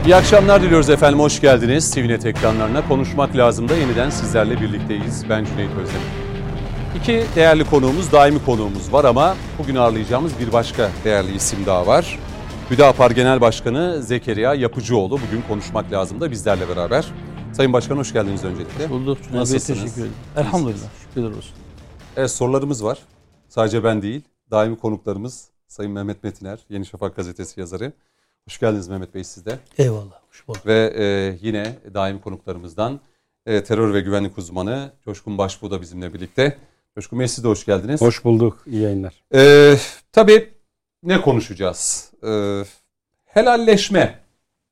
İyi akşamlar diliyoruz efendim, hoş geldiniz. TVNet ekranlarına Konuşmak Lazım da yeniden sizlerle birlikteyiz. Ben Cüneyt Özdemir. İki değerli konuğumuz, daimi konuğumuz var ama bugün ağırlayacağımız bir başka değerli isim daha var. Hüdapar Genel Başkanı Zekeriya Yapıcıoğlu bugün Konuşmak Lazım da bizlerle beraber. Sayın Başkan, hoş geldiniz öncelikle. Bulduk. Nasılsınız? Teşekkür ederim. Elhamdülillah. Şükürler olsun. Evet, sorularımız var. Sadece ben değil, daimi konuklarımız Sayın Mehmet Metiner, Yeni Şafak gazetesi yazarı. Hoş geldiniz Mehmet Bey, siz de. Eyvallah. Hoş bulduk. Ve yine daimi konuklarımızdan terör ve güvenlik uzmanı Coşkun Başbuğ da bizimle birlikte. Coşkun Bey, siz de hoş geldiniz. Hoş bulduk. İyi yayınlar. Tabii ne konuşacağız? Helalleşme.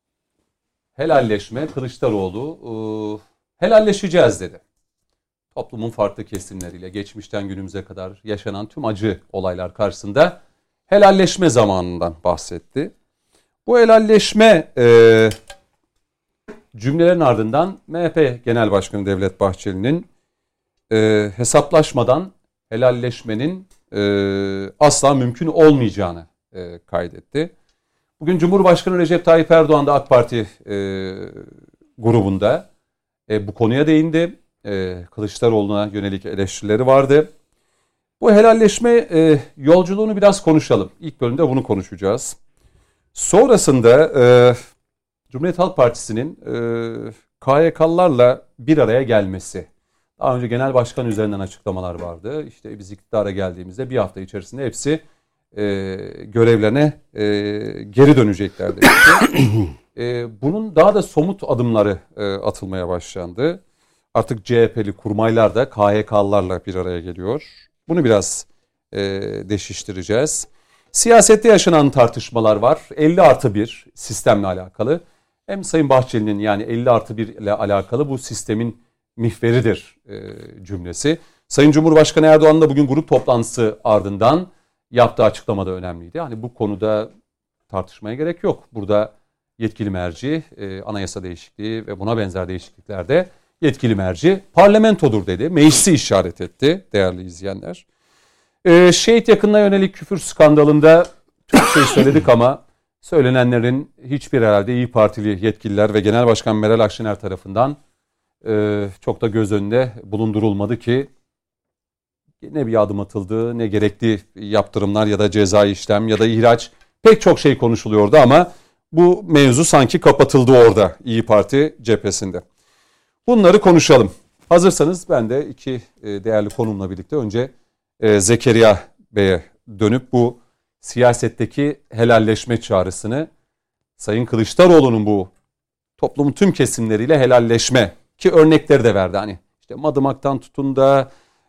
Kılıçdaroğlu helalleşeceğiz dedi. Toplumun farklı kesimleriyle geçmişten günümüze kadar yaşanan tüm acı olaylar karşısında helalleşme zamanından bahsetti. Bu helalleşme cümlelerin ardından MHP Genel Başkanı Devlet Bahçeli'nin hesaplaşmadan helalleşmenin asla mümkün olmayacağını kaydetti. Bugün Cumhurbaşkanı Recep Tayyip Erdoğan da AK Parti grubunda bu konuya değindi. Kılıçdaroğlu'na yönelik eleştirileri vardı. Bu helalleşme yolculuğunu biraz konuşalım. İlk bölümde bunu konuşacağız. Sonrasında Cumhuriyet Halk Partisi'nin KHK'lılarla bir araya gelmesi. Daha önce genel başkan üzerinden açıklamalar vardı. İşte biz iktidara geldiğimizde bir hafta içerisinde hepsi görevlerine geri dönecekler demişti. Bunun daha da somut adımları atılmaya başlandı. Artık CHP'li kurmaylar da KHK'lılarla bir araya geliyor. Bunu biraz deşiştireceğiz. Siyasette yaşanan tartışmalar var. 50+1 sistemle alakalı. Hem Sayın Bahçeli'nin yani 50+1 ile alakalı bu sistemin mihveridir cümlesi. Sayın Cumhurbaşkanı Erdoğan'ın da bugün grup toplantısı ardından yaptığı açıklama da önemliydi. Yani bu konuda tartışmaya gerek yok. Burada yetkili merci, anayasa değişikliği ve buna benzer değişikliklerde yetkili merci parlamentodur dedi. Meclisi işaret etti değerli izleyenler. Şehit yakınına yönelik küfür skandalında çok şey söyledik ama söylenenlerin hiçbir herhalde İYİ Partili yetkililer ve Genel Başkan Meral Akşener tarafından çok da göz önünde bulundurulmadı ki ne bir adım atıldı, ne gerekli yaptırımlar ya da cezai işlem ya da ihraç, pek çok şey konuşuluyordu ama bu mevzu sanki kapatıldı orada İYİ Parti cephesinde. Bunları konuşalım. Hazırsanız ben de iki değerli konumla birlikte önce Zekeriya Bey'e dönüp bu siyasetteki helalleşme çağrısını, Sayın Kılıçdaroğlu'nun bu toplumun tüm kesimleriyle helalleşme ki örnekleri de verdi. Hani işte Madımak'tan tutun da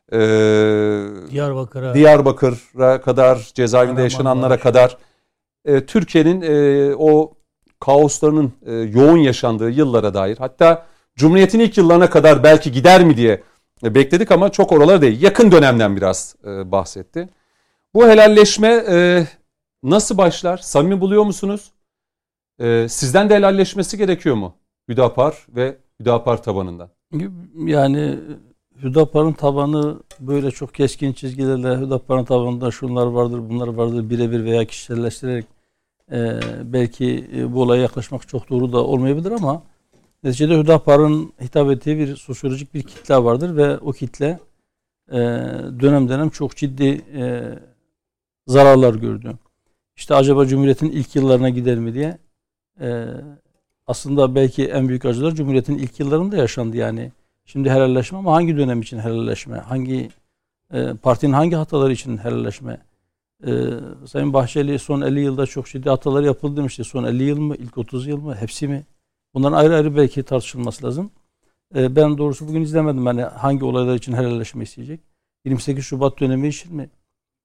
Diyarbakır'a kadar, cezaevinde yaşananlara kadar Türkiye'nin o kaoslarının yoğun yaşandığı yıllara dair, hatta Cumhuriyet'in ilk yıllarına kadar belki gider mi diye bekledik ama çok oralara değil. Yakın dönemden biraz bahsetti. Bu helalleşme nasıl başlar? Samimi buluyor musunuz? Sizden de helalleşmesi gerekiyor mu? Hüdapar ve Hüdapar tabanından. Yani Hüdapar'ın tabanı böyle çok keskin çizgilerle Hüdapar'ın tabanında şunlar vardır, bunlar vardır birebir veya kişiselleştirerek belki bu olaya yaklaşmak çok doğru da olmayabilir ama neticede Hüdapar'ın hitap ettiği bir sosyolojik bir kitle vardır ve o kitle dönem dönem çok ciddi zararlar gördü. İşte acaba Cumhuriyet'in ilk yıllarına gider mi diye aslında belki en büyük acılar Cumhuriyet'in ilk yıllarında yaşandı yani. Şimdi helalleşme ama hangi dönem için helalleşme? Hangi partinin hangi hataları için helalleşme? Sayın Bahçeli son 50 yılda çok ciddi hatalar yapıldı demişti. Son 50 yıl mı? İlk 30 yıl mı? Hepsi mi? Bunların ayrı ayrı belki tartışılması lazım. Ben doğrusu bugün izlemedim hani hangi olaylar için helalleşme isteyecek. 28 Şubat dönemi için mi?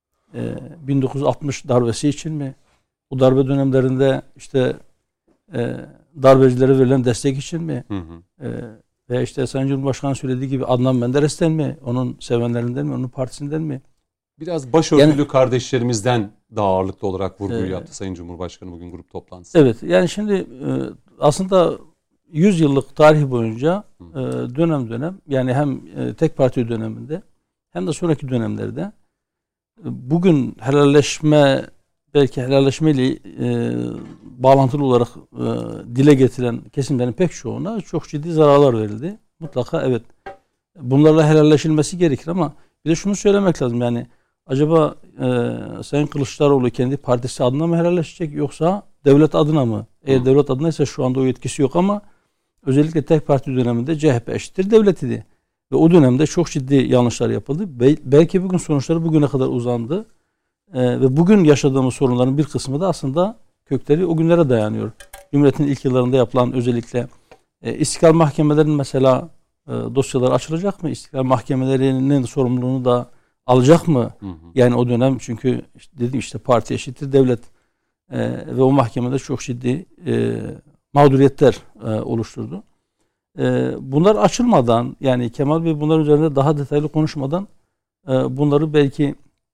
1960 darbesi için mi? Bu darbe dönemlerinde işte darbecilere verilen destek için mi? Ve işte Sayın Cumhurbaşkanı söylediği gibi Adnan Menderes'ten mi? Onun sevenlerinden mi? Onun partisinden mi? Biraz başörtülü kardeşlerimizden daha ağırlıklı olarak vurguyu yaptı Sayın Cumhurbaşkanı bugün grup toplantısı. Evet, yani şimdi aslında 100 yıllık tarih boyunca dönem dönem yani hem tek parti döneminde hem de sonraki dönemlerde bugün helalleşme belki helalleşmeyle bağlantılı olarak dile getirilen kesimlerin pek çoğuna çok ciddi zararlar verildi. Mutlaka evet bunlarla helalleşilmesi gerekir ama bir de şunu söylemek lazım, yani acaba Sayın Kılıçdaroğlu kendi partisi adına mı helalleşecek yoksa devlet adına mı? Eğer devlet adına ise şu anda o yetkisi yok ama özellikle tek parti döneminde CHP eşittir devlet idi. Ve o dönemde çok ciddi yanlışlar yapıldı. Belki bugün sonuçları bugüne kadar uzandı. Ve bugün yaşadığımız sorunların bir kısmı da aslında kökleri o günlere dayanıyor. Cumhuriyet'in ilk yıllarında yapılan özellikle istiklal mahkemelerinin mesela dosyalar açılacak mı? İstiklal mahkemelerinin sorumluluğunu da alacak mı? Yani o dönem çünkü dedim işte parti eşittir devlet ve o mahkemede çok ciddi mağduriyetler oluşturdu. Bunlar açılmadan, yani Kemal Bey bunlar üzerinde daha detaylı konuşmadan bunları belki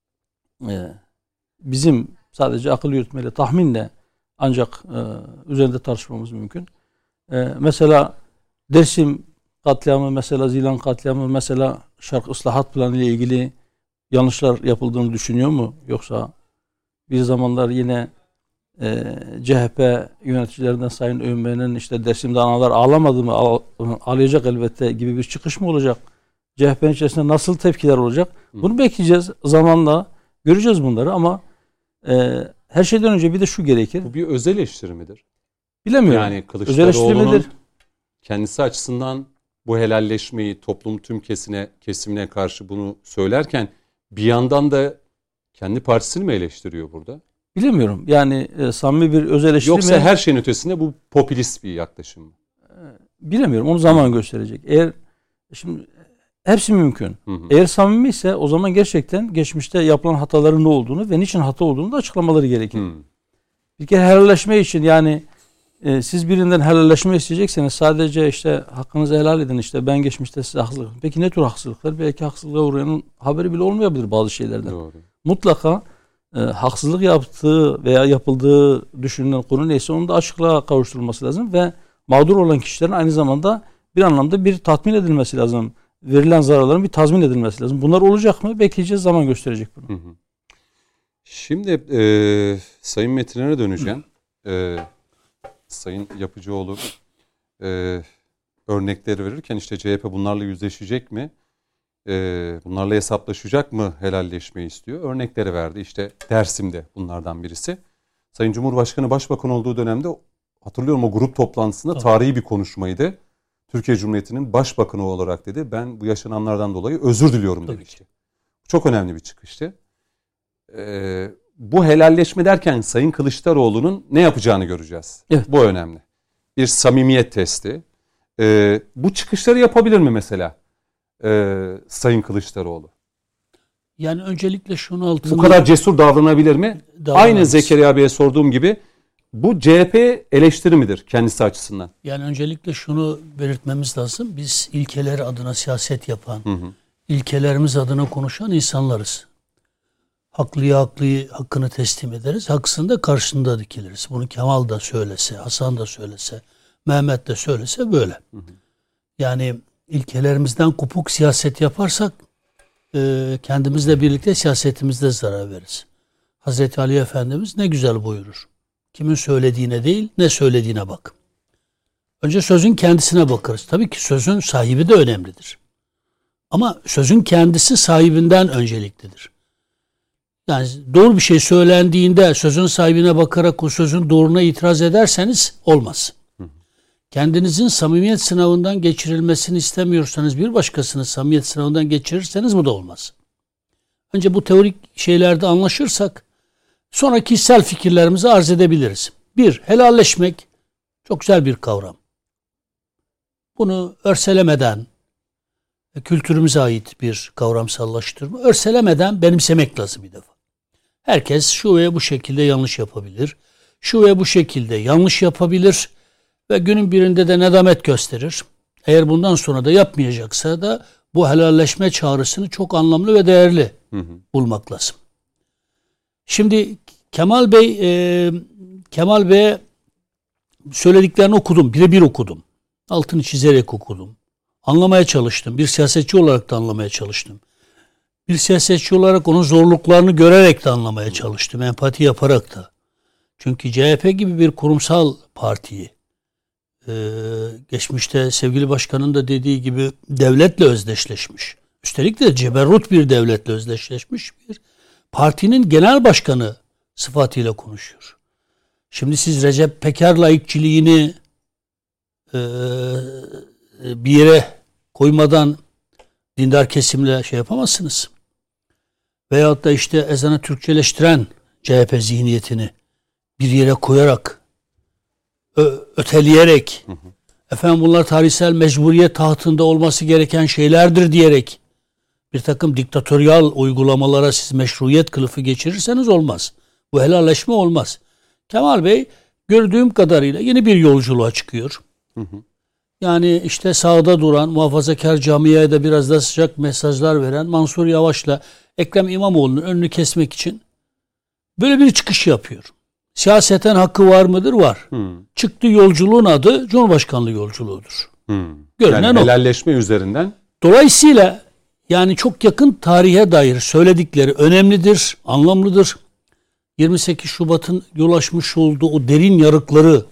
bizim sadece akıl yürütmeyle, tahminle ancak üzerinde tartışmamız mümkün. Mesela Dersim katliamı, mesela Zilan katliamı, mesela Şark Islahat Planı ile ilgili yanlışlar yapıldığını düşünüyor mu? Yoksa bir zamanlar yine CHP yöneticilerinden Sayın Öğmen'in işte Dersim'de analar ağlamadı mı, ağlayacak elbette gibi bir çıkış mı olacak? CHP'nin içerisinde nasıl tepkiler olacak? Bunu bekleyeceğiz. Zamanla göreceğiz bunları ama her şeyden önce bir de şu gerekir. Bu bir öz eleştiri midir? Bilemiyorum. Yani Kılıçdaroğlu'nun kendisi açısından bu helalleşmeyi toplum tüm kesimine karşı bunu söylerken bir yandan da kendi partisini mi eleştiriyor burada? Bilemiyorum. Yani samimi bir öz eleştiri mi? Yoksa her şeyin ötesinde bu popülist bir yaklaşım mı? Bilemiyorum. Onu zaman gösterecek. Eğer şimdi hepsi mümkün. Eğer samimi ise o zaman gerçekten geçmişte yapılan hataların ne olduğunu ve niçin hata olduğunu da açıklamaları gerekir. Bir kere helalleşme için, yani siz birinden helalleşme isteyecekseniz sadece işte hakkınızı helal edin, işte ben geçmişte size haksızlık. Peki ne tür haksızlıklar? Belki haksızlığa uğrayanın haberi bile olmayabilir bazı şeylerden. Doğru. Mutlaka haksızlık yaptığı veya yapıldığı düşünülen konu neyse onun da açıklığa kavuşturulması lazım ve mağdur olan kişilerin aynı zamanda bir anlamda bir tatmin edilmesi lazım. Verilen zararların bir tazmin edilmesi lazım. Bunlar olacak mı? Bekleyeceğiz, zaman gösterecek bunu. Şimdi Sayın Metin'e döneceğim. Sayın Yapıcıoğlu örnekleri verirken işte CHP bunlarla yüzleşecek mi? Bunlarla hesaplaşacak mı helalleşmeyi istiyor? Örnekleri verdi. İşte Dersim'de bunlardan birisi. Sayın Cumhurbaşkanı Başbakan olduğu dönemde hatırlıyorum o grup toplantısında tarihi bir konuşmaydı. Türkiye Cumhuriyeti'nin başbakanı olarak dedi ben bu yaşananlardan dolayı özür diliyorum demişti. Çok önemli bir çıkıştı. Bu helalleşme derken Sayın Kılıçdaroğlu'nun ne yapacağını göreceğiz. Evet. Bu önemli. Bir samimiyet testi. Bu çıkışları yapabilir mi mesela Sayın Kılıçdaroğlu? Yani öncelikle şunu altında... Bu kadar cesur davranabilir mi? Aynı Zekeriya Bey'e sorduğum gibi bu CHP eleştiri midir kendisi açısından? Yani öncelikle şunu belirtmemiz lazım. Biz ilkeler adına siyaset yapan, ilkelerimiz adına konuşan insanlarız. Haklıya hakkını teslim ederiz. Haksını da karşısında dikiliriz. Bunu Kemal da söylese, Hasan da söylese, Mehmet de söylese böyle. Yani ilkelerimizden kopuk siyaset yaparsak kendimizle birlikte siyasetimizde zarar veririz. Hazreti Ali Efendimiz ne güzel buyurur. Kimin söylediğine değil, ne söylediğine bak. Önce sözün kendisine bakarız. Tabii ki sözün sahibi de önemlidir. Ama sözün kendisi sahibinden önceliklidir. Yani doğru bir şey söylendiğinde sözün sahibine bakarak o sözün doğruluğuna itiraz ederseniz olmaz. Kendinizin samimiyet sınavından geçirilmesini istemiyorsanız bir başkasının samimiyet sınavından geçirirseniz bu da olmaz. Önce bu teorik şeylerde anlaşırsak sonra kişisel fikirlerimizi arz edebiliriz. Bir, helalleşmek çok güzel bir kavram. Bunu örselemeden, kültürümüze ait bir kavramsallaştırma, örselemeden benimsemek lazım bir defa. Herkes şu veya bu şekilde yanlış yapabilir, şu veya bu şekilde yanlış yapabilir ve günün birinde de nedamet gösterir. Eğer bundan sonra da yapmayacaksa da bu helalleşme çağrısını çok anlamlı ve değerli bulmak lazım. Şimdi Kemal Bey'e söylediklerini okudum, birebir okudum. Altını çizerek okudum. Anlamaya çalıştım. Bir siyasetçi olarak da anlamaya çalıştım. Bir siyasetçi olarak onun zorluklarını görerek de anlamaya çalıştım. Empati yaparak da. Çünkü CHP gibi bir kurumsal partiyi geçmişte sevgili başkanın da dediği gibi devletle özdeşleşmiş. Üstelik de ceberrut bir devletle özdeşleşmiş bir partinin genel başkanı sıfatıyla konuşuyor. Şimdi siz Recep Peker laikçiliğini bir yere koymadan dindar kesimle şey yapamazsınız. Veyahut da işte ezanı Türkçeleştiren CHP zihniyetini bir yere koyarak, öteleyerek, efendim bunlar tarihsel mecburiyet tahtında olması gereken şeylerdir diyerek bir takım diktatöryal uygulamalara siz meşruiyet kılıfı geçirirseniz olmaz. Bu helalleşme olmaz. Kemal Bey gördüğüm kadarıyla yeni bir yolculuğa çıkıyor. Yani işte sağda duran, muhafazakar camiaya da biraz da sıcak mesajlar veren Mansur Yavaş'la Ekrem İmamoğlu'nun önünü kesmek için böyle bir çıkış yapıyor. Siyaseten hakkı var mıdır? Var. Çıktığı yolculuğun adı Cumhurbaşkanlığı yolculuğudur. Yani helalleşme üzerinden. Dolayısıyla yani çok yakın tarihe dair söyledikleri önemlidir, anlamlıdır. 28 Şubat'ın yol açmış olduğu o derin yarıkları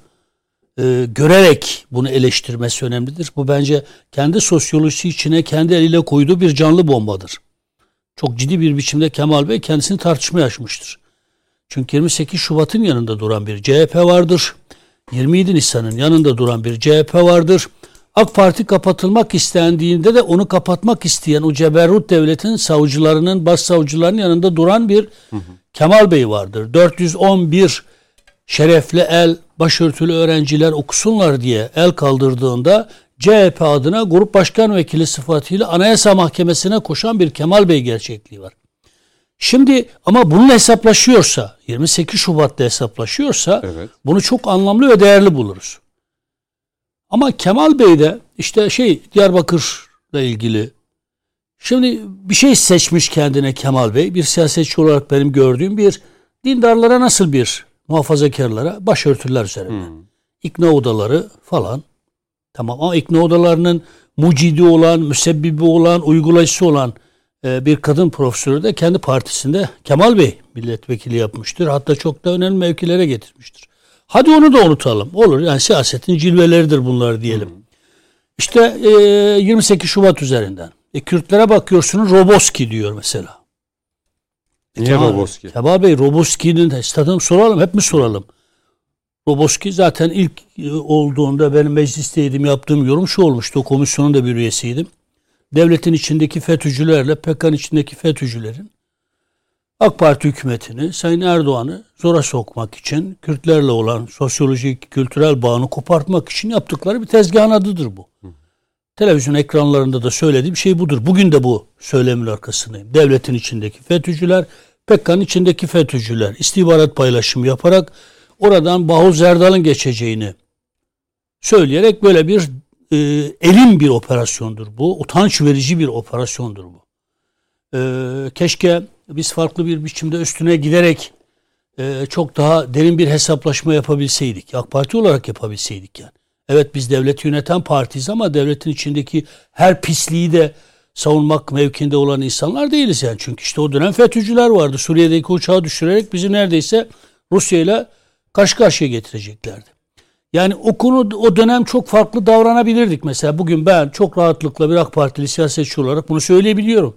görerek bunu eleştirmesi önemlidir. Bu bence kendi sosyolojisi içine kendi eliyle koyduğu bir canlı bombadır. Çok ciddi bir biçimde Kemal Bey kendisini tartışmaya açmıştır. Çünkü 28 Şubat'ın yanında duran bir CHP vardır. 27 Nisan'ın yanında duran bir CHP vardır. AK Parti kapatılmak istendiğinde de onu kapatmak isteyen o ceberrut devletin savcılarının, başsavcılarının yanında duran bir Kemal Bey vardır. 411 şerefli el, başörtülü öğrenciler okusunlar diye el kaldırdığında CHP adına Grup Başkan Vekili sıfatıyla Anayasa Mahkemesi'ne koşan bir Kemal Bey gerçekliği var. Şimdi ama bununla hesaplaşıyorsa, 28 Şubat'ta hesaplaşıyorsa evet, bunu çok anlamlı ve değerli buluruz. Ama Kemal Bey de işte Diyarbakır'la ilgili şimdi bir şey seçmiş kendine Kemal Bey. Bir siyasetçi olarak benim gördüğüm bir dindarlara nasıl bir muhafazakarlara başörtüler üzerinden. İkna odaları falan. Tamam ama ikna odalarının mucidi olan, müsebbibi olan, uygulayıcısı olan bir kadın profesörü de kendi partisinde Kemal Bey milletvekili yapmıştır. Hatta çok da önemli mevkilere getirmiştir. Hadi onu da unutalım. Olur yani siyasetin cilveleridir bunlar diyelim. İşte 28 Şubat üzerinden. Kürtlere bakıyorsunuz Roboski diyor mesela. Niye Roboski? Kemal Bey Roboski'nin stadını soralım. Hep mi soralım? Roboski zaten ilk olduğunda benim meclisteydim, yaptığım yorum şu olmuştu. O komisyonun da bir üyesiydim. Devletin içindeki FETÖ'cülerle PKK'nın içindeki FETÖ'cülerin AK Parti hükümetini, Sayın Erdoğan'ı zora sokmak için Kürtlerle olan sosyolojik, kültürel bağını kopartmak için yaptıkları bir tezgahın adıdır bu. Televizyon ekranlarında da söylediğim şey budur. Bugün de bu söylemin arkasındayım. Devletin içindeki FETÖ'cüler, PKK'nın içindeki FETÖ'cüler istihbarat paylaşımı yaparak oradan Bahuz Erdal'ın geçeceğini söyleyerek böyle bir elin bir operasyondur bu. Utanç verici bir operasyondur bu. Keşke biz farklı bir biçimde üstüne giderek çok daha derin bir hesaplaşma yapabilseydik. AK Parti olarak yapabilseydik yani. Evet biz devleti yöneten partiyiz ama devletin içindeki her pisliği de savunmak mevkinde olan insanlar değiliz yani. Çünkü işte o dönem FETÖ'cüler vardı. Suriye'deki uçağı düşürerek bizi neredeyse Rusya ile karşı karşıya getireceklerdi. Yani o dönem çok farklı davranabilirdik. Mesela bugün ben çok rahatlıkla bir AK Partili siyasetçi olarak bunu söyleyebiliyorum.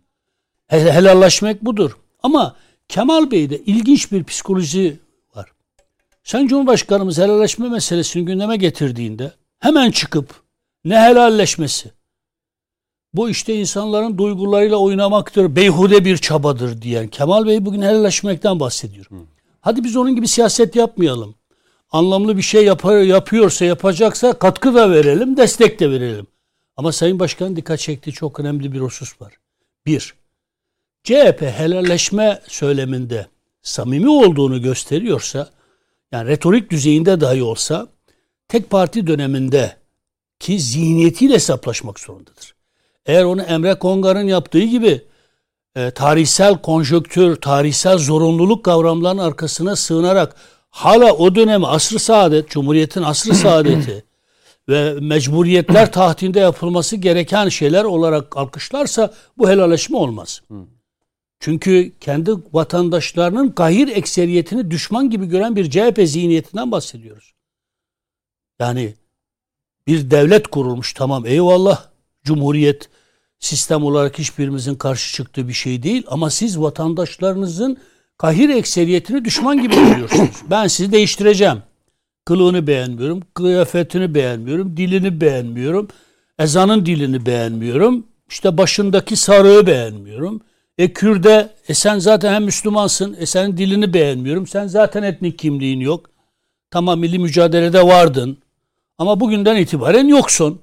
Helallaşmak budur. Ama Kemal Bey'de ilginç bir psikoloji var. Sayın Cumhurbaşkanımız helalleşme meselesini gündeme getirdiğinde hemen çıkıp ne helalleşmesi? Bu işte insanların duygularıyla oynamaktır, beyhude bir çabadır diyen Kemal Bey bugün helalleşmekten bahsediyor. Hadi biz onun gibi siyaset yapmayalım. Anlamlı bir şey yapıyorsa, yapacaksa katkı da verelim, destek de verelim. Ama Sayın Başkan dikkat çektiği çok önemli bir husus var. Bir, CHP helalleşme söyleminde samimi olduğunu gösteriyorsa, yani retorik düzeyinde dahi olsa, tek parti döneminde ki zihniyetiyle hesaplaşmak zorundadır. Eğer onu Emre Kongar'ın yaptığı gibi tarihsel konjonktür, tarihsel zorunluluk kavramlarının arkasına sığınarak hala o dönemi asr-ı saadet, Cumhuriyet'in asr-ı saadeti ve mecburiyetler tahtinde yapılması gereken şeyler olarak alkışlarsa bu helalleşme olmaz. Çünkü kendi vatandaşlarının gayr ekseriyetini düşman gibi gören bir CHP zihniyetinden bahsediyoruz. Yani bir devlet kurulmuş, tamam eyvallah, cumhuriyet sistem olarak hiçbirimizin karşı çıktığı bir şey değil ama siz vatandaşlarınızın kahir ekseriyetini düşman gibi görüyorsunuz. Ben sizi değiştireceğim. Kılığını beğenmiyorum, kıyafetini beğenmiyorum, dilini beğenmiyorum, ezanın dilini beğenmiyorum, işte başındaki sarığı beğenmiyorum. Kürde, sen zaten hem Müslümansın, senin dilini beğenmiyorum, sen zaten etnik kimliğin yok. Tamam, milli mücadelede vardın ama bugünden itibaren yoksun.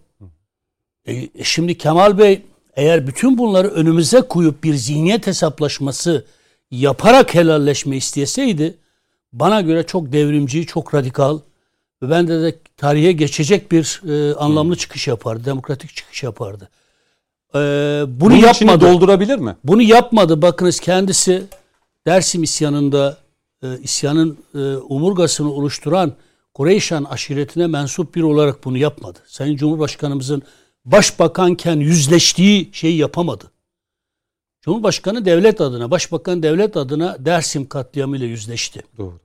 Şimdi Kemal Bey eğer bütün bunları önümüze koyup bir zihniyet hesaplaşması yaparak helalleşme isteseydi, bana göre çok devrimci, çok radikal ve bende de tarihe geçecek bir anlamlı çıkış yapardı, demokratik çıkış yapardı. Bunu yapmadı. Doldurabilir mi? Bunu yapmadı. Bakınız, kendisi Dersim isyanında isyanın omurgasını oluşturan Kureyşan aşiretine mensup biri olarak bunu yapmadı. Sayın Cumhurbaşkanımızın başbakanken yüzleştiği şeyi yapamadı. Cumhurbaşkanı devlet adına, başbakan devlet adına Dersim katliamıyla yüzleşti. Doğru.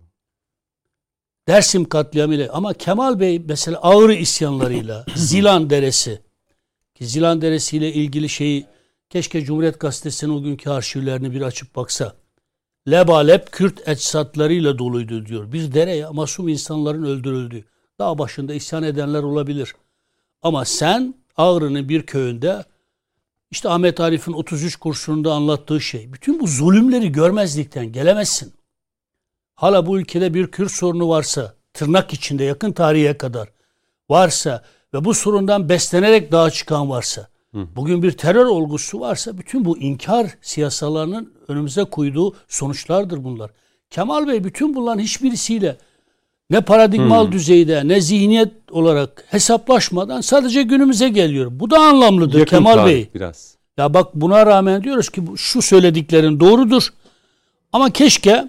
Dersim katliamıyla, ama Kemal Bey mesela Ağrı isyanlarıyla, Zilan Deresi, ki Zilan Deresi ile ilgili şeyi keşke Cumhuriyet Gazetesi'nin o günkü arşivlerini bir açıp baksa. Lebalep Kürt eczatlarıyla doluydu diyor. Bir dere ya, masum insanların öldürüldüğü. Dağ başında isyan edenler olabilir. Ama sen Ağrı'nın bir köyünde, işte Ahmet Arif'in 33 kurşununda anlattığı şey, bütün bu zulümleri görmezlikten gelemezsin. Hala bu ülkede bir Kürt sorunu varsa, tırnak içinde yakın tarihe kadar varsa ve bu sorundan beslenerek dağa çıkan varsa, bugün bir terör olgusu varsa, bütün bu inkar siyasalarının önümüze koyduğu sonuçlardır bunlar. Kemal Bey bütün bunların hiçbirisiyle ne paradigmal düzeyde ne zihniyet olarak hesaplaşmadan sadece günümüze geliyor. Bu da anlamlıdır. Yakın Kemal Bey. Biraz. Ya bak, buna rağmen diyoruz ki şu söylediklerin doğrudur. Ama keşke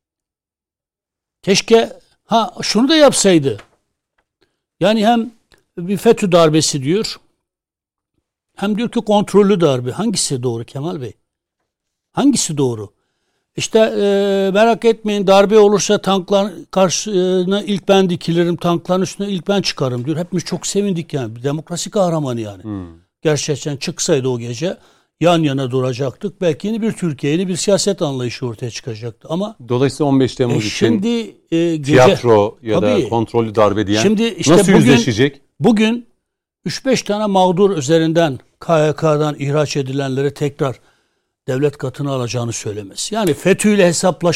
şunu da yapsaydı. Yani hem bir FETÖ darbesi diyor, hem diyor ki kontrollü darbe. Hangisi doğru Kemal Bey? Hangisi doğru? İşte merak etmeyin, darbe olursa tanklar karşısına ilk ben dikilirim, tankların üstüne ilk ben çıkarım diyor. Hepimiz çok sevindik yani. Bir demokrasi kahramanı yani. Gerçekten çıksaydı o gece yan yana duracaktık. Belki yeni bir Türkiye, yeni bir siyaset anlayışı ortaya çıkacaktı. Ama dolayısıyla 15 Temmuz için şimdi, tiyatro ya tabii, da kontrollü darbe diyen şimdi işte nasıl yüzleşecek? Bugün 3-5 tane mağdur üzerinden KHK'dan ihraç edilenleri tekrar devlet katına alacağını söylemesi. Yani FETÖ ile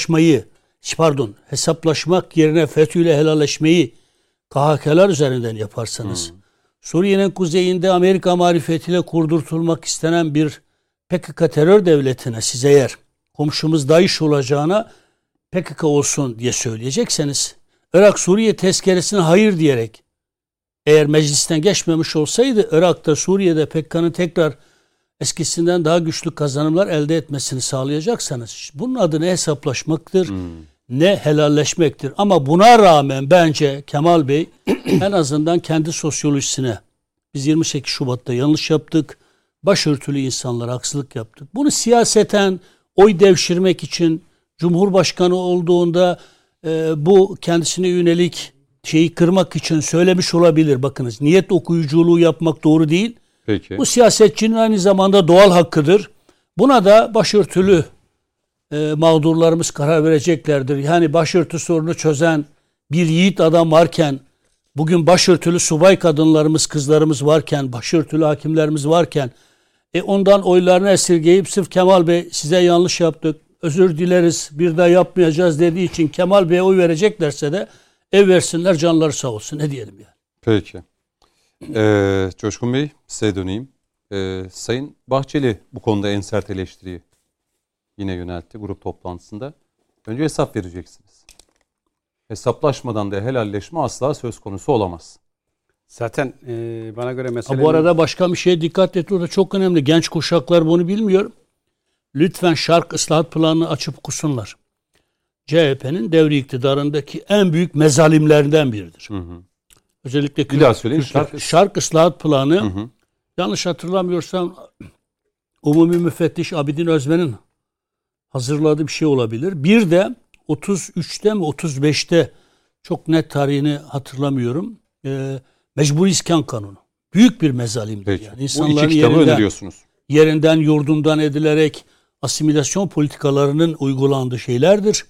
hesaplaşmak yerine FETÖ ile helalleşmeyi KHK'lar üzerinden yaparsanız, Suriye'nin kuzeyinde Amerika marifetiyle kurdurtulmak istenen bir PKK terör devletine siz eğer komşumuz DAEŞ olacağına PKK olsun diye söyleyecekseniz, Irak-Suriye tezkeresine hayır diyerek eğer meclisten geçmemiş olsaydı, Irak'ta, Suriye'de PKK'nın tekrar eskisinden daha güçlü kazanımlar elde etmesini sağlayacaksanız, bunun adı ne hesaplaşmaktır ne helalleşmektir. Ama buna rağmen bence Kemal Bey en azından kendi sosyolojisine, biz 28 Şubat'ta yanlış yaptık, başörtülü insanlara haksızlık yaptık. Bunu siyaseten oy devşirmek için Cumhurbaşkanı olduğunda bu kendisine yönelik şeyi kırmak için söylemiş olabilir. Bakınız, niyet okuyuculuğu yapmak doğru değil. Peki. Bu siyasetçinin aynı zamanda doğal hakkıdır. Buna da başörtülü mağdurlarımız karar vereceklerdir. Yani başörtü sorunu çözen bir yiğit adam varken, bugün başörtülü subay kadınlarımız, kızlarımız varken, başörtülü hakimlerimiz varken, ondan oylarını esirgeyip sırf Kemal Bey size yanlış yaptık, özür dileriz, bir daha yapmayacağız dediği için Kemal Bey'e oy vereceklerse de versinler, canları sağ olsun. Ne diyelim yani. Peki. Coşkun Bey, size döneyim. Sayın Bahçeli bu konuda en sert eleştiriyi yine yöneltti grup toplantısında. Önce hesap vereceksiniz. Hesaplaşmadan da helalleşme asla söz konusu olamaz. Zaten bana göre mesele... Bu arada başka bir şeye dikkat et. O da çok önemli. Genç kuşaklar bunu bilmiyor. Lütfen Şark Islahat Planı'nı açıp okusunlar. CHP'nin devri iktidarındaki en büyük mezalimlerinden biridir. Özellikle Bir daha söyleyin. Şark Islahat Planı. Yanlış hatırlamıyorsam Umumi Müfettiş Abidin Özmen'in hazırladığı bir şey olabilir. Bir de 33'te mi 35'te çok net tarihini hatırlamıyorum. Mecburi İskan Kanunu. Büyük bir mezalimdir. Peki. Yani. Bu İnsanların iki kitabı öneriyorsunuz. Yerinden yurdundan edilerek asimilasyon politikalarının uygulandığı şeylerdir.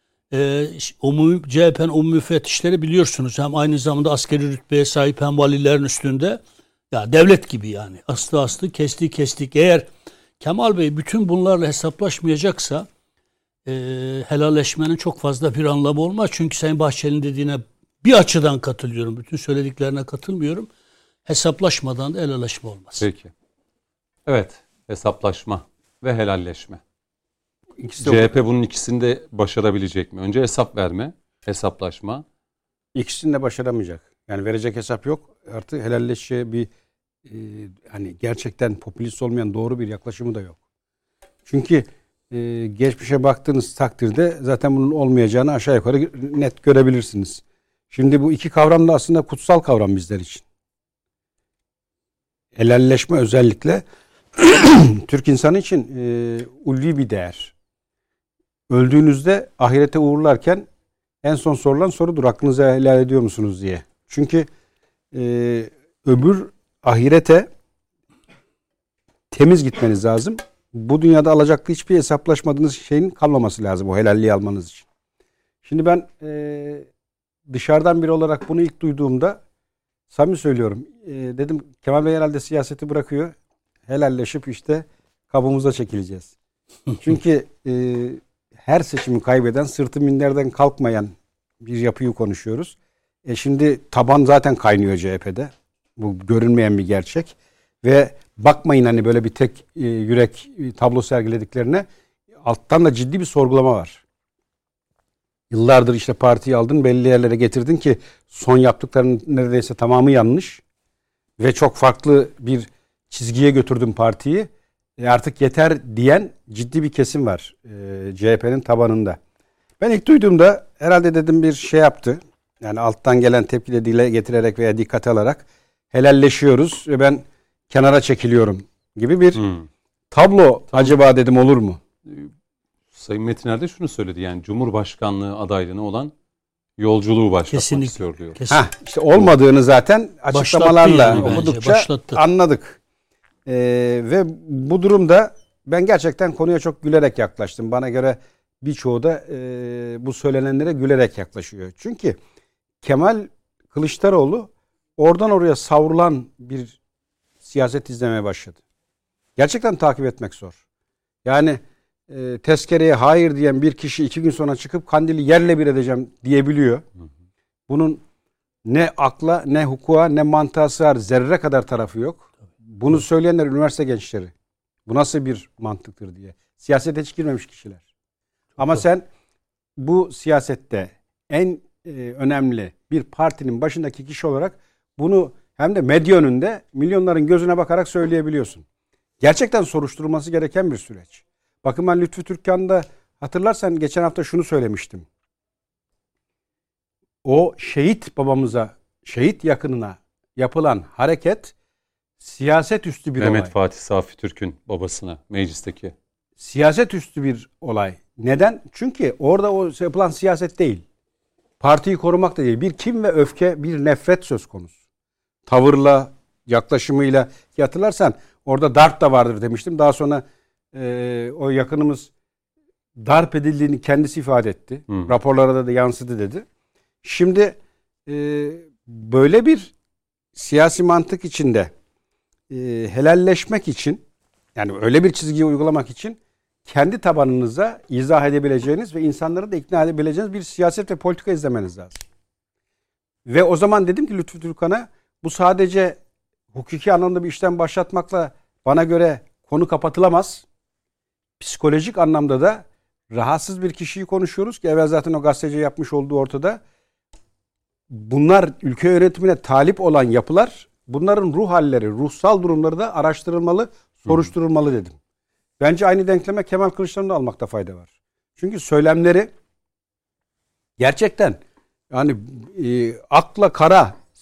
CHP'nin umumi müfettişleri biliyorsunuz. Hem aynı zamanda askeri rütbeye sahip hem valilerin üstünde. Ya devlet gibi yani. Aslı kestik. Eğer Kemal Bey bütün bunlarla hesaplaşmayacaksa helalleşmenin çok fazla bir anlamı olmaz. Çünkü Sayın Bahçeli'nin dediğine bir açıdan katılıyorum. Bütün söylediklerine katılmıyorum. Hesaplaşmadan da helalleşme olmaz. Peki. Evet. Hesaplaşma ve helalleşme. İkisi CHP bunun ikisini de başarabilecek mi? Önce hesap verme, hesaplaşma. İkisini de başaramayacak. Yani verecek hesap yok. Artı helalleşe bir hani gerçekten popülist olmayan doğru bir yaklaşımı da yok. Çünkü geçmişe baktığınız takdirde zaten bunun olmayacağını aşağı yukarı net görebilirsiniz. Şimdi bu iki kavram da aslında kutsal kavram bizler için. Helalleşme özellikle Türk insanı için ulvi bir değer. Öldüğünüzde ahirete uğurlarken en son sorulan sorudur. Hakkınızı helal ediyor musunuz diye. Çünkü öbür ahirete temiz gitmeniz lazım. Bu dünyada alacaklı hiçbir hesaplaşmadığınız şeyin kalmaması lazım o helalliği almanız için. Şimdi ben dışarıdan biri olarak bunu ilk duyduğumda samimi söylüyorum. Dedim Kemal Bey herhalde siyaseti bırakıyor. Helalleşip işte kabuğumuza çekileceğiz. Çünkü her seçimi kaybeden, sırtı minderden kalkmayan bir yapıyı konuşuyoruz. Şimdi taban zaten kaynıyor CHP'de. Bu görünmeyen bir gerçek. Ve bakmayın hani böyle bir tek yürek tablo sergilediklerine, alttan da ciddi bir sorgulama var. Yıllardır işte partiyi aldın, belli yerlere getirdin ki son yaptıklarının neredeyse tamamı yanlış. Ve çok farklı bir çizgiye götürdün partiyi. Artık yeter diyen ciddi bir kesim var CHP'nin tabanında. Ben ilk duyduğumda herhalde dedim bir şey yaptı. Yani alttan gelen tepkiyle dile getirerek veya dikkate alarak helalleşiyoruz ve ben kenara çekiliyorum gibi bir tablo acaba dedim olur mu? Sayın Metiner de şunu söyledi, yani Cumhurbaşkanlığı adaylığına olan yolculuğu başlatmak istiyor diyor. İşte olmadığını zaten açıklamalarla yani okudukça anladık. Ve bu durumda ben gerçekten konuya çok gülerek yaklaştım. Bana göre birçoğu da bu söylenenlere gülerek yaklaşıyor. Çünkü Kemal Kılıçdaroğlu oradan oraya savrulan bir siyaset izlemeye başladı. Gerçekten takip etmek zor. Yani tezkereye hayır diyen bir kişi 2 gün sonra çıkıp Kandil'i yerle bir edeceğim diyebiliyor. Bunun ne akla, ne hukuka, ne mantığa sığar zerre kadar tarafı yok. Bunu söyleyenler üniversite gençleri. Bu nasıl bir mantıktır diye. Siyasete hiç girmemiş kişiler. Ama sen bu siyasette en önemli bir partinin başındaki kişi olarak bunu hem de medya önünde milyonların gözüne bakarak söyleyebiliyorsun. Gerçekten soruşturulması gereken bir süreç. Bakın ben Lütfü Türkkan'da hatırlarsan geçen hafta şunu söylemiştim. O şehit babamıza, şehit yakınına yapılan hareket siyaset üstü bir olay. Mehmet Fatih Safi Türk'ün babasına meclisteki. Siyaset üstü bir olay. Neden? Çünkü orada o yapılan siyaset değil. Partiyi korumak da değil. Bir kin ve öfke, bir nefret söz konusu. Tavırla, yaklaşımıyla. Hatırlarsan orada darp da vardır demiştim. Daha sonra o yakınımız darp edildiğini kendisi ifade etti. Raporlara da yansıdı dedi. Şimdi böyle bir siyasi mantık içinde helalleşmek için, yani öyle bir çizgiyi uygulamak için kendi tabanınıza izah edebileceğiniz ve insanları da ikna edebileceğiniz bir siyaset ve politika izlemeniz lazım. Ve o zaman dedim ki Lütfü Türkkan'a, bu sadece hukuki anlamda bir işlem başlatmakla bana göre konu kapatılamaz. Psikolojik anlamda da rahatsız bir kişiyi konuşuyoruz ki evvel zaten o gazeteci yapmış olduğu ortada. Bunlar ülke yönetimine talip olan yapılar, bunların ruh halleri, ruhsal durumları da araştırılmalı, soruşturulmalı dedim. Bence aynı denkleme Kemal Kılıçdaroğlu'nu almakta fayda var. Çünkü söylemleri gerçekten yani akla kara,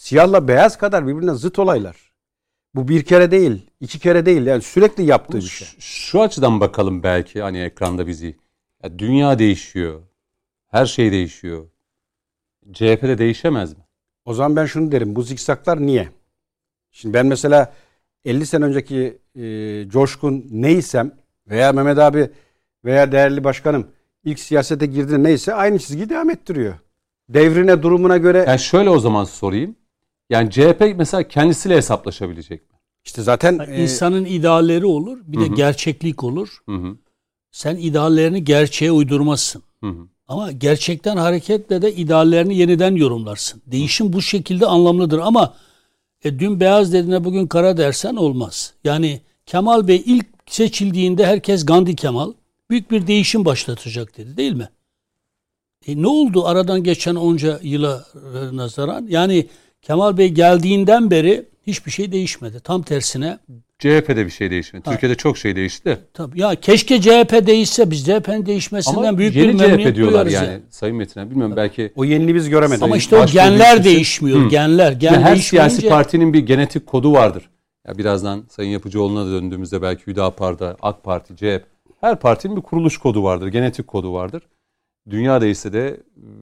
siyahla beyaz kadar birbirine zıt olaylar. Bu bir kere değil, iki kere değil. Yani sürekli yaptığı bir şey. Şu açıdan bakalım belki hani ekranda bizi. Ya dünya değişiyor. Her şey değişiyor. CHP'de değişemez mi? O zaman ben şunu derim. Bu zikzaklar niye? Şimdi ben mesela 50 sene önceki Coşkun neysem veya Mehmet abi veya değerli başkanım ilk siyasete girdi neyse aynı çizgiyi devam ettiriyor. Devrine, durumuna göre. Yani şöyle o zaman sorayım. Yani CHP mesela kendisiyle hesaplaşabilecek mi? İşte zaten insanın idealleri olur, bir de gerçeklik olur. Hı. Sen ideallerini gerçeğe uydurmazsın. Hı. Ama gerçekten hareketle de ideallerini yeniden yorumlarsın. Değişim bu şekilde anlamlıdır ama dün beyaz dediğine bugün kara dersen olmaz. Yani Kemal Bey ilk seçildiğinde herkes Gandhi Kemal büyük bir değişim başlatacak dedi, değil mi? Ne oldu aradan geçen onca yıla nazaran? Yani Kemal Bey geldiğinden beri hiçbir şey değişmedi. Tam tersine. CHP'de bir şey değişmedi. Türkiye'de çok şey değişti. Tabii ya, keşke CHP değişse, biz CHP'nin değişmesinden ama büyük yeni bir memnuniyet CHP diyorlar duyarız yani. Sayın Metin, bilmiyorum belki. O yeniliği biz göremedik. Ama işte o genler değişmiyor. Genler. Gen her siyasi partinin bir genetik kodu vardır. Ya birazdan Sayın Yapıcıoğlu'na döndüğümüzde belki Hüdapar'da, AK Parti, CHP. Her partinin bir kuruluş kodu vardır. Genetik kodu vardır. Dünya değişse de,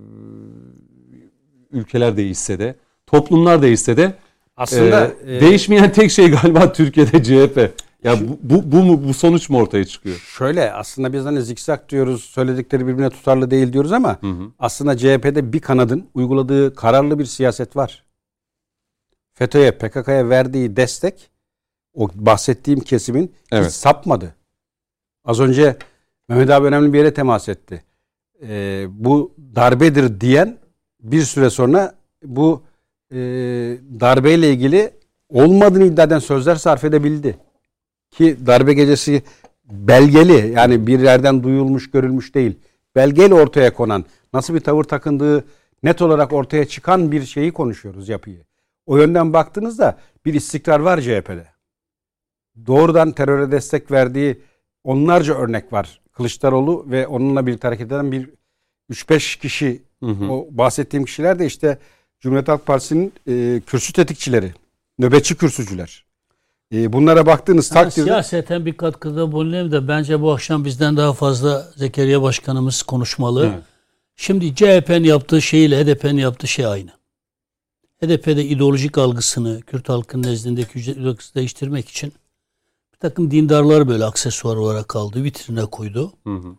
ülkeler değişse de, toplumlar değişse de aslında değişmeyen tek şey galiba Türkiye'de CHP. Ya bu sonuç mu ortaya çıkıyor? Şöyle, aslında biz hani zikzak diyoruz, söyledikleri birbirine tutarlı değil diyoruz ama aslında CHP'de bir kanadın uyguladığı kararlı bir siyaset var. FETÖ'ye, PKK'ya verdiği destek o bahsettiğim kesimin hiç sapmadı. Az önce Mehmet abi önemli bir yere temas etti. Bu darbedir diyen bir süre sonra bu darbeyle ilgili olmadığını iddia eden sözler sarf edebildi. Ki darbe gecesi belgeli, yani bir yerden duyulmuş, görülmüş değil. Belgeyle ortaya konan, nasıl bir tavır takındığı net olarak ortaya çıkan bir şeyi konuşuyoruz, yapıyı. O yönden baktığınızda bir istikrar var CHP'de. Doğrudan teröre destek verdiği onlarca örnek var. Kılıçdaroğlu ve onunla birlikte hareket eden bir 3-5 kişi, o bahsettiğim kişiler de işte Cumhuriyet Halk Partisi'nin kürsü tetikçileri, nöbetçi kürsücüler. Bunlara baktığınız takdirde... Siyaseten bir katkıda bulunayım da bence bu akşam bizden daha fazla Zekeriya Başkanımız konuşmalı. Evet. Şimdi CHP'nin yaptığı şey ile HDP'nin yaptığı şey aynı. HDP'de ideolojik algısını Kürt halkının nezdindeki algısını değiştirmek için bir takım dindarlar böyle aksesuar olarak aldı, vitrine koydu.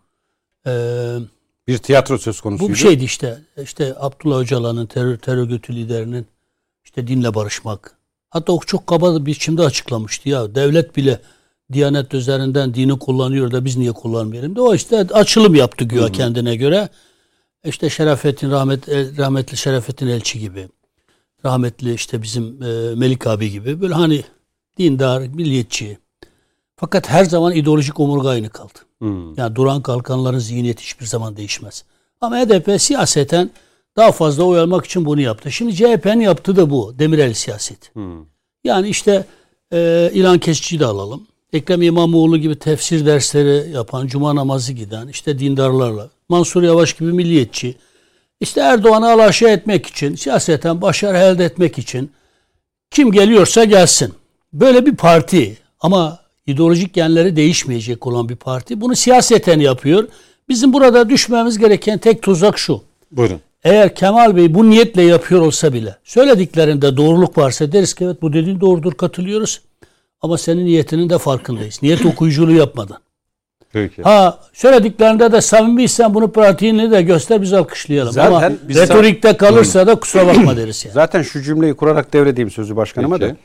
Bir tiyatro söz konusuydu. Bu bir şeydi işte. İşte Abdullah Öcalan'ın terör örgütü liderinin işte dinle barışmak. Hatta o çok kaba bir biçimde açıklamıştı ya. Devlet bile Diyanet üzerinden dini kullanıyor da biz niye kullanmayalım? De o işte açılım yaptı güya kendine göre. İşte Şerafettin, rahmetli Şerafettin Elçi gibi. Rahmetli işte bizim Melik abi gibi. Böyle hani dindar, milliyetçi. Fakat her zaman ideolojik omurga aynı kaldı. Yani duran kalkanların zihniyeti hiçbir zaman değişmez. Ama HDP siyaseten daha fazla oy almak için bunu yaptı. Şimdi CHP'nin yaptığı da bu. Demirel siyaseti. Yani işte İlhan Kesici'yi de alalım. Ekrem İmamoğlu gibi tefsir dersleri yapan, cuma namazı giden, işte dindarlarla. Mansur Yavaş gibi milliyetçi. İşte Erdoğan'ı alaşağı etmek için, siyaseten başarı elde etmek için kim geliyorsa gelsin. Böyle bir parti ama ideolojik genleri değişmeyecek olan bir parti. Bunu siyaseten yapıyor. Bizim burada düşmemiz gereken tek tuzak şu. Buyurun. Eğer Kemal Bey bu niyetle yapıyor olsa bile, söylediklerinde doğruluk varsa deriz ki evet bu dediğin doğrudur, katılıyoruz. Ama senin niyetinin de farkındayız. Niyet okuyuculuğu yapmadan. Peki. Söylediklerinde de samimiysen bunu pratiğini de göster, biz alkışlayalım. Zaten ama retorikte kalırsa da kusura bakma deriz yani. Zaten şu cümleyi kurarak devredeyim sözü başkanıma da.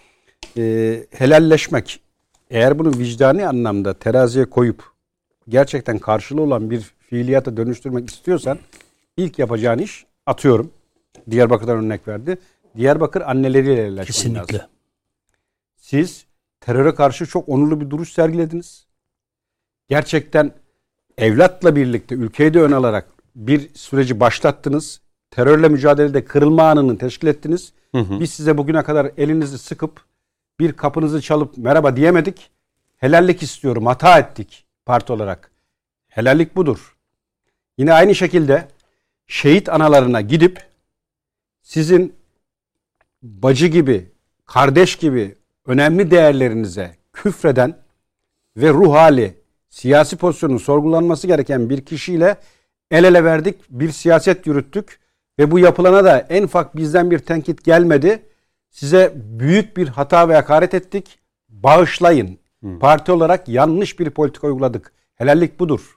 Helalleşmek, eğer bunu vicdani anlamda teraziye koyup gerçekten karşılığı olan bir fiiliyata dönüştürmek istiyorsan ilk yapacağın iş, atıyorum, Diyarbakır'dan örnek verdi. Diyarbakır anneleriyle helalleşmek Kesinlikle. lazım. Siz teröre karşı çok onurlu bir duruş sergilediniz. Gerçekten evlatla birlikte ülkeyi de ön alarak bir süreci başlattınız. Terörle mücadelede kırılma anını teşkil ettiniz. Biz size bugüne kadar elinizi sıkıp bir kapınızı çalıp merhaba diyemedik. Helallik istiyorum, hata ettik parti olarak. Helallik budur. Yine aynı şekilde şehit analarına gidip sizin bacı gibi, kardeş gibi önemli değerlerinize küfreden ve ruh hali, siyasi pozisyonun sorgulanması gereken bir kişiyle el ele verdik, bir siyaset yürüttük ve bu yapılana da en ufak bizden bir tenkit gelmedi. Size büyük bir hata ve hakaret ettik. Bağışlayın. Parti olarak yanlış bir politika uyguladık. Helallik budur.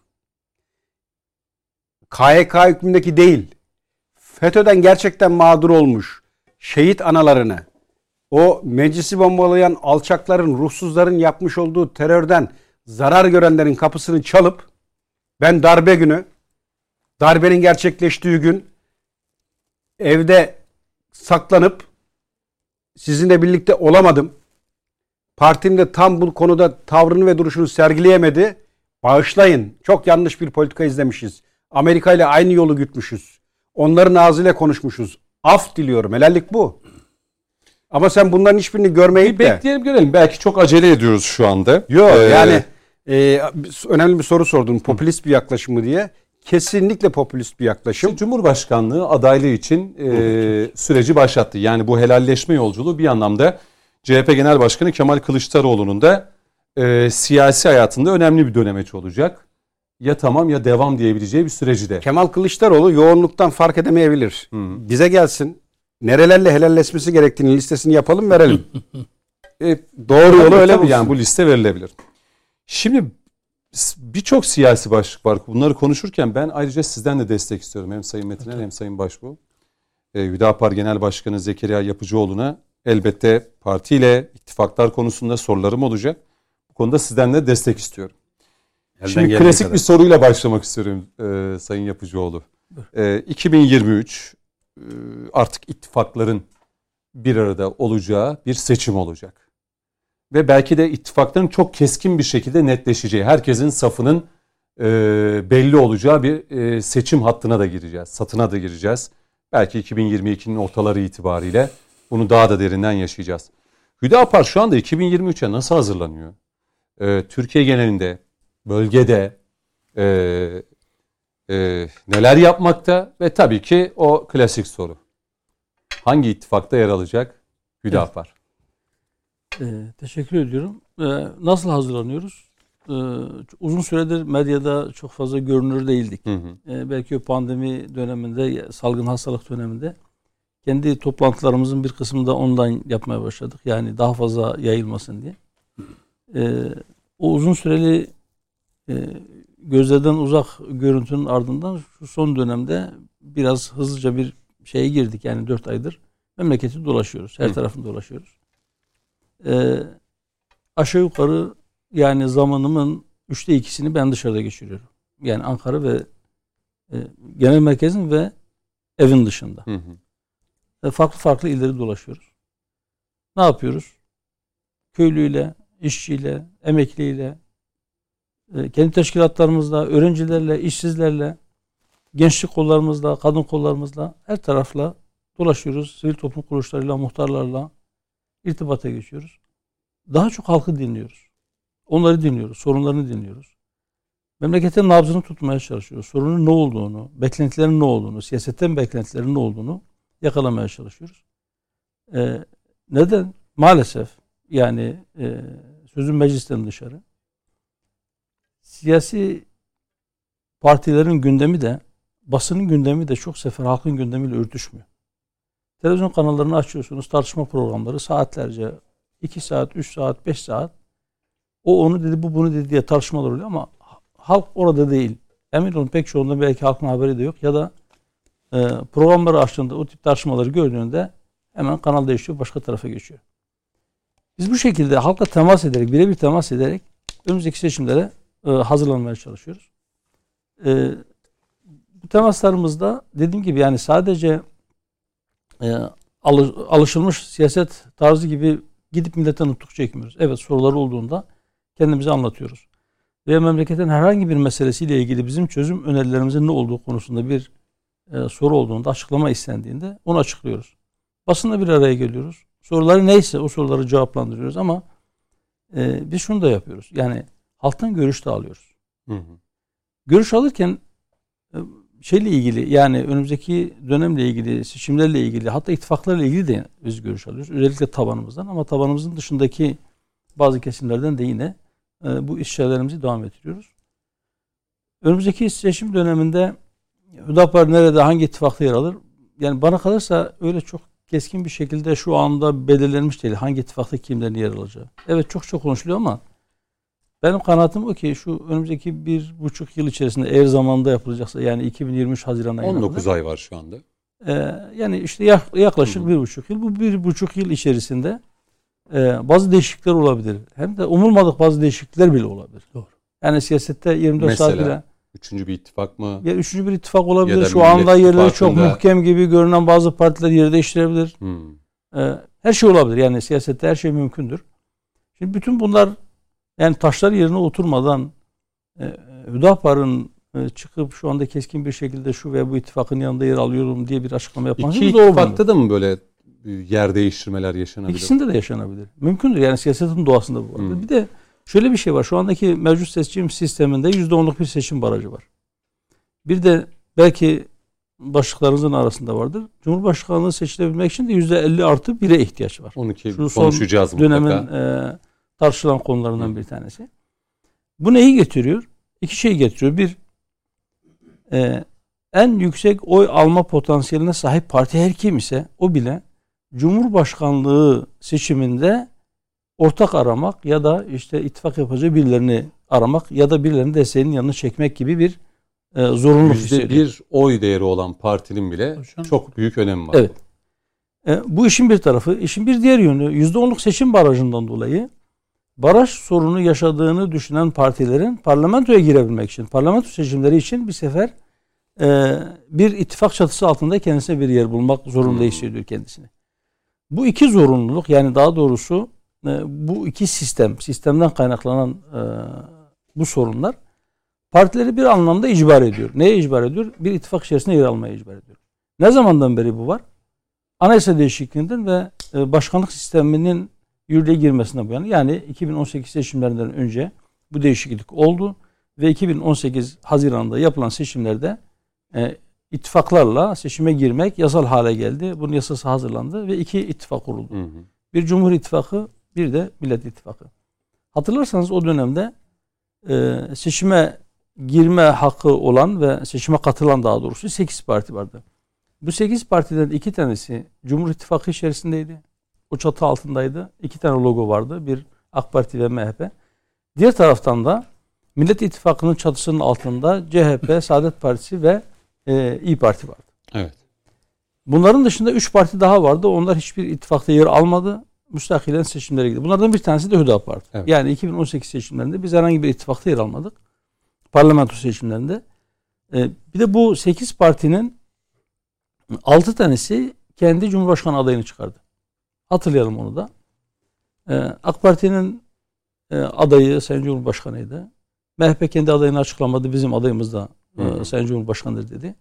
KHK hükmündeki değil. FETÖ'den gerçekten mağdur olmuş şehit analarını, o meclisi bombalayan alçakların, ruhsuzların yapmış olduğu terörden zarar görenlerin kapısını çalıp ben darbe günü, darbenin gerçekleştiği gün evde saklanıp sizinle birlikte olamadım. Partim de tam bu konuda tavrını ve duruşunu sergileyemedi. Bağışlayın. Çok yanlış bir politika izlemişiz. Amerika ile aynı yolu gütmüşüz. Onların ağzıyla konuşmuşuz. Af diliyorum. Helallik bu. Ama sen bunların hiçbirini görmeyip de... Bekleyelim görelim. Belki çok acele ediyoruz şu anda. Yok yani önemli bir soru sordun. Popülist bir yaklaşım mı diye. Kesinlikle popülist bir yaklaşım. Cumhurbaşkanlığı adaylığı için süreci başlattı. Yani bu helalleşme yolculuğu bir anlamda CHP Genel Başkanı Kemal Kılıçdaroğlu'nun da siyasi hayatında önemli bir dönemeç olacak. Ya tamam ya devam diyebileceği bir süreci de. Kemal Kılıçdaroğlu yoğunluktan fark edemeyebilir. Bize gelsin. Nerelerle helalleşmesi gerektiğini listesini yapalım, verelim. Doğru yolu öyle mi? Yani bu liste verilebilir. Şimdi birçok siyasi başlık var. Bunları konuşurken ben ayrıca sizden de destek istiyorum. Hem Sayın Metiner hem Sayın Başbuğ. Hüdapar Genel Başkanı Zekeriya Yapıcıoğlu'na elbette partiyle ittifaklar konusunda sorularım olacak. Bu konuda sizden de destek istiyorum. Şimdi klasik bir soruyla başlamak istiyorum Sayın Yapıcıoğlu. 2023 artık ittifakların bir arada olacağı bir seçim olacak. Ve belki de ittifakların çok keskin bir şekilde netleşeceği, herkesin safının belli olacağı bir seçim hattına da gireceğiz, satına da gireceğiz. Belki 2022'nin ortaları itibariyle bunu daha da derinden yaşayacağız. Hüdapar şu anda 2023'e nasıl hazırlanıyor? Türkiye genelinde, bölgede neler yapmakta ve tabii ki o klasik soru. Hangi ittifakta yer alacak Hüdapar? Teşekkür ediyorum. Nasıl hazırlanıyoruz? Uzun süredir medyada çok fazla görünür değildik. Belki o pandemi döneminde, salgın hastalık döneminde kendi toplantılarımızın bir kısmını ondan yapmaya başladık. Yani daha fazla yayılmasın diye. O uzun süreli gözlerden uzak görüntünün ardından şu son dönemde biraz hızlıca bir şeye girdik. Yani 4 aydır memleketi dolaşıyoruz. Her tarafını dolaşıyoruz. Aşağı yukarı yani zamanımın 3'te 2'sini ben dışarıda geçiriyorum. Yani Ankara ve genel merkezin ve evin dışında. Farklı farklı illeri dolaşıyoruz. Ne yapıyoruz? Köylüyle, işçiyle, emekliyle, kendi teşkilatlarımızla, öğrencilerle, işsizlerle, gençlik kollarımızla, kadın kollarımızla her tarafla dolaşıyoruz. Sivil toplum kuruluşlarıyla, muhtarlarla irtibata geçiyoruz. Daha çok halkı dinliyoruz. Onları dinliyoruz, sorunlarını dinliyoruz. Memleketin nabzını tutmaya çalışıyoruz. Sorunun ne olduğunu, beklentilerin ne olduğunu, siyasetten beklentilerin ne olduğunu yakalamaya çalışıyoruz. Neden? Maalesef yani sözün meclisten dışarı siyasi partilerin gündemi de basının gündemi de çok sefer halkın gündemiyle örtüşmüyor. Televizyon kanallarını açıyorsunuz, tartışma programları saatlerce 2 saat, 3 saat, 5 saat o onu dedi, bu bunu dedi diye tartışmalar oluyor ama halk orada değil. Emin olun pek çoğunda belki halkın haberi de yok ya da programları açtığında o tip tartışmaları gördüğünde hemen kanal değişiyor, başka tarafa geçiyor. Biz bu şekilde halkla temas ederek, birebir temas ederek önümüzdeki seçimlere hazırlanmaya çalışıyoruz. Bu temaslarımızda dediğim gibi yani sadece alışılmış siyaset tarzı gibi gidip milletten nutuk çekmiyoruz. Evet, soruları olduğunda kendimize anlatıyoruz. Ve memleketin herhangi bir meselesiyle ilgili bizim çözüm önerilerimizin ne olduğu konusunda bir soru olduğunda, açıklama istendiğinde onu açıklıyoruz. Basınla bir araya geliyoruz. Soruları neyse o soruları cevaplandırıyoruz ama biz şunu da yapıyoruz. Yani halktan görüş de alıyoruz. Görüş alırken şeyle ilgili, yani önümüzdeki dönemle ilgili, seçimlerle ilgili, hatta ittifaklarla ilgili de biz görüş alıyoruz. Özellikle tabanımızdan, ama tabanımızın dışındaki bazı kesimlerden de yine bu işlerimizi devam ettiriyoruz. Önümüzdeki seçim döneminde Hüdapar nerede, hangi ittifakta yer alır? Yani bana kalırsa öyle çok keskin bir şekilde şu anda belirlenmiş değil. Hangi ittifakta kimlerin yer alacağı. Evet, çok konuşuluyor ama benim kanaatim o ki şu önümüzdeki 1,5 yıl içerisinde, eğer zamanında yapılacaksa, yani 2023 Haziran ayında. 19 ay var şu anda. Yani işte yaklaşık 1,5 yıl. Bu 1,5 yıl içerisinde bazı değişiklikler olabilir. Hem de umulmadık bazı değişiklikler bile olabilir. Doğru. Yani siyasette 24 saat bile. Üçüncü bir ittifak mı? Ya üçüncü bir ittifak olabilir. Ya da şu anda yerleri çok İttifakı'nda muhkem gibi görünen bazı partiler yer değiştirebilir. Her şey olabilir. Yani siyasette her şey mümkündür. Şimdi bütün bunlar, yani taşlar yerine oturmadan Hüdapar'ın çıkıp şu anda keskin bir şekilde şu veya bu ittifakın yanında yer alıyorum diye bir açıklama yapması İki doğru. ittifakta da mı böyle yer değiştirmeler yaşanabilir? İkisinde de yaşanabilir. Mümkündür. Yani siyasetin doğasında bu vardır. Bir de şöyle bir şey var. Şu andaki mevcut seçim sisteminde %10'luk bir seçim barajı var. Bir de belki başlıklarınızın arasında vardır. Cumhurbaşkanlığı seçilebilmek için de %50 artı 1'e ihtiyaç var. Onu ki şu konuşacağız son dönemin tartışılan konularından bir tanesi. Bu neyi getiriyor? İki şey getiriyor. Bir, en yüksek oy alma potansiyeline sahip parti her kim ise o bile Cumhurbaşkanlığı seçiminde ortak aramak ya da işte ittifak yapacağı birilerini aramak ya da birilerini desteğinin yanına çekmek gibi bir zorunluluk hissediyor. %1 oy değeri olan partinin bile çok büyük önemi var. Evet. Bu işin bir tarafı. İşin bir diğer yönü, %10'luk seçim barajından dolayı baraj sorunu yaşadığını düşünen partilerin parlamentoya girebilmek için, parlamento seçimleri için bir sefer bir ittifak çatısı altında kendisine bir yer bulmak zorunda hissediyor kendisini. Bu iki zorunluluk, yani daha doğrusu bu iki sistemden kaynaklanan bu sorunlar partileri bir anlamda icbar ediyor. Neye icbar ediyor? Bir ittifak içerisinde yer almaya icbar ediyor. Ne zamandan beri bu var? Anayasa değişikliğinden ve başkanlık sisteminin yürürlüğe girmesinden bu yana. Yani 2018 seçimlerinden önce bu değişiklik oldu ve 2018 Haziran'da yapılan seçimlerde ittifaklarla seçime girmek yasal hale geldi. Bunun yasası hazırlandı ve iki ittifak kuruldu. Bir Cumhur İttifakı, bir de Millet İttifakı. Hatırlarsanız o dönemde seçime girme hakkı olan ve seçime katılan, daha doğrusu 8 parti vardı. Bu 8 partiden 2 tanesi Cumhur İttifakı içerisindeydi. O çatı altındaydı. 2 tane logo vardı. Bir AK Parti ve MHP. Diğer taraftan da Millet İttifakı'nın çatısının altında CHP, Saadet Partisi ve İYİ Parti vardı. Evet. Bunların dışında 3 parti daha vardı. Onlar hiçbir ittifakta yer almadı. Müstakilen seçimlere gitti. Bunlardan bir tanesi de Hüdapar. Evet. Yani 2018 seçimlerinde biz herhangi bir ittifakta yer almadık. Parlamento seçimlerinde. Bir de bu 8 partinin 6 tanesi kendi Cumhurbaşkanı adayını çıkardı. Hatırlayalım onu da. AK Parti'nin adayı Sayın Cumhurbaşkanı'ydı. MHP kendi adayını açıklamadı. Bizim adayımız da Sayın Cumhurbaşkanı'dır dedi.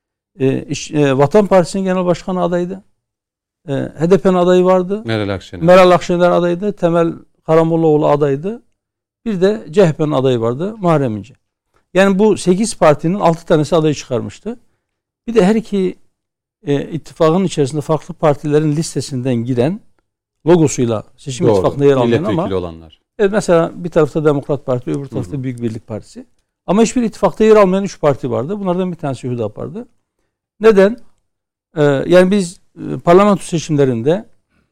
Vatan Partisi'nin genel başkanı adaydı. HDP'nin adayı vardı. Meral Akşener adaydı. Temel Karamollaoğlu adaydı. Bir de CHP'nin adayı vardı. Muharrem İnce. Yani bu 8 partinin 6 tanesi adayı çıkarmıştı. Bir de her iki ittifakın içerisinde farklı partilerin listesinden giren logosuyla seçim ittifakında yer almayan ama olanlar. Mesela bir tarafta Demokrat Parti, öbür tarafta Büyük Birlik Partisi. Ama hiçbir ittifakta yer almayan 3 parti vardı. Bunlardan bir tanesi Hüdapar'dı. Neden? Yani biz parlamento seçimlerinde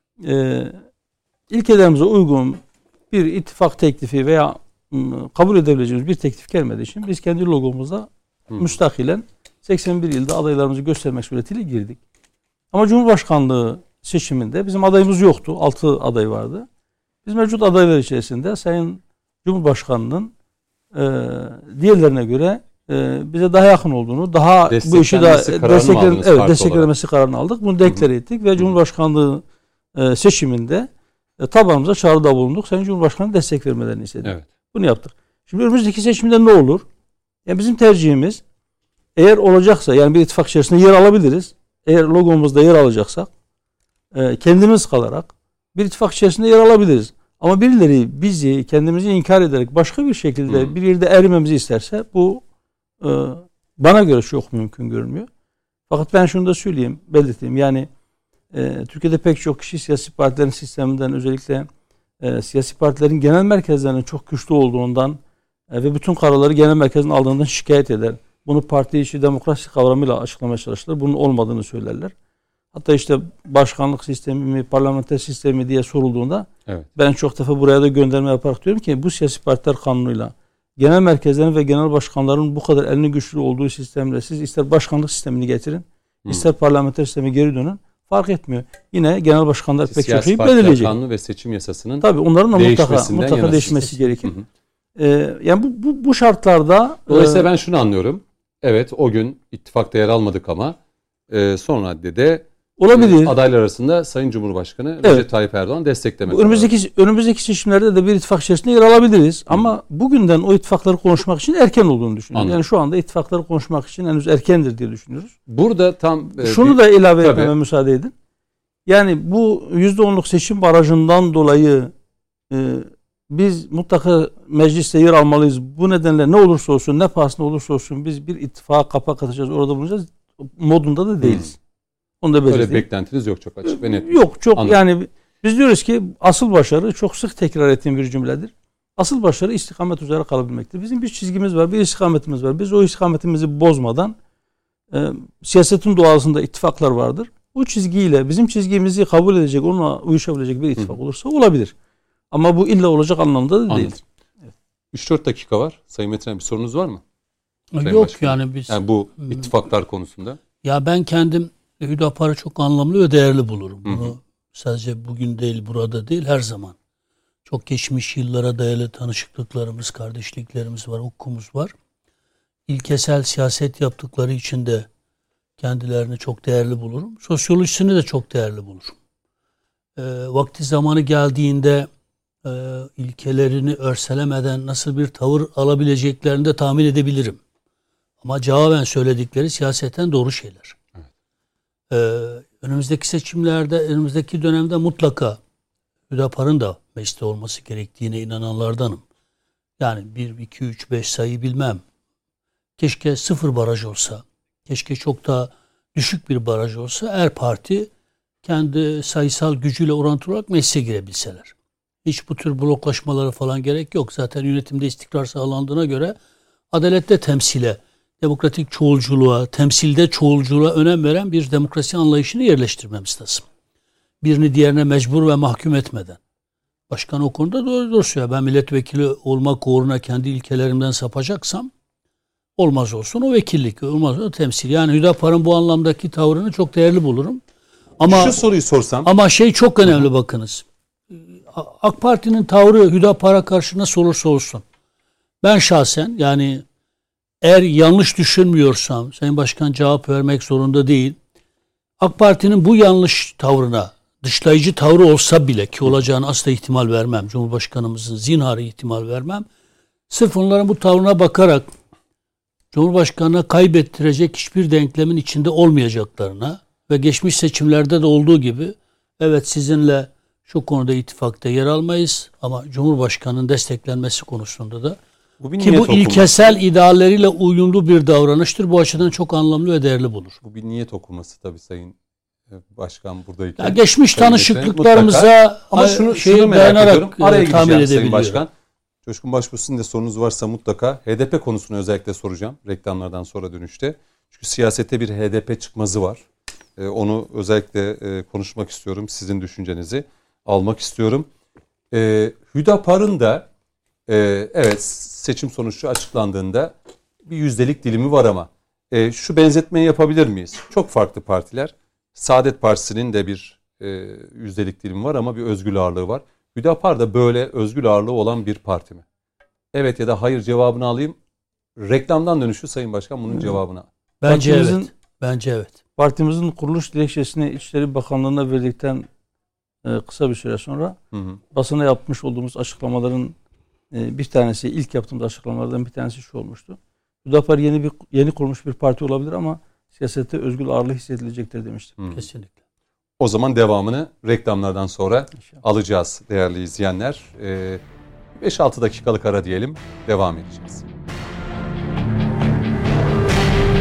ilkelerimize uygun bir ittifak teklifi veya kabul edebileceğimiz bir teklif gelmediği için biz kendi logomuzda müstakilen 81 yılda adaylarımızı göstermek suretiyle girdik. Ama Cumhurbaşkanlığı seçiminde bizim adayımız yoktu. 6 aday vardı. Biz mevcut adaylar içerisinde Sayın Cumhurbaşkanı'nın diğerlerine göre bize daha yakın olduğunu, daha bu işi desteklenmesi kararını aldık. Bunu deklare ettik ve Cumhurbaşkanlığı seçiminde tabanımıza çağrıda bulunduk. Sayın Cumhurbaşkanı'nın destek vermelerini istedik. Evet. Bunu yaptık. Şimdi önümüzdeki seçimde ne olur? Yani bizim tercihimiz, eğer olacaksa, yani bir ittifak içerisinde yer alabiliriz. Eğer logomuzda yer alacaksak kendimiz kalarak bir ittifak içerisinde yer alabiliriz. Ama birileri bizi, kendimizi inkar ederek başka bir şekilde bir yerde erimemizi isterse bu bana göre çok mümkün görünmüyor. Fakat ben şunu da söyleyeyim, belirteyim. Yani Türkiye'de pek çok kişi siyasi partilerin sisteminden, özellikle siyasi partilerin genel merkezlerinin çok güçlü olduğundan ve bütün kararları genel merkezin aldığından şikayet eder. Bunu parti içi demokrasi kavramıyla açıklamaya çalışırlar. Bunun olmadığını söylerler. Hatta işte başkanlık sistemi mi, parlamenter sistemi diye sorulduğunda ben çok defa buraya da gönderme yaparak diyorum ki bu siyasi partiler kanunuyla genel merkezlerin ve genel başkanların bu kadar elinin güçlü olduğu sistemle siz ister başkanlık sistemini getirin, ister parlamenter sisteme geri dönün. Fark etmiyor. Yine genel başkanlar pek çok şeyi belirleyecek. Kanunu ve seçim yasasının tabii onların da mutlaka değişmesi gerekir. Yani bu şartlarda dolayısıyla ben şunu anlıyorum. Evet, o gün ittifakta yer almadık ama son raddede olabilir. Adaylar arasında Sayın Cumhurbaşkanı Recep Tayyip Erdoğan desteklemek. Önümüzdeki seçimlerde de bir ittifak içerisinde yer alabiliriz. Ama bugünden o ittifakları konuşmak için erken olduğunu düşünüyorum. Yani şu anda ittifakları konuşmak için henüz erkendir diye düşünüyoruz. Burada tam şunu da ilave etmeme müsaade edin. Yani bu %10'luk seçim barajından dolayı biz mutlaka mecliste yer almalıyız. Bu nedenle ne olursa olsun, ne pahasına olursa olsun biz bir ittifaka kapak atacağız, orada bulunacağız modunda da değiliz. Onu da belirteyim. Öyle beklentiniz yok çok açık ve net. Yok çok anladım. Yani biz diyoruz ki asıl başarı, çok sık tekrar ettiğim bir cümledir. Asıl başarı istikamet üzere kalabilmektir. Bizim bir çizgimiz var, bir istikametimiz var. Biz o istikametimizi bozmadan siyasetin doğasında ittifaklar vardır. O çizgiyle bizim çizgimizi kabul edecek, onunla uyuşabilecek bir ittifak olursa olabilir. Ama bu illa olacak anlamda da değildir. Evet. 3-4 dakika var. Sayın Metin, bir sorunuz var mı? Yok Başkanım. Yani biz... Yani bu ittifaklar konusunda. Ya ben kendim Hüdapar'ı çok anlamlı ve değerli bulurum. Bunu sadece bugün değil, burada değil, her zaman. Çok geçmiş yıllara dayalı tanışıklıklarımız, kardeşliklerimiz var, hukukumuz var. İlkesel siyaset yaptıkları için de kendilerini çok değerli bulurum. Sosyolojisini de çok değerli bulurum. Vakti zamanı geldiğinde ilkelerini örselemeden nasıl bir tavır alabileceklerini de tahmin edebilirim. Ama cevaben söyledikleri siyaseten doğru şeyler. Önümüzdeki seçimlerde, önümüzdeki dönemde mutlaka Hüdapar'ın da mecliste olması gerektiğine inananlardanım. Yani 1, 2, 3, 5 sayı bilmem. Keşke 0 baraj olsa. Keşke çok daha düşük bir baraj olsa. Her parti kendi sayısal gücüyle orantılı olarak meclise girebilseler. Hiç bu tür bloklaşmalara falan gerek yok. Zaten yönetimde istikrar sağlandığına göre adalette temsile, demokratik çoğulculuğa, temsilde çoğulculuğa önem veren bir demokrasi anlayışını yerleştirmemiz lazım. Birini diğerine mecbur ve mahkum etmeden. Başkan o konuda doğru söylüyor. Ben milletvekili olmak uğruna kendi ilkelerimden sapacaksam olmaz olsun o vekillik, olmaz o temsil. Yani Hüdapar'ın bu anlamdaki tavrını çok değerli bulurum. Ama şu soruyu sorsam. Ama şey çok önemli bakınız. AK Parti'nin tavrı Hüdapar'a karşı nasıl olursa olsun. Ben şahsen yani eğer yanlış düşünmüyorsam Sayın Başkan cevap vermek zorunda değil. AK Parti'nin bu yanlış tavrına, dışlayıcı tavrı olsa bile ki olacağını asla ihtimal vermem. Cumhurbaşkanımızın zinharı ihtimal vermem. Sırf onların bu tavrına bakarak Cumhurbaşkanı'na kaybettirecek hiçbir denklemin içinde olmayacaklarına ve geçmiş seçimlerde de olduğu gibi evet sizinle şu konuda ittifakta yer almayız ama Cumhurbaşkanı'nın desteklenmesi konusunda da bu ilkesel idealleriyle uyumlu bir davranıştır. Bu açıdan çok anlamlı ve değerli bulur. Bu bir niyet okuması tabii Sayın Başkan buradayken. Ya geçmiş tanışıklıklarımıza ama şunu dayanarak araya gireceğim Sayın Başkan. Coşkun Başbuğ, sizin de sorunuz varsa mutlaka HDP konusunu özellikle soracağım reklamlardan sonra dönüşte. Çünkü siyasette bir HDP çıkmazı var. Onu özellikle konuşmak istiyorum. Sizin düşüncenizi almak istiyorum. Hüdapar'ın da evet seçim sonucu açıklandığında bir yüzdelik dilimi var ama şu benzetmeyi yapabilir miyiz? Çok farklı partiler. Saadet Partisi'nin de bir yüzdelik dilimi var ama bir özgür ağırlığı var. Hüdapar da böyle özgür ağırlığı olan bir parti mi? Evet ya da hayır cevabını alayım. Reklamdan dönüşü Sayın Başkan bunun cevabını. Bence evet. Bence evet. Partimizin kuruluş dilekçesini İçişleri Bakanlığı'na verdikten kısa bir süre sonra basına yapmış olduğumuz açıklamaların bir tanesi, ilk yaptığımız açıklamalardan bir tanesi şu olmuştu. Hüdapar yeni kurulmuş bir parti olabilir ama siyasette özgür ağırlığı hissedilecektir demiştim. Kesinlikle. O zaman devamını reklamlardan sonra alacağız değerli izleyenler. 5-6 dakikalık ara diyelim. Devam edeceğiz.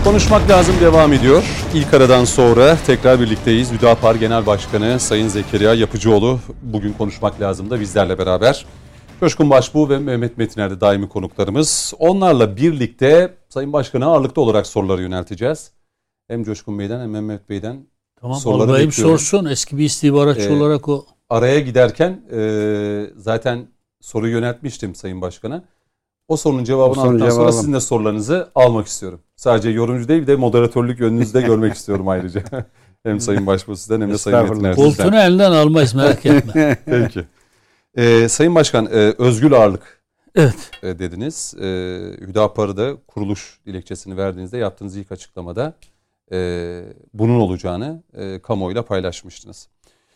Konuşmak lazım devam ediyor. İlk aradan sonra tekrar birlikteyiz. Hüdapar Genel Başkanı Sayın Zekeriya Yapıcıoğlu bugün konuşmak lazım da bizlerle beraber. Coşkun Başbuğ ve Mehmet Metiner de daimi konuklarımız. Onlarla birlikte Sayın Başkan'a ağırlıklı olarak soruları yönelteceğiz. Hem Coşkun Bey'den hem Mehmet Bey'den tamam, soruları bekliyorum. bekliyorum. Sorsun, eski bir istihbaratçı olarak o. Araya giderken zaten soruyu yöneltmiştim Sayın Başkan'a. O sorunun cevabını aldıktan sonra sizin de sorularınızı almak istiyorum. Sadece yorumcu değil, bir de moderatörlük yönünüzü de görmek istiyorum ayrıca. Hem Sayın Başbuğ sizden hem de Sayın Metiner sizden. Koltuğunu elinden almayız, merak etme. Peki. Sayın Başkan, özgür ağırlık Evet. Dediniz. Hüdapar'ı da kuruluş dilekçesini verdiğinizde yaptığınız ilk açıklamada bunun olacağını kamuoyuyla paylaşmıştınız.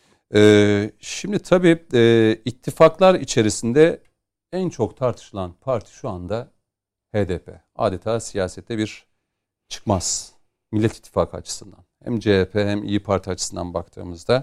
Şimdi tabii ittifaklar içerisinde en çok tartışılan parti şu anda HDP. Adeta siyasette bir çıkmaz. Millet İttifakı açısından. Hem CHP hem İYİ Parti açısından baktığımızda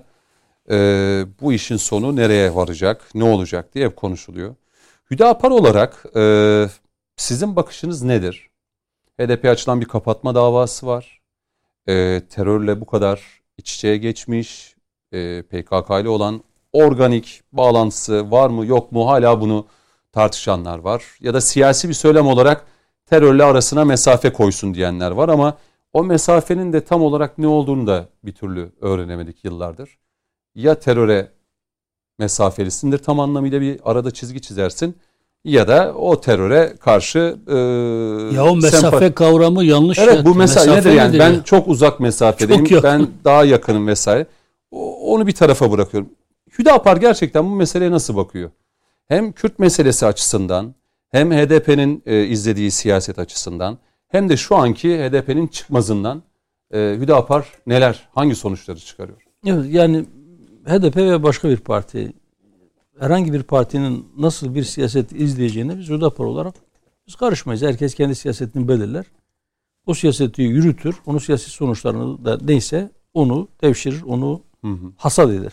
bu işin sonu nereye varacak, ne olacak diye hep konuşuluyor. Hüdapar olarak sizin bakışınız nedir? HDP'ye açılan bir kapatma davası var. Terörle bu kadar iç içeye geçmiş, PKK ile olan organik bağlantısı var mı yok mu hala bunu tartışanlar var. Ya da siyasi bir söylem olarak terörle arasına mesafe koysun diyenler var ama o mesafenin de tam olarak ne olduğunu da bir türlü öğrenemedik yıllardır. Ya teröre mesafelisindir tam anlamıyla bir arada çizgi çizersin ya da o teröre karşı ya o mesafe kavramı yanlış. Evet, bu mesafe nedir yani? Ben ya? çok uzak mesafedeyim. Çok ben daha yakınım vesaire. Onu bir tarafa bırakıyorum. Hüdapar gerçekten bu meseleye nasıl bakıyor? Hem Kürt meselesi açısından hem HDP'nin izlediği siyaset açısından hem de şu anki HDP'nin çıkmazından Hüdapar hangi sonuçları çıkarıyor? Evet, yani HDP ve başka bir parti, herhangi bir partinin nasıl bir siyaset izleyeceğine biz Hüdapar olarak biz karışmayız. Herkes kendi siyasetini belirler. O siyaseti yürütür. Onun siyasi sonuçlarını da neyse onu devşirir, onu hasat eder.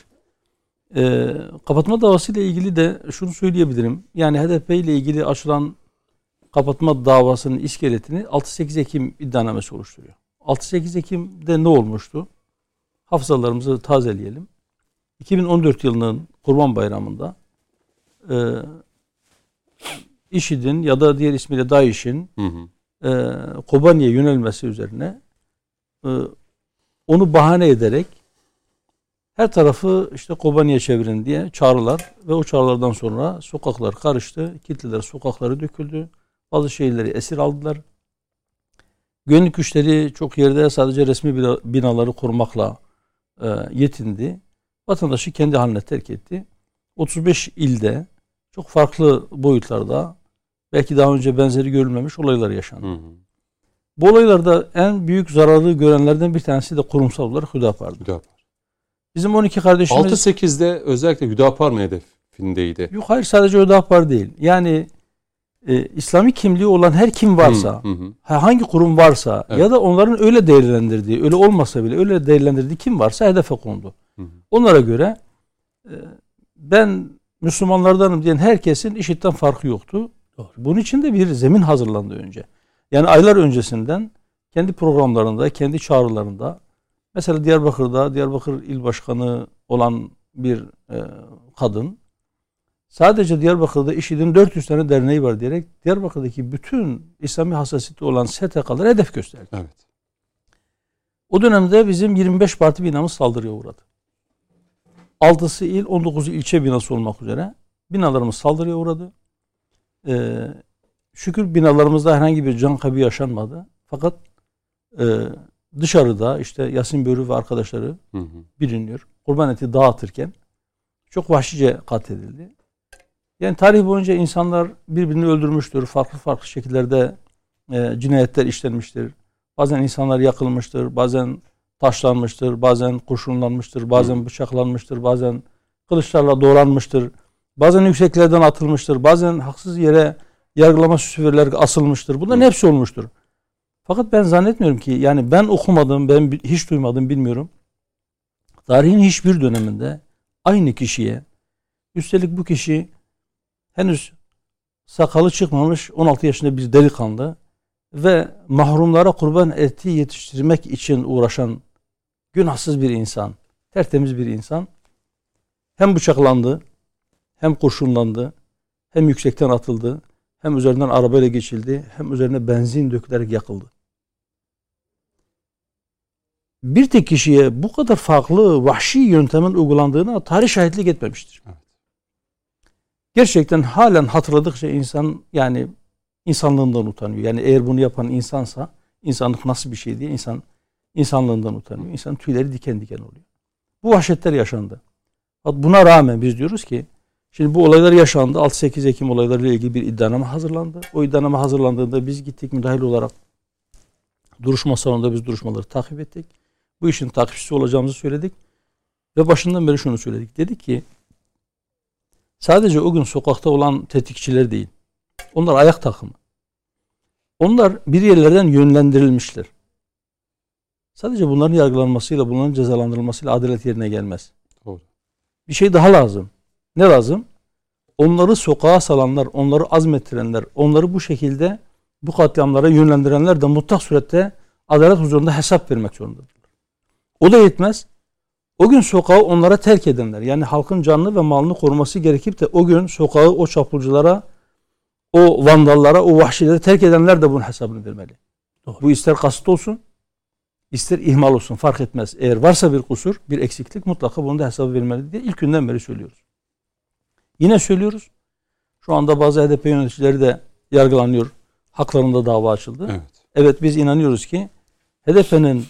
Kapatma davası ile ilgili de şunu söyleyebilirim. Yani HDP ile ilgili açılan kapatma davasının iskeletini 6-8 Ekim iddianamesi oluşturuyor. 6-8 Ekim'de ne olmuştu? Hafızalarımızı tazeleyelim. 2014 yılının Kurban Bayramı'nda IŞİD'in ya da diğer ismiyle DAEŞ'in Kobani'ye yönelmesi üzerine onu bahane ederek her tarafı işte Kobani'ye çevirin diye çağrılar ve o çağrılardan sonra sokaklar karıştı. Kitleler sokakları döküldü. Bazı şehirleri esir aldılar. Güvenlik güçleri çok yerde sadece resmi binaları korumakla yetindi. Vatandaşı kendi haline terk etti. 35 ilde çok farklı boyutlarda belki daha önce benzeri görülmemiş olaylar yaşandı. Bu olaylarda en büyük zararı görenlerden bir tanesi de kurumsal olarak Hüdapar'dı. Bizim 12 kardeşimiz... 6-8'de özellikle Hüdapar mı hedefindeydi? Yok, hayır, sadece Hüdapar değil. Yani İslami kimliği olan her kim varsa, hangi kurum varsa ya da onların öyle değerlendirdiği, öyle olmasa bile öyle değerlendirdiği kim varsa hedefe kondu. Onlara göre ben Müslümanlardanım diyen herkesin IŞİD'den farkı yoktu. Doğru. Bunun için de bir zemin hazırlandı önce. Yani aylar öncesinden kendi programlarında, kendi çağrılarında mesela Diyarbakır'da Diyarbakır İl Başkanı olan bir kadın sadece Diyarbakır'da IŞİD'in 400 tane derneği var diyerek Diyarbakır'daki bütün İslami hassasiyeti olan STK'ları hedef gösterdi. Evet. O dönemde bizim 25 parti binamız saldırıya uğradı. 6'sı il, 19'u ilçe binası olmak üzere binalarımız saldırıya uğradı. Şükür binalarımızda herhangi bir can kaybı yaşanmadı. Fakat dışarıda işte Yasin Börü ve arkadaşları biliniyor. Kurban eti dağıtırken çok vahşice katledildi. Yani tarih boyunca insanlar birbirini öldürmüştür. Farklı farklı şekillerde cinayetler işlenmiştir. Bazen insanlar yakılmıştır. Bazen taşlanmıştır. Bazen kurşunlanmıştır. Bazen bıçaklanmıştır. Bazen kılıçlarla doğranmıştır. Bazen yükseklerden atılmıştır. Bazen haksız yere yargılama süsüverler asılmıştır. Bunların hepsi olmuştur. Fakat ben zannetmiyorum ki, yani ben okumadım, ben hiç duymadım, bilmiyorum. Tarihin hiçbir döneminde aynı kişiye, üstelik bu kişi henüz sakalı çıkmamış 16 yaşında bir delikanlı, ve mahrumlara kurban eti yetiştirmek için uğraşan günahsız bir insan, tertemiz bir insan hem bıçaklandı, hem kurşunlandı, hem yüksekten atıldı, hem üzerinden arabayla geçildi, hem üzerine benzin dökülerek yakıldı. Bir tek kişiye bu kadar farklı vahşi yöntemin uygulandığına tarih şahitlik etmemiştir. Evet. Gerçekten halen hatırladıkça insan yani insanlığından utanıyor. Yani eğer bunu yapan insansa insanlık nasıl bir şey diye insanlığından utanıyor. İnsanın tüyleri diken diken oluyor. Bu vahşetler yaşandı. Buna rağmen biz diyoruz ki şimdi bu olaylar yaşandı. 6-8 Ekim olaylarıyla ilgili bir iddianame hazırlandı. O iddianame hazırlandığında biz gittik müdahil olarak duruşma salonunda biz duruşmaları takip ettik. Bu işin takipçisi olacağımızı söyledik. Ve başından beri şunu söyledik. Dedik ki sadece o gün sokakta olan tetikçiler değil. Onlar ayak takımı. Onlar bir yerlerden yönlendirilmişler. Sadece bunların yargılanmasıyla, bunların cezalandırılmasıyla adalet yerine gelmez. Doğru. Bir şey daha lazım. Ne lazım? Onları sokağa salanlar, onları azmettirenler, onları bu şekilde bu katliamlara yönlendirenler de mutlak surette adalet huzurunda hesap vermek zorundadır. O da yetmez. O gün sokağı onlara terk edenler, yani halkın canını ve malını koruması gerekip de o gün sokağı o çapulculara, o vandallara, o vahşilere terk edenler de bunun hesabını vermeli. Doğru. Bu ister kasıt olsun, ister ihmal olsun fark etmez. Eğer varsa bir kusur, bir eksiklik mutlaka bunun da hesabı verilmeli diye ilk günden beri söylüyoruz. Yine söylüyoruz. Şu anda bazı HDP yöneticileri de yargılanıyor. Haklarında dava açıldı. Evet, evet biz inanıyoruz ki HDP'nin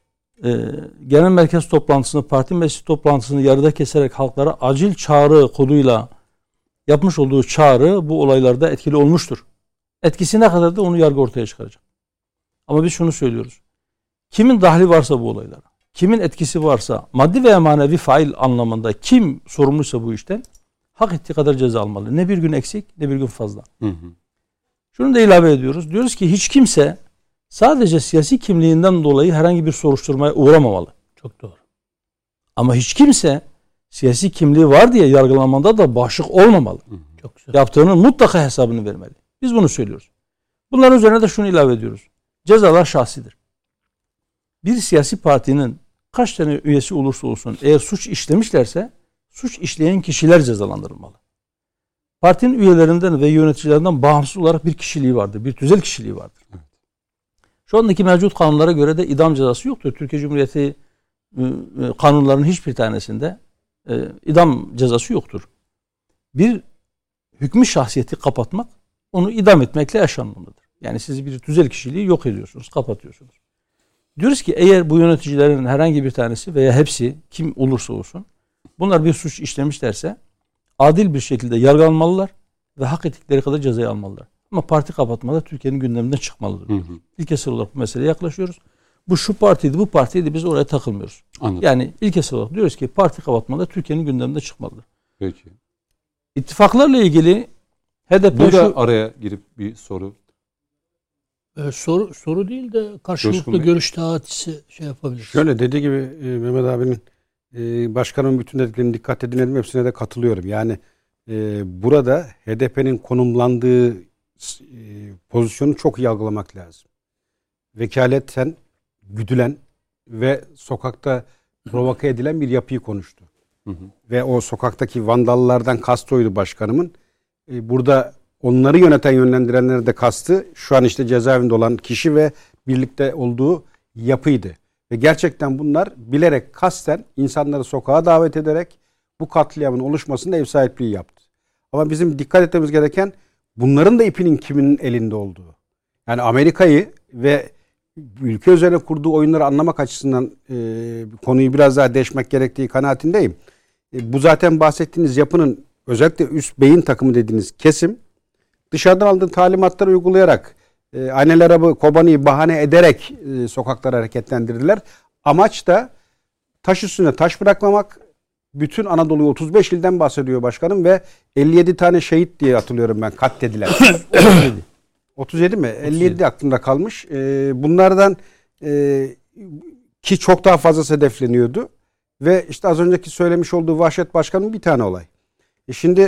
genel merkez toplantısını, parti meclisi toplantısını yarıda keserek halklara acil çağrı koduyla yapmış olduğu çağrı bu olaylarda etkili olmuştur. Etkisi ne kadar da onu yargı ortaya çıkaracak. Ama biz şunu söylüyoruz. Kimin dahli varsa bu olaylara, kimin etkisi varsa, maddi veya manevi fail anlamında kim sorumluysa bu işten hak ettiği kadar ceza almalı. Ne bir gün eksik, ne bir gün fazla. Şunu da ilave ediyoruz. Diyoruz ki hiç kimse sadece siyasi kimliğinden dolayı herhangi bir soruşturmaya uğramamalı. Çok doğru. Ama hiç kimse siyasi kimliği var diye yargılanmada da başlık olmamalı. Çok güzel. Yaptığının mutlaka hesabını vermeli. Biz bunu söylüyoruz. Bunların üzerine de şunu ilave ediyoruz. Cezalar şahsidir. Bir siyasi partinin kaç tane üyesi olursa olsun eğer suç işlemişlerse suç işleyen kişiler cezalandırılmalı. Partinin üyelerinden ve yöneticilerinden bağımsız olarak bir kişiliği vardır. Bir tüzel kişiliği vardır. Şu andaki mevcut kanunlara göre de idam cezası yoktur. Türkiye Cumhuriyeti kanunlarının hiçbir tanesinde idam cezası yoktur. Bir hükmü şahsiyeti kapatmak onu idam etmekle eş anlamlıdır. Yani siz bir tüzel kişiliği yok ediyorsunuz, kapatıyorsunuz. Diyoruz ki eğer bu yöneticilerin herhangi bir tanesi veya hepsi kim olursa olsun bunlar bir suç işlemişlerse adil bir şekilde yargılanmalılar ve hak ettikleri kadar cezayı almalılar. Ama parti kapatmada Türkiye'nin gündeminden çıkmalıdır. İlkesel olarak bu meseleye yaklaşıyoruz. Bu şu partiydi, bu partiydi biz oraya takılmıyoruz. Anladım. Yani ilkesel olarak diyoruz ki parti kapatmada Türkiye'nin gündeminden çıkmalıdır. Peki. İttifaklarla ilgili HDP burada araya girip bir soru. Soru değil de karşılıklı görüş taatisi şey yapabiliriz. Şöyle dediği gibi Mehmet abinin başkanın bütün dediklerine dikkat edin, hepsine de katılıyorum. Yani burada HDP'nin konumlandığı pozisyonu çok iyi algılamak lazım. Vekaleten güdülen ve sokakta provoke edilen bir yapıyı konuştu. Ve o sokaktaki vandallardan kastı oydu başkanımın. Burada onları yönlendirenleri de kastı şu an işte cezaevinde olan kişi ve birlikte olduğu yapıydı. Ve gerçekten bunlar bilerek kasten insanları sokağa davet ederek bu katliamın oluşmasında ev sahipliği yaptı. Ama bizim dikkat etmemiz gereken bunların da ipinin kimin elinde olduğu. Yani Amerika'yı ve ülke üzerine kurduğu oyunları anlamak açısından konuyu biraz daha deşmek gerektiği kanaatindeyim. Bu zaten bahsettiğiniz yapının özellikle üst beyin takımı dediğiniz kesim dışarıdan aldığı talimatları uygulayarak Aynel Arabı Kobani'yi bahane ederek sokakları hareketlendirdiler. Amaç da taş üstüne taş bırakmamak. Bütün Anadolu'yu 35 ilden bahsediyor başkanım ve 57 tane şehit diye hatırlıyorum ben katledilen. 37 mi? 57 aklımda kalmış. Bunlardan ki çok daha fazlası hedefleniyordu. Ve işte az önceki söylemiş olduğu Vahşet Başkan'ın bir tane olay. Şimdi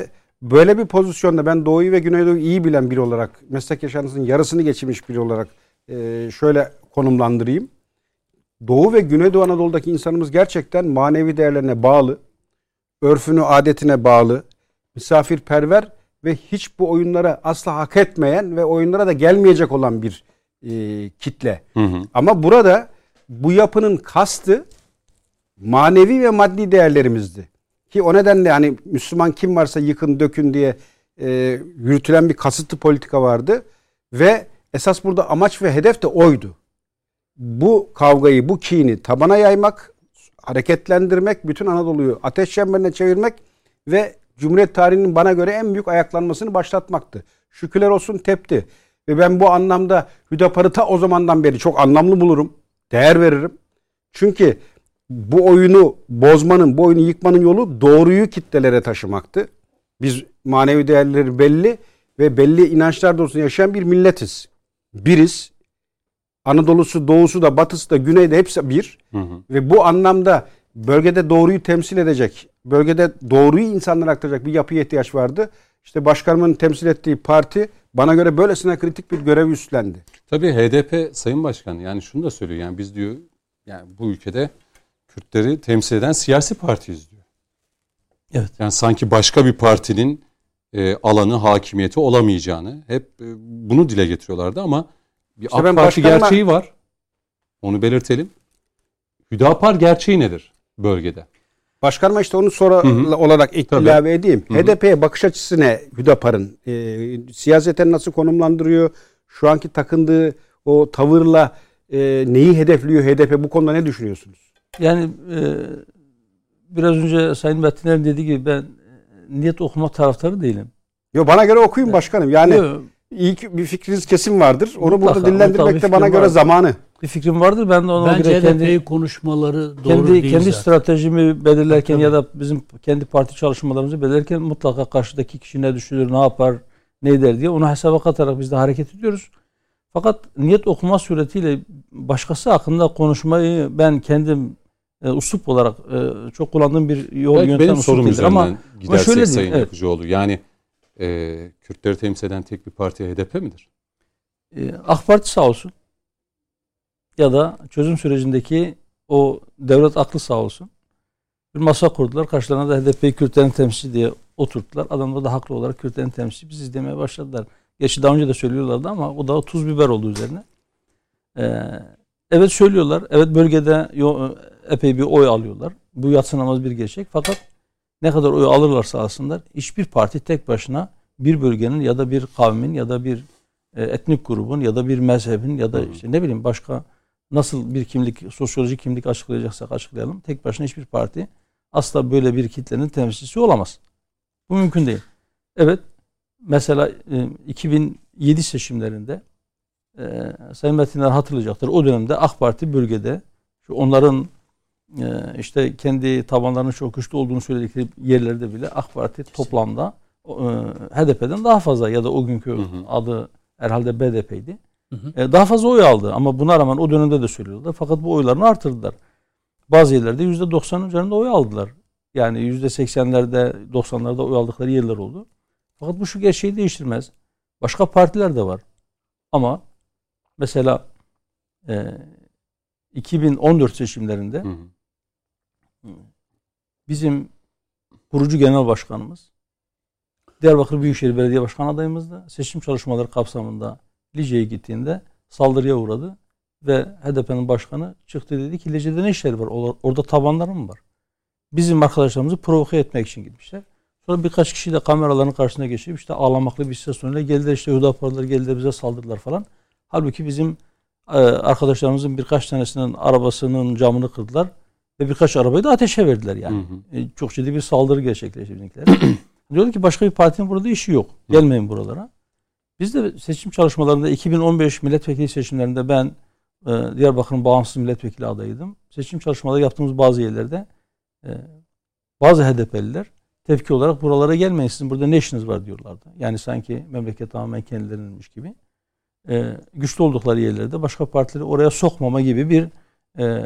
böyle bir pozisyonda ben Doğu'yu ve Güneydoğu'yu iyi bilen biri olarak, meslek yaşantısının yarısını geçirmiş biri olarak şöyle konumlandırayım. Doğu ve Güneydoğu Anadolu'daki insanımız gerçekten manevi değerlerine bağlı, örfünü, adetine bağlı, misafirperver ve hiç bu oyunlara asla hak etmeyen ve oyunlara da gelmeyecek olan bir kitle. Hı hı. Ama burada bu yapının kastı manevi ve maddi değerlerimizdi. Ki o nedenle hani Müslüman kim varsa yıkın dökün diye yürütülen bir kasıtlı politika vardı. Ve esas burada amaç ve hedef de oydu. Bu kavgayı, bu kini tabana yaymak, hareketlendirmek, bütün Anadolu'yu ateş çemberine çevirmek ve Cumhuriyet tarihinin bana göre en büyük ayaklanmasını başlatmaktı. Şükürler olsun tepti. Ve ben bu anlamda Hüdapar'ı ta o zamandan beri çok anlamlı bulurum. Değer veririm. Çünkü bu oyunu bozmanın, bu oyunu yıkmanın yolu doğruyu kitlelere taşımaktı. Biz manevi değerleri belli ve belli inançlar doğrultusunda yaşayan bir milletiz. Biriz. Anadolu'su, doğusu da, batısı da, güneyi de hepsi bir. Hı hı. Ve bu anlamda bölgede doğruyu temsil edecek, bölgede doğruyu insanlara aktaracak bir yapıya ihtiyaç vardı. İşte başkanımın temsil ettiği parti bana göre böylesine kritik bir görev üstlendi. Tabii HDP Sayın Başkan yani şunu da söylüyor. Yani biz diyor yani bu ülkede Kürtleri temsil eden siyasi partiyiz diyor. Evet. Yani sanki başka bir partinin alanı, hakimiyeti olamayacağını hep bunu dile getiriyorlardı ama bir işte AK Parti gerçeği var. Onu belirtelim. Hüdapar gerçeği nedir bölgede? Başkanıma işte onu olarak ilave edeyim. HDP'ye bakış açısı ne Hüdapar'ın? Siyaseten nasıl konumlandırıyor? Şu anki takındığı o tavırla neyi hedefliyor HDP? Bu konuda ne düşünüyorsunuz? Yani biraz önce Sayın Mettinler'in dediği gibi ben niyet okuma taraftarı değilim. Yo, bana göre okuyun başkanım. Yani ilk bir fikriniz kesin vardır. Onu mutlaka, burada dillendirmek de bana göre zamanı. Bir fikrim vardır. Ben de ona göre kendi konuşmaları doğru değil kendi zaten. Stratejimi belirlerken ya da bizim kendi parti çalışmalarımızı belirlerken mutlaka karşıdaki kişi ne düşünür, ne yapar, ne der diye onu hesaba katarak biz de hareket ediyoruz. Fakat niyet okuma suretiyle başkası hakkında konuşmayı ben kendim usup olarak çok kullandığım bir yöntem benim sorum değildir. Ama gidersek şöyle Sayın Yakıcıoğlu yani Kürtleri temsil eden tek bir parti HDP midir? AK Parti sağ olsun ya da çözüm sürecindeki o devlet aklı sağ olsun bir masa kurdular. Karşılarına da HDP'yi Kürtlerin temsilcisi diye oturttular. Adamlar da haklı olarak Kürtlerin temsilcisi biz izlemeye başladılar. Gerçi daha önce de söylüyorlardı ama o da tuz biber oldu üzerine. Evet söylüyorlar. Evet bölgede epey bir oy alıyorlar. Bu yadsınamaz bir gerçek. Fakat ne kadar oy alırlarsa alsınlar hiçbir parti tek başına bir bölgenin ya da bir kavmin ya da bir etnik grubun ya da bir mezhebin ya da işte ne bileyim başka nasıl bir kimlik, sosyolojik kimlik açıklayacaksak açıklayalım. Tek başına hiçbir parti asla böyle bir kitlenin temsilcisi olamaz. Bu mümkün değil. Evet mesela 2007 seçimlerinde Sayın Metinler hatırlayacaktır. O dönemde AK Parti bölgede onların işte kendi tabanlarının çok güçlü olduğunu söyledikleri yerlerde bile AK Parti toplamda HDP'den daha fazla ya da o günkü adı herhalde BDP'ydi. Daha fazla oy aldı ama buna rağmen o dönemde de söylüyorlar. Fakat bu oylarını artırdılar. Bazı yerlerde %90'ın üzerinde oy aldılar. Yani %80'lerde 90'larda oy aldıkları yerler oldu. Fakat bu şu gerçeği değiştirmez. Başka partiler de var. Ama mesela 2014 seçimlerinde bizim kurucu genel başkanımız Diyarbakır Büyükşehir Belediye Başkanı adayımızdı. Seçim çalışmaları kapsamında Lice'ye gittiğinde saldırıya uğradı ve HDP'nin başkanı çıktı dedi ki Lice'de ne işleri var? Orada tabanları mı var? Bizim arkadaşlarımızı provoke etmek için gitmişler. Sonra birkaç kişi de kameraların karşısına geçip işte ağlamaklı bir ses sonuyla geldiler işte Hüdaparlar geldiler bize saldırdılar falan. Halbuki bizim arkadaşlarımızın birkaç tanesinin arabasının camını kırdılar ve birkaç arabayı da ateşe verdiler yani. Çok ciddi bir saldırı gerçekleştirdiler. Diyorlar ki başka bir partinin burada işi yok. Gelmeyin buralara. Biz de seçim çalışmalarında 2015 milletvekili seçimlerinde ben Diyarbakır'ın bağımsız milletvekili adayıydım. Seçim çalışmaları yaptığımız bazı yerlerde bazı HDP'liler tepki olarak buralara gelmeyin sizin burada ne işiniz var diyorlardı. Yani sanki memleket tamamen kendilerinmiş gibi. Güçlü oldukları yerlerde başka partileri oraya sokmama gibi bir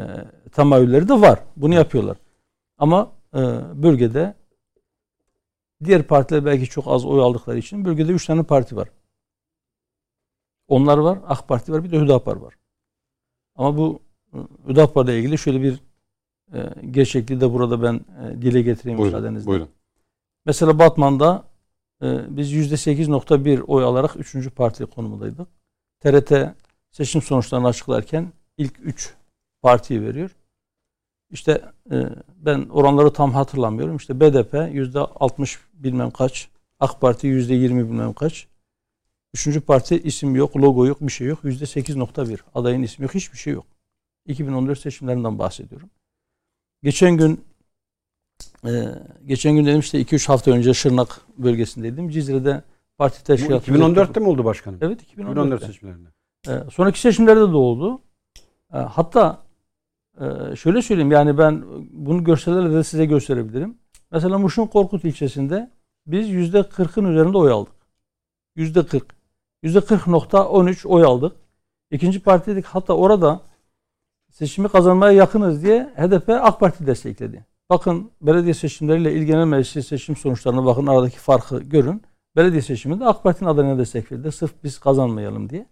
temayülleri de var. Bunu yapıyorlar. Ama bölgede Diğer partiler belki çok az oy aldıkları için bölgede 3 tane parti var. Onlar var, AK Parti var, bir de Hüdapar var. Ama bu Hüdapar'la ilgili şöyle bir gerçekliği de burada ben dile getireyim müsaadenizle. Buyurun. Mesela Batman'da biz %8.1 oy alarak 3. parti konumundaydık. TRT seçim sonuçlarını açıklarken ilk 3 partiyi veriyor. İşte ben oranları tam hatırlamıyorum. İşte BDP %60 bilmem kaç, AK Parti %20 bilmem kaç. 3. parti isim yok, logo yok, bir şey yok. %8.1. Adayın ismi yok, hiçbir şey yok. 2014 seçimlerinden bahsediyorum. Geçen gün dedim işte 2-3 hafta önce Şırnak bölgesindeydim. Cizre'de parti teşkilatı. 2014'te mi oldu başkanım? Evet, 2014 seçimlerinde. Sonraki seçimlerde de oldu. Hatta şöyle söyleyeyim, yani ben bunu görsellerle de size gösterebilirim. Mesela Muş'un Korkut ilçesinde biz %40'ın üzerinde oy aldık. %40. %40.13 oy aldık. İkinci partiydik. Hatta orada seçimi kazanmaya yakınız diye HDP AK Parti destekledi. Bakın belediye seçimleriyle İl Genel Meclisi seçim sonuçlarına bakın, aradaki farkı görün. Belediye seçiminde AK Parti'nin adayına destek verdi. Sırf biz kazanmayalım diye.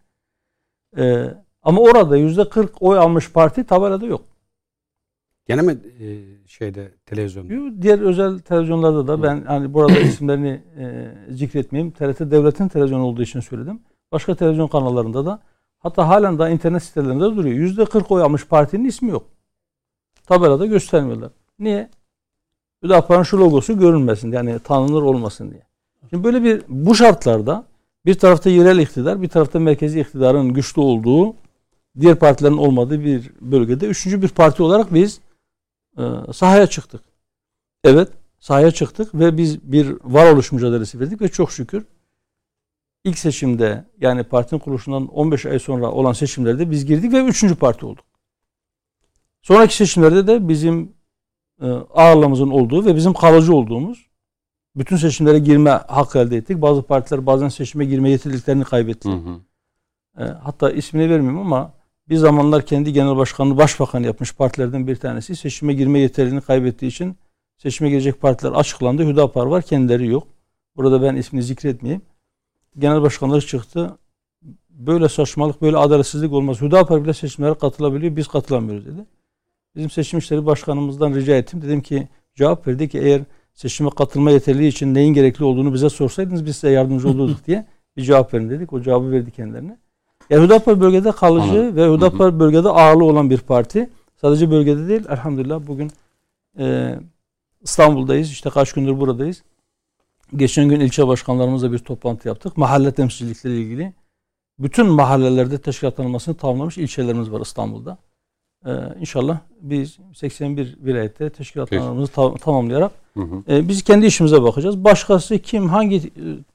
Ama orada %40 oy almış parti tabelada yok. Gene mi televizyonda? Diğer özel televizyonlarda da ben hani burada isimlerini zikretmeyeyim. TRT devletin televizyonu olduğu için söyledim. Başka televizyon kanallarında da, hatta halen daha internet sitelerinde de duruyor. %40 oy almış partinin ismi yok. Tabelada göstermiyorlar. Niye? Hüdapar'ın şu logosu görünmesin, yani tanınır olmasın diye. Şimdi böyle bu şartlarda bir tarafta yerel iktidar, bir tarafta merkezi iktidarın güçlü olduğu, diğer partilerin olmadığı bir bölgede 3. bir parti olarak biz sahaya çıktık. Evet, sahaya çıktık ve biz bir varoluş mücadelesi verdik ve çok şükür ilk seçimde, yani partinin kuruluşundan 15 ay sonra olan seçimlerde biz girdik ve 3. parti olduk. Sonraki seçimlerde de bizim ağırlığımızın olduğu ve bizim kalıcı olduğumuz, bütün seçimlere girme hakkı elde ettik. Bazı partiler bazen seçime girme yeterliliklerini kaybetti. Hatta ismini vermeyeyim ama bir zamanlar kendi genel başkanını başbakan yapmış partilerden bir tanesi seçime girme yeterliliğini kaybettiği için seçime girecek partiler açıklandı. Hüdapar var, kendileri yok. Burada ben ismini zikretmeyeyim. Genel başkanları çıktı. Böyle saçmalık, böyle adaletsizlik olmaz. Hüdapar bile seçimlere katılabiliyor, biz katılamıyoruz dedi. Bizim seçim işleri başkanımızdan rica ettim. Dedim ki, cevap verdi ki eğer seçime katılma yeterliliği için neyin gerekli olduğunu bize sorsaydınız biz size yardımcı olurduk diye bir cevap verin dedik. O cevabı verdi kendilerine. Yani Hüdapar bölgede kalıcı ve Hüdapar bölgede ağırlığı olan bir parti. Sadece bölgede değil, elhamdülillah bugün İstanbul'dayız. İşte kaç gündür buradayız. Geçen gün ilçe başkanlarımızla bir toplantı yaptık. Mahalle temsilcilikleri ilgili. Bütün mahallelerde teşkilatlanmasını tamamlamış ilçelerimiz var İstanbul'da. İnşallah biz 81 vilayette teşkilatlarımızı tamamlayarak biz kendi işimize bakacağız. Başkası kim, hangi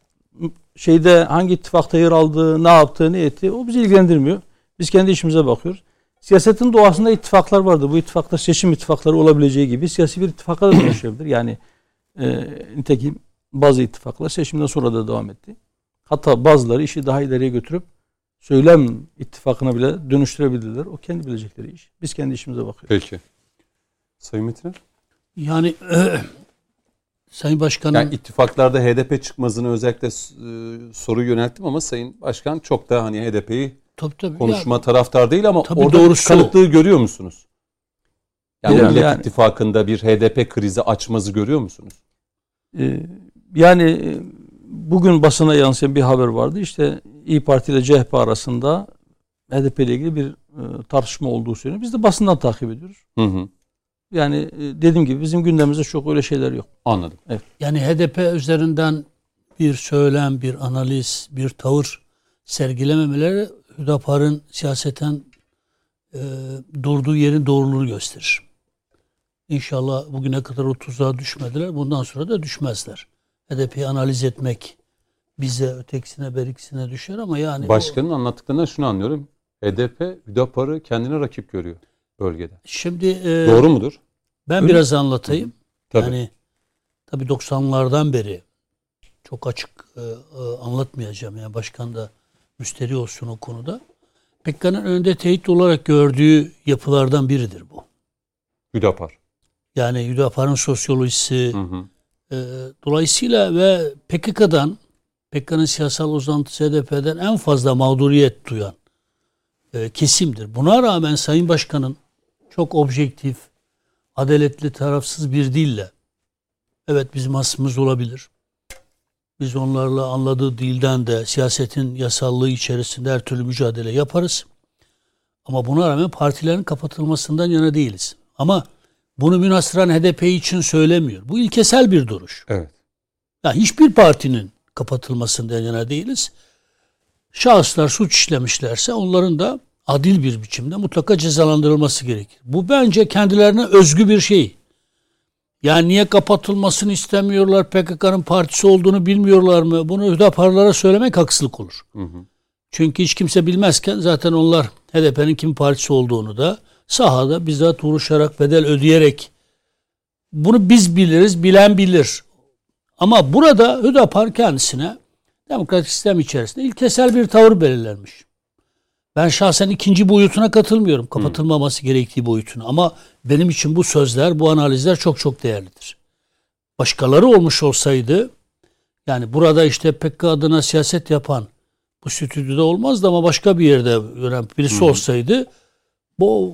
hangi ittifakta yer aldığı, ne yaptığı, ne etti, o bizi ilgilendirmiyor. Biz kendi işimize bakıyoruz. Siyasetin doğasında ittifaklar vardır. Bu ittifakta seçim ittifakları olabileceği gibi siyasi bir ittifaka da dönüşebilir. Yani nitekim bazı ittifaklar seçimden sonra da devam etti. Hatta bazıları işi daha ileriye götürüp söylem ittifakına bile dönüştürebilirler. O kendi bilecekleri iş. Biz kendi işimize bakıyoruz. Peki. Sayın Metiner? Yani Sayın Başkanım... Yani ittifaklarda HDP çıkmazını özellikle soru yönelttim ama Sayın Başkan çok da hani HDP'yi konuşma taraftar değil ama orada doğrusu kanıtlığı görüyor musunuz? Yani Millet İttifakı'nda bir HDP krizi açmazı görüyor musunuz? Yani bugün basına yansıyan bir haber vardı. İşte İYİ Parti ile CHP arasında HDP ile ilgili bir tartışma olduğu söyleniyor. Biz de basından takip ediyoruz. Yani dediğim gibi bizim gündemimizde çok öyle şeyler yok. Anladım. Evet. Yani HDP üzerinden bir söylem, bir analiz, bir tavır sergilememeleri Hüdapar'ın siyaseten durduğu yerin doğruluğunu gösterir. İnşallah bugüne kadar o tuzağa düşmediler. Bundan sonra da düşmezler. HDP'yi analiz etmek bize, ötekisine, berikisine düşer ama yani... Başkanın anlattıklarından şunu anlıyorum. HDP Hüdapar'ı kendine rakip görüyor bölgede. Şimdi doğru mudur? Ben biraz anlatayım. Tabii. Yani tabii 90'lardan beri çok açık anlatmayacağım. Yani başkan da müsterih olsun o konuda. PKK'nın önünde tehdit olarak gördüğü yapılardan biridir bu. Hüdapar. Yani Hüdapar'ın sosyolojisi, Dolayısıyla ve PKK'nın siyasal uzantısı HDP'den en fazla mağduriyet duyan kesimdir. Buna rağmen Sayın Başkan'ın çok objektif, adaletli, tarafsız bir dille, evet bizim hasmımız olabilir, biz onlarla anladığı dilden de siyasetin yasallığı içerisinde her türlü mücadele yaparız. Ama buna rağmen partilerin kapatılmasından yana değiliz. Ama bunu münhasıran HDP için söylemiyor. Bu ilkesel bir duruş. Evet. Yani hiçbir partinin kapatılmasından yana değiliz. Şahıslar suç işlemişlerse onların da adil bir biçimde mutlaka cezalandırılması gerekir. Bu bence kendilerine özgü bir şey. Yani niye kapatılmasını istemiyorlar? PKK'nın partisi olduğunu bilmiyorlar mı? Bunu Hüdaparlara söylemek haksızlık olur. Hı hı. Çünkü hiç kimse bilmezken zaten onlar HDP'nin kim partisi olduğunu da sahada bizzat vuruşarak, bedel ödeyerek, bunu biz biliriz, bilen bilir. Ama burada Hüdapar kendisine demokratik sistem içerisinde ilkesel bir tavır belirlenmiş. Ben şahsen ikinci boyutuna katılmıyorum. Kapatılmaması gerektiği boyutuna. Ama benim için bu sözler, bu analizler çok çok değerlidir. Başkaları olmuş olsaydı, yani burada işte PKK adına siyaset yapan, bu stüdyoda olmazdı ama başka bir yerde gören birisi olsaydı, bu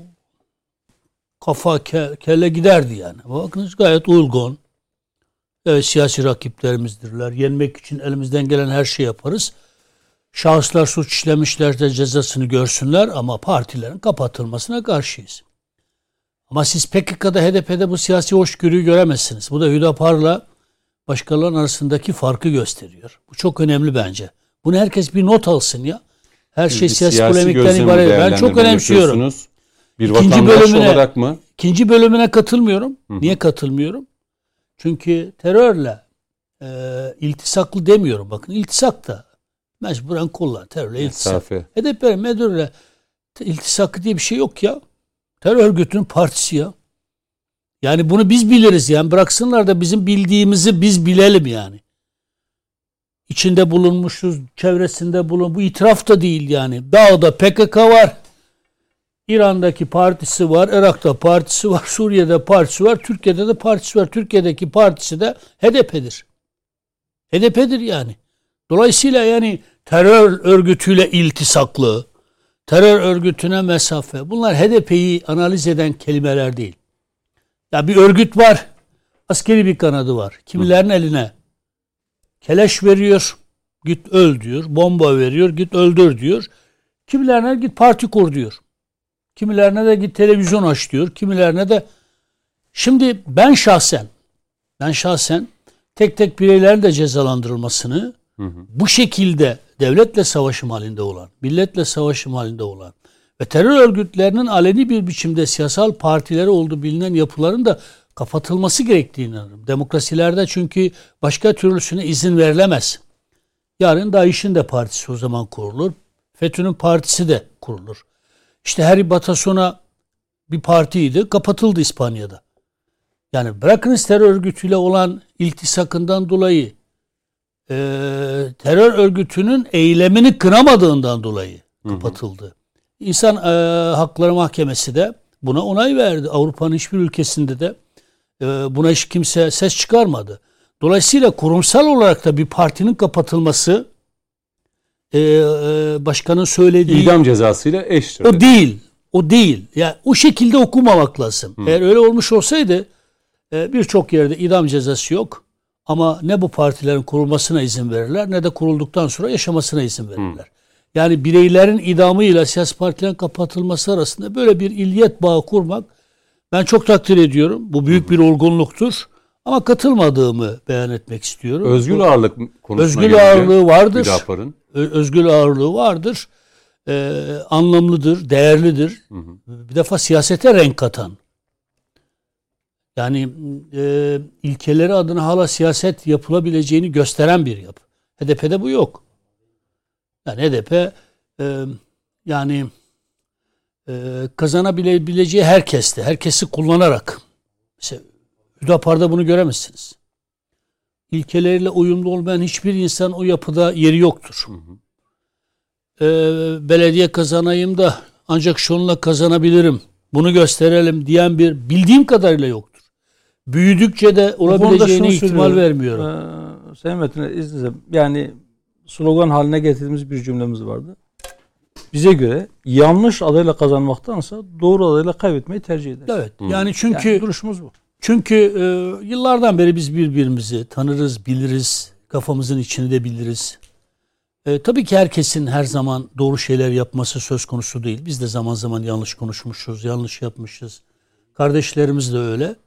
kafa kelle giderdi yani. Bakınız gayet uygun. Evet, siyasi rakiplerimizdirler. Yenmek için elimizden gelen her şeyi yaparız. Şahıslar suç işlemişlerse cezasını görsünler ama partilerin kapatılmasına karşıyız. Ama siz PKK'da, HDP'de bu siyasi hoşgörüyü göremezsiniz. Bu da Hüdapar'la başkalarının arasındaki farkı gösteriyor. Bu çok önemli bence. Bunu herkes bir not alsın ya. Her şey siyasi polemikten ibaret. Ben çok önemsiyorum. Bir vatandaş olarak mı? İkinci bölümüne katılmıyorum. Hı-hı. Niye katılmıyorum? Çünkü terörle iltisaklı demiyorum. Bakın iltisak da mecburen kullan. Terörle iltisak. HDP, MEDÖR'le iltisakı diye bir şey yok ya. Terör örgütünün partisi ya. Yani bunu biz biliriz yani. Bıraksınlar da bizim bildiğimizi biz bilelim yani. İçinde bulunmuşuz, çevresinde bu itiraf da değil yani. Dağda PKK var. İran'daki partisi var, Irak'ta partisi var, Suriye'de partisi var, Türkiye'de de partisi var. Türkiye'deki partisi de HDP'dir. HDP'dir yani. Dolayısıyla yani terör örgütüyle iltisaklı, terör örgütüne mesafe. Bunlar HDP'yi analiz eden kelimeler değil. Ya bir örgüt var, askeri bir kanadı var. Kimilerin eline keleş veriyor, git öl diyor. Bomba veriyor, git öldür diyor. Kimilerine git parti kur diyor. Kimilerine de git televizyon aç diyor. Kimilerine de şimdi ben şahsen tek tek bireylerin de cezalandırılmasını bu şekilde devletle savaşım halinde olan, milletle savaşım halinde olan ve terör örgütlerinin aleni bir biçimde siyasal partileri olduğu bilinen yapıların da kapatılması gerektiğini inanırım. Demokrasilerde çünkü başka türlüsüne izin verilemez. Yarın DAEŞ'in de partisi o zaman kurulur. FETÖ'nün partisi de kurulur. İşte Harry Batasuna bir partiydi, kapatıldı İspanya'da. Yani bırakınız terör örgütüyle olan iltisakından dolayı, terör örgütünün eylemini kınamadığından dolayı kapatıldı. İnsan Hakları Mahkemesi de buna onay verdi. Avrupa'nın hiçbir ülkesinde de buna hiç kimse ses çıkarmadı. Dolayısıyla kurumsal olarak da bir partinin kapatılması başkanın söylediği idam cezasıyla eşittir. O değil. Yani o şekilde okumamak lazım. Eğer öyle olmuş olsaydı birçok yerde idam cezası yok. Ama ne bu partilerin kurulmasına izin verirler ne de kurulduktan sonra yaşamasına izin verirler. Yani bireylerin idamıyla siyasi partilerin kapatılması arasında böyle bir illiyet bağı kurmak ben çok takdir ediyorum. Bu büyük bir olgunluktur. Ama katılmadığımı beyan etmek istiyorum. Özgür ağırlık konusuna özgür ağırlığı vardır. Hüdapar'ın. Özgür ağırlığı vardır. Anlamlıdır, değerlidir. Bir defa siyasete renk katan. Yani ilkeleri adına hala siyaset yapılabileceğini gösteren bir yapı. HDP'de bu yok. Yani HDP kazanabileceği herkeste, herkesi kullanarak. Mesela Hüdapar'da bunu göremezsiniz. İlkeleriyle uyumlu olmayan hiçbir insan o yapıda yeri yoktur. Belediye kazanayım da ancak şununla kazanabilirim, bunu gösterelim diyen bir bildiğim kadarıyla yoktur. büyüdükçe de olabileceğine ihtimal vermiyorum. Sayın Metin, izninizle, yani slogan haline getirdiğimiz bir cümlemiz vardı. Bize göre yanlış adayla kazanmaktansa doğru adayla kaybetmeyi tercih ederiz. Evet. Yani çünkü duruşumuz bu. Çünkü yıllardan beri biz birbirimizi tanırız, biliriz, kafamızın içini de biliriz. Tabii ki herkesin her zaman doğru şeyler yapması söz konusu değil. Biz de zaman zaman yanlış konuşmuşuz, yanlış yapmışız. Kardeşlerimiz de öyle.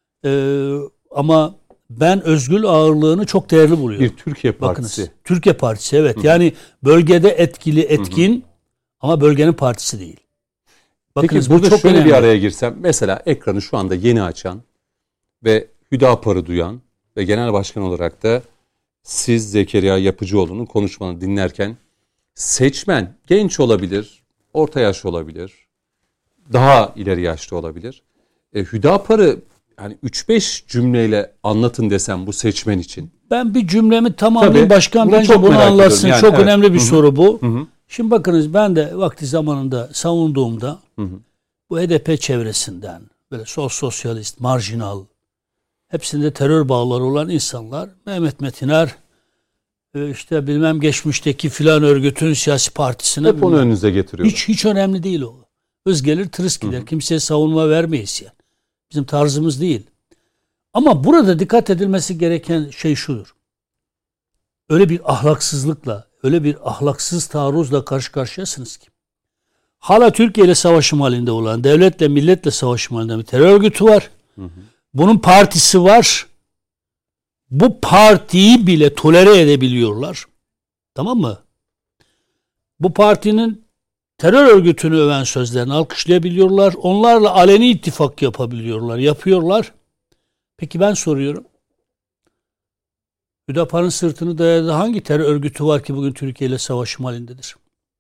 Ama ben Özgül ağırlığını çok değerli buluyorum. Bir Türkiye Partisi. Bakınız, Türkiye Partisi, evet. Hı-hı. Yani bölgede etkili, etkin, hı-hı, ama bölgenin partisi değil. Bakınız, peki burada çok şöyle önemli bir araya girsem. Mesela ekranı şu anda yeni açan ve Hüdapar'ı duyan ve genel başkan olarak da siz Zekeriya Yapıcıoğlu'nun konuşmalarını dinlerken seçmen genç olabilir, orta yaş olabilir, daha ileri yaşlı olabilir. Hüdapar'ı yani 3-5 cümleyle anlatın desem bu seçmen için. Ben bir cümlemi tamamlayayım, başkan bence bunu anlatsın. Yani, çok önemli bir, hı-hı, soru bu. Hı-hı. Şimdi bakınız, ben de vakti zamanında savunduğumda, hı-hı, bu HDP çevresinden böyle sosyalist, marjinal, hepsinde terör bağları olan insanlar, Mehmet Metiner, işte bilmem geçmişteki filan örgütün siyasi partisine hep onu önünüze getiriyor. Hiç önemli değil o. Öz gelir tırıs gider. Hı-hı. Kimseye savunma vermeyiz yani. Bizim tarzımız değil. Ama burada dikkat edilmesi gereken şey şudur. Öyle bir ahlaksızlıkla, öyle bir ahlaksız taarruzla karşı karşıyasınız ki. Hala Türkiye ile savaşım halinde olan, devletle, milletle savaşım halinde bir terör örgütü var. Hı hı. Bunun partisi var. Bu partiyi bile tolere edebiliyorlar. Tamam mı? Bu partinin terör örgütünü öven sözlerini alkışlayabiliyorlar. Onlarla aleni ittifak yapabiliyorlar, yapıyorlar. Peki ben soruyorum. Hüdapar'ın sırtını dayadığı hangi terör örgütü var ki bugün Türkiye ile savaşım halindedir?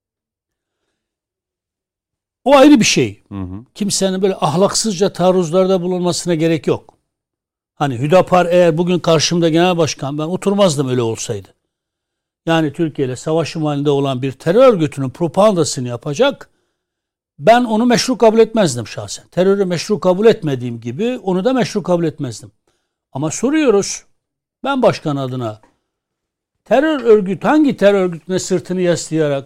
O ayrı bir şey. Hı hı. Kimsenin böyle ahlaksızca taarruzlarda bulunmasına gerek yok. Hani Hüdapar eğer bugün karşımda genel başkan, ben oturmazdım öyle olsaydı. Yani Türkiye ile savaşım halinde olan bir terör örgütünün propagandasını yapacak. Ben onu meşru kabul etmezdim şahsen. Terörü meşru kabul etmediğim gibi onu da meşru kabul etmezdim. Ama soruyoruz. Ben başkan adına terör örgütü, hangi terör örgütüne sırtını yaslayarak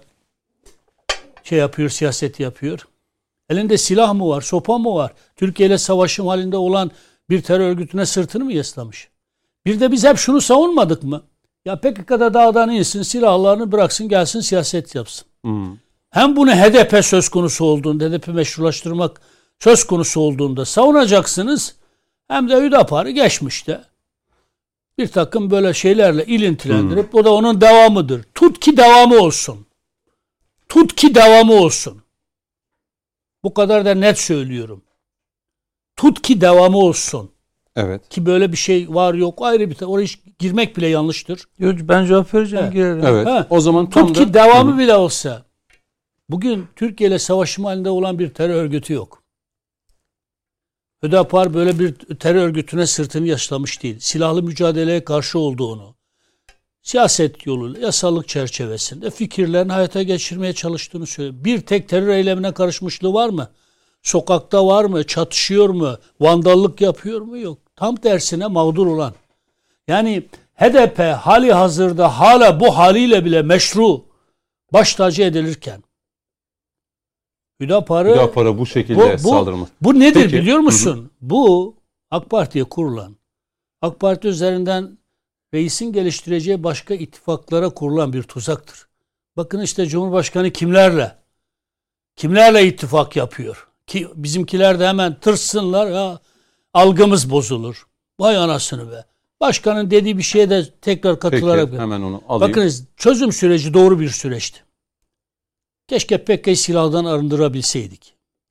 siyaset yapıyor? Elinde silah mı var, sopa mı var? Türkiye ile savaşım halinde olan bir terör örgütüne sırtını mı yaslamış? Bir de biz hep şunu savunmadık mı? Ya PKK'da dağdan insin, silahlarını bıraksın, gelsin siyaset yapsın. Hem bunu HDP söz konusu olduğunda, HDP meşrulaştırmak söz konusu olduğunda savunacaksınız. Hem de Hüdapar'ı geçmişte bir takım böyle şeylerle ilintilendirip o da onun devamıdır. Tut ki devamı olsun. Tut ki devamı olsun. Bu kadar da net söylüyorum. Tut ki devamı olsun. Evet. Ki böyle bir şey var yok ayrı bir oraya girmek bile yanlıştır. Yok, ben cevap vereceğim, girelim. Evet. Ha. O zaman tut ki devamı bile olsa. Bugün Türkiye ile savaşım halinde olan bir terör örgütü yok. Hüdapar böyle bir terör örgütüne sırtını yaslamış değil. Silahlı mücadeleye karşı olduğunu, siyaset yoluyla, yasallık çerçevesinde fikirlerini hayata geçirmeye çalıştığını söylüyor. Bir tek terör eylemine karışmışlığı var mı? Sokakta var mı? Çatışıyor mu? Vandallık yapıyor mu? Yok. Tam tersine mağdur olan. Yani HDP hali hazırda hala bu haliyle bile meşru baş tacı edilirken Hüdapar'a bu şekilde saldırması. Bu nedir? Peki, biliyor musun? Hı-hı. Bu AK Parti'ye kurulan, AK Parti üzerinden reisin geliştireceği başka ittifaklara kurulan bir tuzaktır. Bakın işte Cumhurbaşkanı kimlerle ittifak yapıyor? Ki bizimkiler de hemen tırsınlar, ya algımız bozulur. Vay anasını be. Başkanın dediği bir şeye de tekrar katılarak. Peki, hemen onu alayım. Bakınız, çözüm süreci doğru bir süreçti. Keşke PKK'yı silahdan arındırabilseydik.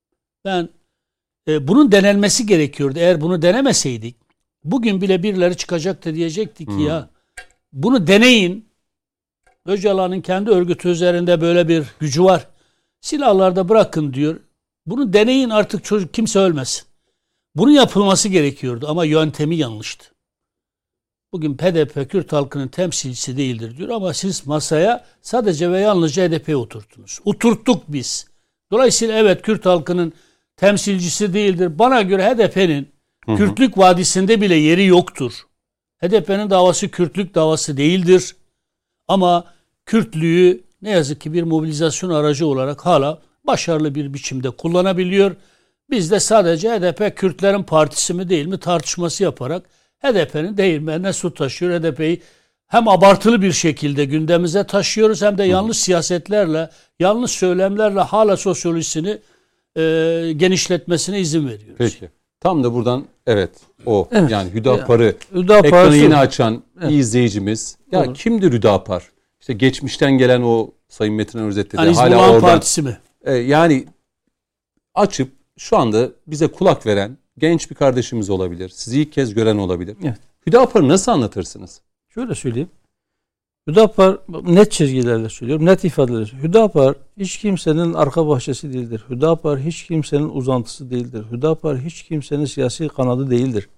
Bunun denenmesi gerekiyordu. Eğer bunu denemeseydik, bugün bile birileri çıkacaktı, diyecekti ki ya bunu deneyin. Öcalan'ın kendi örgütü üzerinde böyle bir gücü var. Silahlarda bırakın diyor. Bunu deneyin, artık çocuk kimse ölmesin. Bunun yapılması gerekiyordu ama yöntemi yanlıştı. Bugün HDP Kürt halkının temsilcisi değildir diyor ama siz masaya sadece ve yalnızca HDP'yi oturttunuz. Oturttuk biz. Dolayısıyla evet, Kürt halkının temsilcisi değildir. Bana göre HDP'nin Kürtlük vadisinde bile yeri yoktur. HDP'nin davası Kürtlük davası değildir. Ama Kürtlüğü ne yazık ki bir mobilizasyon aracı olarak hala başarılı bir biçimde kullanabiliyor. Biz de sadece HDP Kürtlerin partisi mi değil mi tartışması yaparak HDP'nin değirmenine su taşıyor. HDP'yi hem abartılı bir şekilde gündemimize taşıyoruz hem de yanlış siyasetlerle, yanlış söylemlerle hala sosyolojisini genişletmesine izin veriyoruz. Peki. Tam da buradan evet yani Hüdapar ekranı yeni açan izleyicimiz kimdir Hüdapar? İşte geçmişten gelen o Sayın Metin özetledi. Yani hala oradan, oradan partisi mi? Yani açıp şu anda bize kulak veren genç bir kardeşimiz olabilir. Sizi ilk kez gören olabilir. Evet. Hüdapar'ı nasıl anlatırsınız? Şöyle söyleyeyim. Hüdapar net çizgilerle söylüyorum. Net ifadelerle söylüyorum. Hüdapar hiç kimsenin arka bahçesi değildir. Hüdapar hiç kimsenin uzantısı değildir. Hüdapar hiç kimsenin siyasi kanadı değildir.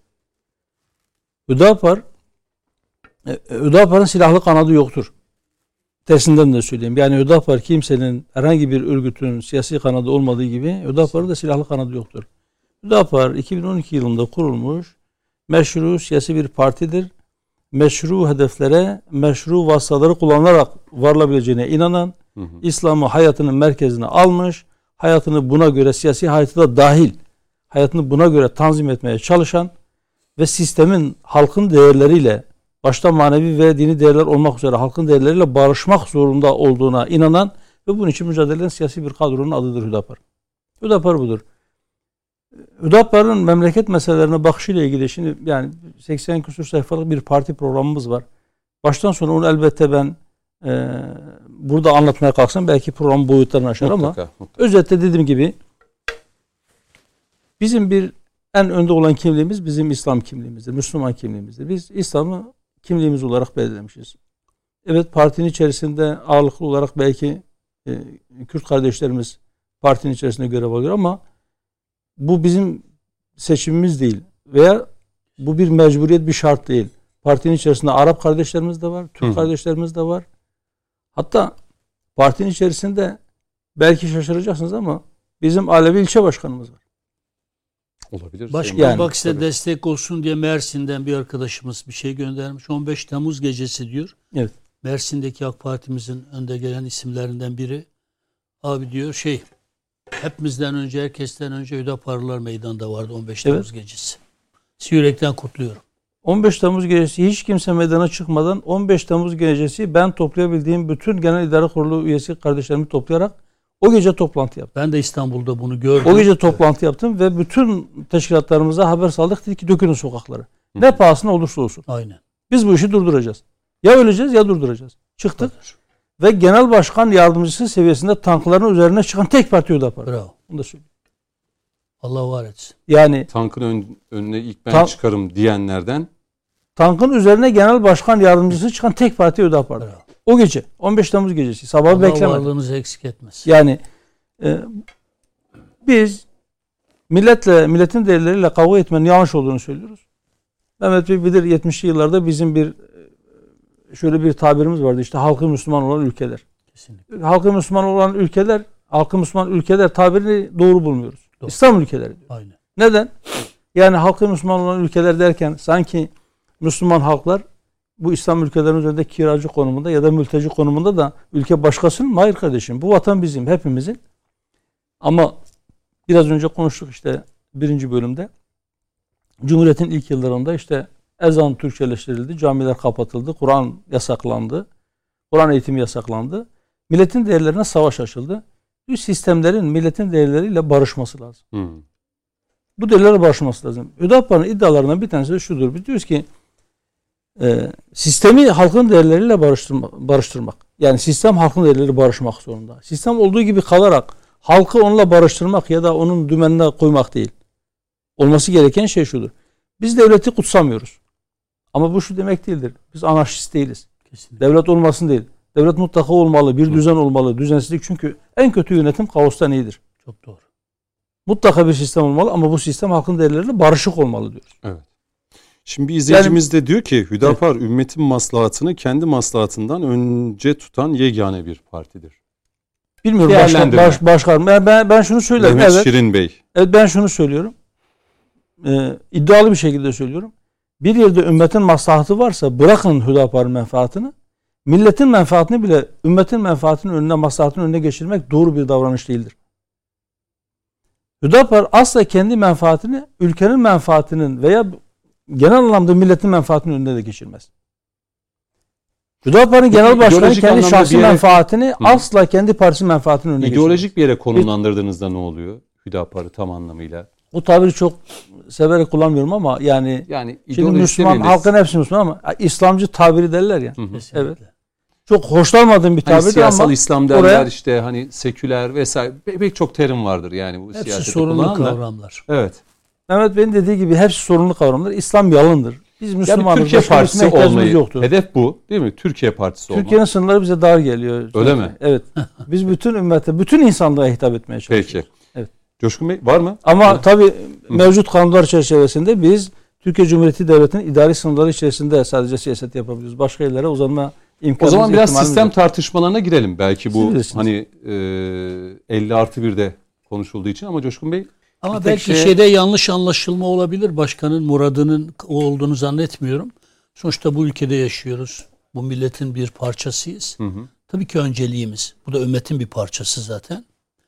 Hüdapar'ın silahlı kanadı yoktur. Tersinden de söyleyeyim. Yani Hüdapar kimsenin herhangi bir örgütün siyasi kanadı olmadığı gibi Hüdapar'ın da silahlı kanadı yoktur. Hüdapar 2012 yılında kurulmuş meşru siyasi bir partidir. Meşru hedeflere, meşru vasıtaları kullanarak varılabileceğine inanan, İslam'ı hayatının merkezine almış, hayatını buna göre siyasi hayatı da dahil, hayatını buna göre tanzim etmeye çalışan ve sistemin halkın değerleriyle, başta manevi ve dini değerler olmak üzere halkın değerleriyle barışmak zorunda olduğuna inanan ve bunun için mücadele eden siyasi bir kadronun adıdır Hüdapar. Hüdapar budur. Hüdapar'ın memleket meselelerine bakışıyla ilgili şimdi yani 80 küsur sayfalık bir parti programımız var. Baştan sona onu elbette ben burada anlatmaya kalksam belki program boyutlarını aşar ama özetle dediğim gibi bizim bir en önde olan kimliğimiz bizim İslam kimliğimizdir, Müslüman kimliğimizdir. Biz İslam'ı kimliğimiz olarak belirlemişiz. Evet partinin içerisinde ağırlıklı olarak belki Kürt kardeşlerimiz partinin içerisinde görev alıyor ama bu bizim seçimimiz değil veya bu bir mecburiyet, bir şart değil. Partinin içerisinde Arap kardeşlerimiz de var, Türk kardeşlerimiz de var. Hatta partinin içerisinde belki şaşıracaksınız ama bizim Alevi ilçe başkanımız var. Olabilir. Başkan bak size destek olsun diye Mersin'den bir arkadaşımız bir şey göndermiş. 15 Temmuz gecesi diyor. Evet. Mersin'deki AK Parti'mizin önde gelen isimlerinden biri. Abi diyor hepimizden önce, herkesten önce Hüdaparlılar meydanda vardı 15 Temmuz gecesi. Sizi yürekten kutluyorum. 15 Temmuz gecesi hiç kimse meydana çıkmadan 15 Temmuz gecesi ben toplayabildiğim bütün Genel İdare Kurulu üyesi kardeşlerimi toplayarak o gece toplantı yaptım. Ben de İstanbul'da bunu gördüm. O gece toplantı yaptım ve bütün teşkilatlarımıza haber saldık. Dedik ki dökülün sokaklara. Ne pahasına olursa olsun. Aynen. Biz bu işi durduracağız. Ya öleceğiz ya durduracağız. Çıktık. Ve genel başkan yardımcısı seviyesinde tankların üzerine çıkan tek parti Hüdapar. Bravo. Bunu da söyleyeyim. Allah var etsin. Yani tankın önüne ilk ben çıkarım diyenlerden. Tankın üzerine genel başkan yardımcısı çıkan tek parti Hüdapar. O gece 15 Temmuz gecesi. Sabahı beklemedik. Allah varlığınızı eksik etmesin. Yani biz milletin değerleriyle kavga etmenin yanlış olduğunu söylüyoruz. Mehmet Bey bilir 70'li yıllarda bizim şöyle bir tabirimiz vardı. İşte halkı Müslüman olan ülkeler. Kesinlikle. Halkı Müslüman olan ülkeler, halkı Müslüman ülkeler tabirini doğru bulmuyoruz. Doğru. İslam ülkeleri diyor. Aynen. Neden? Yani halkı Müslüman olan ülkeler derken sanki Müslüman halklar bu İslam ülkelerinin üzerinde kiracı konumunda ya da mülteci konumunda da ülke başkasının mı? Hayır kardeşim. Bu vatan bizim, hepimizin. Ama biraz önce konuştuk işte 1. bölümde. Cumhuriyet'in ilk yıllarında işte ezan Türkçeleştirildi, camiler kapatıldı, Kur'an yasaklandı, Kur'an eğitimi yasaklandı. Milletin değerlerine savaş açıldı. Bu sistemlerin milletin değerleriyle barışması lazım. Bu değerlerle barışması lazım. Hüdapar'ın iddialarından bir tanesi de şudur. Biz diyoruz ki sistemi halkın değerleriyle barıştırmak. Yani sistem halkın değerleriyle barışmak zorunda. Sistem olduğu gibi kalarak halkı onunla barıştırmak ya da onun dümenine koymak değil. Olması gereken şey şudur. Biz devleti kutsamıyoruz. Ama bu şu demek değildir. Biz anarşist değiliz. Kesinlikle. Devlet olmasın değil. Devlet mutlaka olmalı. Bir düzen olmalı. Düzensizlik çünkü en kötü yönetim kaostan iyidir. Çok doğru. Mutlaka bir sistem olmalı ama bu sistem halkın değerleriyle barışık olmalı diyoruz. Evet. Şimdi bir izleyicimiz de diyor ki Hüdapar ümmetin maslahatını kendi maslahatından önce tutan yegane bir partidir. Bilmiyorum başkanım. Ben şunu söylerim. Mehmet Evet. Şirin Bey. Evet ben şunu söylüyorum. iddialı bir şekilde söylüyorum. Bir yerde ümmetin maslahatı varsa bırakın Hüdapar'ın menfaatini, milletin menfaatini bile ümmetin menfaatinin önüne, maslahatının önüne geçirmek doğru bir davranış değildir. Hüdapar asla kendi menfaatini ülkenin menfaatinin veya genel anlamda milletin menfaatinin önüne de geçirmez. Hüdapar'ın genel başkanı kendi şahsi menfaatini asla kendi partisi menfaatinin önüne geçirmez. İdeolojik bir yere konumlandırdığınızda ne oluyor Hüdapar'ı tam anlamıyla? Bu tabiri çok severek kullanmıyorum ama yani şimdi Müslüman, halkın hepsi Müslüman ama İslamcı tabiri derler ya. Evet. Çok hoşlanmadığım bir tabir siyasal ama İslam derler işte hani seküler vesaire pek çok terim vardır yani bu siyasete hepsi sorunlu kavramlar. Evet. Mehmet Bey'in dediği gibi hepsi sorunlu kavramlar. İslam yalındır. Biz Müslümanız. Türkiye Partisi olmayı yoktur. Hedef bu değil mi? Türkiye Partisi olmak. Türkiye'nin sınırları bize dar geliyor. Öyle mi? Evet. Biz bütün ümmete, bütün insanlığa hitap etmeye çalışıyoruz. Peki. Evet. Coşkun Bey var mı? Ama tabii mevcut kanunlar çerçevesinde biz Türkiye Cumhuriyeti Devleti'nin idari sınırları içerisinde sadece siyaset yapabiliyoruz. Başka yerlere uzanma imkanımız. O zaman biraz sistem tartışmalarına girelim. Belki bu hani 50+1'de konuşulduğu için ama Coşkun Bey. Ama belki şeyde yanlış anlaşılma olabilir. Başkanın muradının o olduğunu zannetmiyorum. Sonuçta bu ülkede yaşıyoruz. Bu milletin bir parçasıyız. Tabii ki önceliğimiz. Bu da ümmetin bir parçası zaten.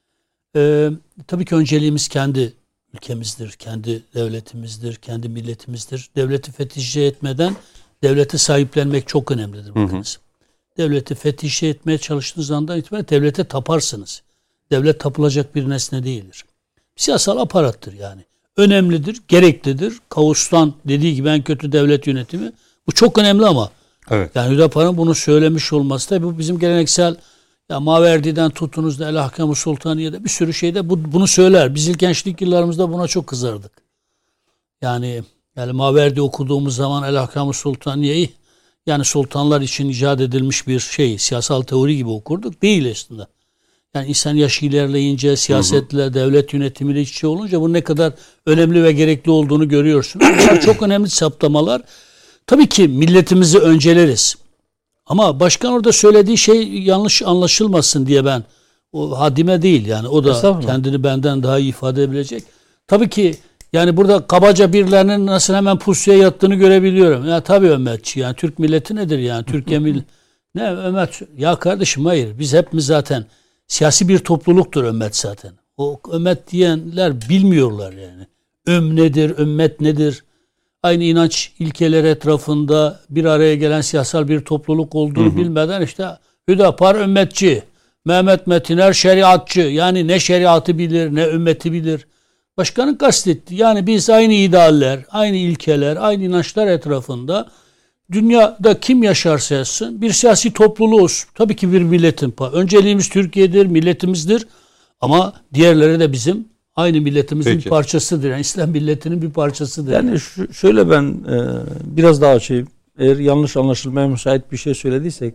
Tabii ki önceliğimiz kendi ülkemizdir. Kendi devletimizdir. Kendi milletimizdir. Devleti fetişe etmeden devleti sahiplenmek çok önemlidir. Bakınız. Devleti fetişe etmeye çalıştığınız andan itibaren devlete taparsınız. Devlet tapılacak bir nesne değildir. Siyasal aparattır yani. Önemlidir, gereklidir. Kavus'tan dediği gibi en kötü devlet yönetimi. Bu çok önemli ama. Evet. Yani Hüdapar'ın bunu söylemiş olması da bu bizim geleneksel ya Maverdi'den tutunuz da El Ahkam-ı Sultaniye'de bir sürü şeyde bunu söyler. Biz ilk gençlik yıllarımızda buna çok kızardık. Yani Maverdi okuduğumuz zaman El Ahkam-ı Sultaniye'yi yani sultanlar için icat edilmiş bir siyasal teori gibi okurduk. Değil aslında. Yani insan yaşı ilerleyince siyasetle, devlet yönetimiyle iç içe olunca bu ne kadar önemli ve gerekli olduğunu görüyorsunuz. Bunlar çok önemli saptamalar. Tabii ki milletimizi önceleriz. Ama başkan orada söylediği şey yanlış anlaşılmasın diye ben o haddime değil yani o da kendini benden daha iyi ifade edebilecek. Tabii ki yani burada kabaca birilerinin nasıl hemen pusuya yattığını görebiliyorum. Ya tabii ümmetçi yani Türk milleti nedir yani Türkiye milleti ne ümmet ya kardeşim hayır biz hepimiz zaten siyasi bir topluluktur ümmet zaten. O ümmet diyenler bilmiyorlar yani. Nedir, ümmet nedir? Aynı inanç ilkeleri etrafında bir araya gelen siyasal bir topluluk olduğunu bilmeden işte Hüdapar ümmetçi, Mehmet Metiner şeriatçı. Yani ne şeriatı bilir, ne ümmeti bilir. Başkanın kastetti. Yani biz aynı idealler, aynı ilkeler, aynı inançlar etrafında dünyada kim yaşarsa yaşasın bir siyasi topluluğuz. Tabii ki bir milletin. Önceliğimiz Türkiye'dir, milletimizdir. Ama diğerleri de bizim aynı milletimizin bir parçasıdır. Yani İslam milletinin bir parçasıdır. Yani şöyle ben biraz daha açayım. Eğer yanlış anlaşılmaya müsait bir şey söylediysek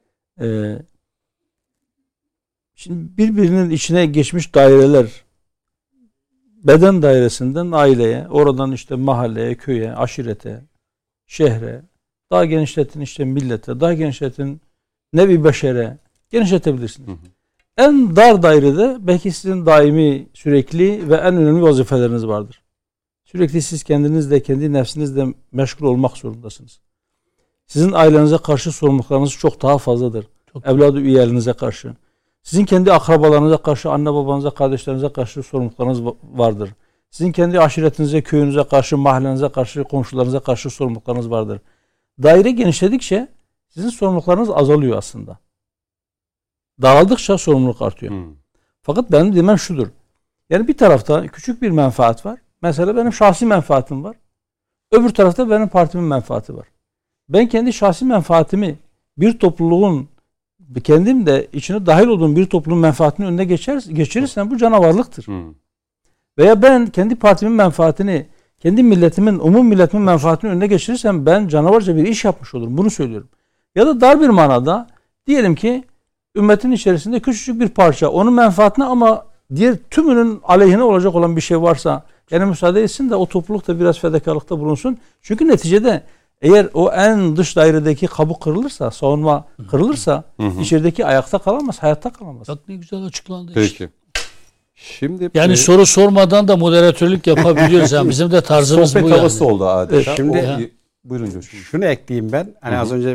şimdi birbirinin içine geçmiş daireler beden dairesinden aileye, oradan işte mahalleye, köye, aşirete, şehre, daha genişletin işte millete, daha genişletin nevi beşere genişletebilirsiniz. En dar dairede belki sizin daimi, sürekli ve en önemli vazifeleriniz vardır. Sürekli siz kendinizle, kendi nefsinizle meşgul olmak zorundasınız. Sizin ailenize karşı sorumluluklarınız çok daha fazladır. Evladı üyelerinize karşı. Sizin kendi akrabalarınıza karşı, anne babanıza, kardeşlerinize karşı sorumluluklarınız vardır. Sizin kendi aşiretinize, köyünüze karşı, mahallenize karşı, komşularınıza karşı sorumluluklarınız vardır. Daire genişledikçe sizin sorumluluklarınız azalıyor aslında. Daraldıkça sorumluluk artıyor. Fakat benim demem şudur. Yani bir tarafta küçük bir menfaat var. Mesela benim şahsi menfaatim var. Öbür tarafta benim partimin menfaati var. Ben kendi şahsi menfaatimi bir topluluğun kendim de içine dahil olduğum bir toplumun menfaatinin önüne geçirirsem bu canavarlıktır. Veya ben kendi partimin menfaatini, kendi milletimin, umum milletimin menfaatinin önüne geçirirsem ben canavarca bir iş yapmış olurum. Bunu söylüyorum. Ya da dar bir manada diyelim ki ümmetin içerisinde küçücük bir parça onun menfaatine ama diğer tümünün aleyhine olacak olan bir şey varsa yani müsaade etsin de o topluluk da biraz fedakarlıkta bulunsun. Çünkü neticede eğer o en dış dairedeki kabuk kırılırsa, savunma kırılırsa içerideki ayakta kalamaz, hayatta kalamaz. Bak ne güzel açıklandı Peki. işte. Şimdi Yani soru sormadan da moderatörlük yapabiliyoruz. Yani bizim de tarzımız sohbet bu yani. havası oldu adeta. Şimdi buyurun Coşkun. şunu ekleyeyim ben. Hani az önce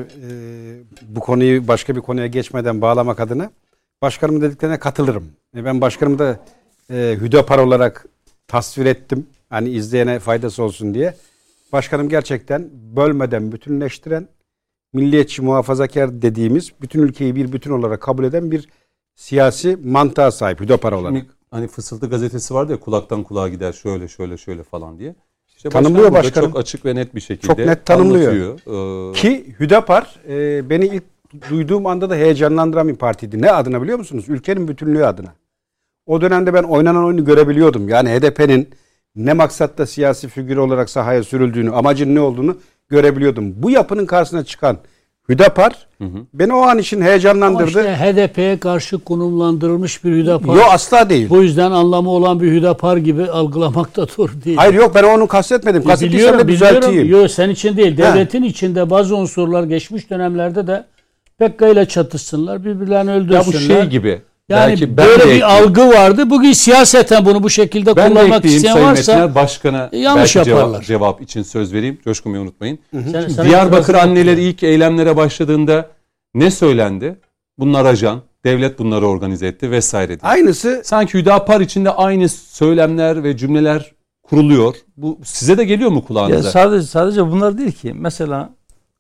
bu konuyu başka bir konuya geçmeden bağlamak adına başkanımın dediklerine katılırım. Ben başkanımı da Hüdapar olarak tasvir ettim. Hani izleyene faydası olsun diye. Başkanım gerçekten bölmeden bütünleştiren, milliyetçi, muhafazakar dediğimiz bütün ülkeyi bir bütün olarak kabul eden bir siyasi mantığa sahip Hüdapar olarak. Şimdi hani Fısıltı gazetesi vardı ya, kulaktan kulağa gider şöyle falan diye. İşte Tanımlıyor başkan başkanım. çok açık ve net bir şekilde Çok net tanımlıyor. anlatıyor. Ki Hüdapar beni ilk duyduğum anda da heyecanlandıran bir partiydi. Ne adına biliyor musunuz? Ülkenin bütünlüğü adına. O dönemde ben oynanan oyunu görebiliyordum. Yani HDP'nin ne maksatla siyasi figür olarak sahaya sürüldüğünü, amacın ne olduğunu görebiliyordum. Bu yapının karşısına çıkan Hüdapar beni o an için heyecanlandırdı. Ama işte HDP'ye karşı konumlandırılmış bir Hüdapar. Yok, asla değil. Bu yüzden anlamı olan bir Hüdapar gibi algılamak da doğru değil. Hayır, yok, ben onu kastetmedim. Kastettiysem de düzelteyim. Yok, sen için değil. Devletin içinde bazı unsurlar geçmiş dönemlerde de PKK ile çatışsınlar, birbirlerini öldürsünler. Ya bu şey gibi. Yani belki böyle bir algı vardı. Bugün siyaseten bunu bu şekilde kullanmak isteyen Sayın varsa Metiner Başkan'a yanlış belki yaparlar. cevap için söz vereyim. Coşkun Bey, unutmayın. Sana Diyarbakır anneleri ilk eylemlere başladığında ne söylendi? Bunlar ajan, devlet bunları organize etti vesaire diye. Aynısı Sanki Hüdapar içinde aynı söylemler ve cümleler kuruluyor. Bu size de geliyor mu kulağınıza? Ya sadece bunlar değil ki. Mesela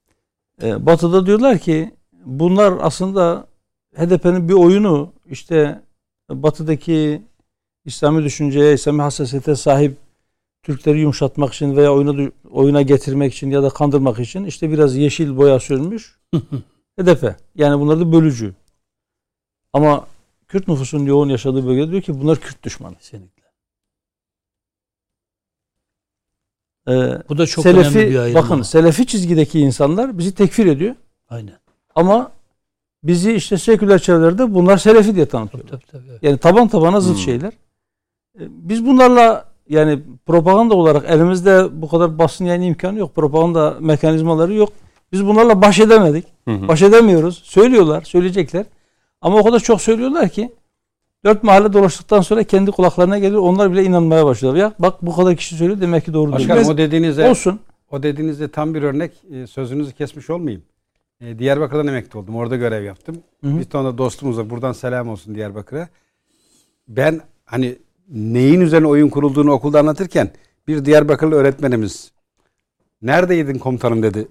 Batı'da diyorlar ki bunlar aslında HDP'nin bir oyunu, işte Batı'daki İslami düşünceye, İslami hassasiyete sahip Türkleri yumuşatmak için veya oyuna getirmek için ya da kandırmak için işte biraz yeşil boya sürmüş HDP. Yani bunlar da bölücü. Ama Kürt nüfusunun yoğun yaşadığı bölgede diyor ki bunlar Kürt düşmanı. Kesinlikle. Bu da çok önemli bir ayrım. Bakın, Selefi çizgideki insanlar bizi tekfir ediyor. Aynen. Ama bizi işte seküler çevrelerde bunlar Selefi diye tanıtıyor. Tabii, evet. Yani taban tabana zıt şeyler. Biz bunlarla, yani propaganda olarak elimizde bu kadar basın yayın imkanı yok. Propaganda mekanizmaları yok. Biz bunlarla baş edemedik. Baş edemiyoruz. Söylüyorlar, söyleyecekler. Ama o kadar çok söylüyorlar ki 4 mahalle dolaştıktan sonra kendi kulaklarına geliyor. Onlar bile inanmaya başlıyorlar. Ya bak, bu kadar kişi söylüyor, demek ki doğru değil. Başkanım, Olsun. o dediğinizde tam bir örnek, sözünüzü kesmiş olmayayım. Diyarbakır'dan emekli oldum. Orada görev yaptım. Bir tane dostumuz var. Buradan selam olsun Diyarbakır'a. Ben hani neyin üzerine oyun kurulduğunu okulda anlatırken bir Diyarbakırlı öğretmenimiz, "Neredeydin komutanım?" dedi.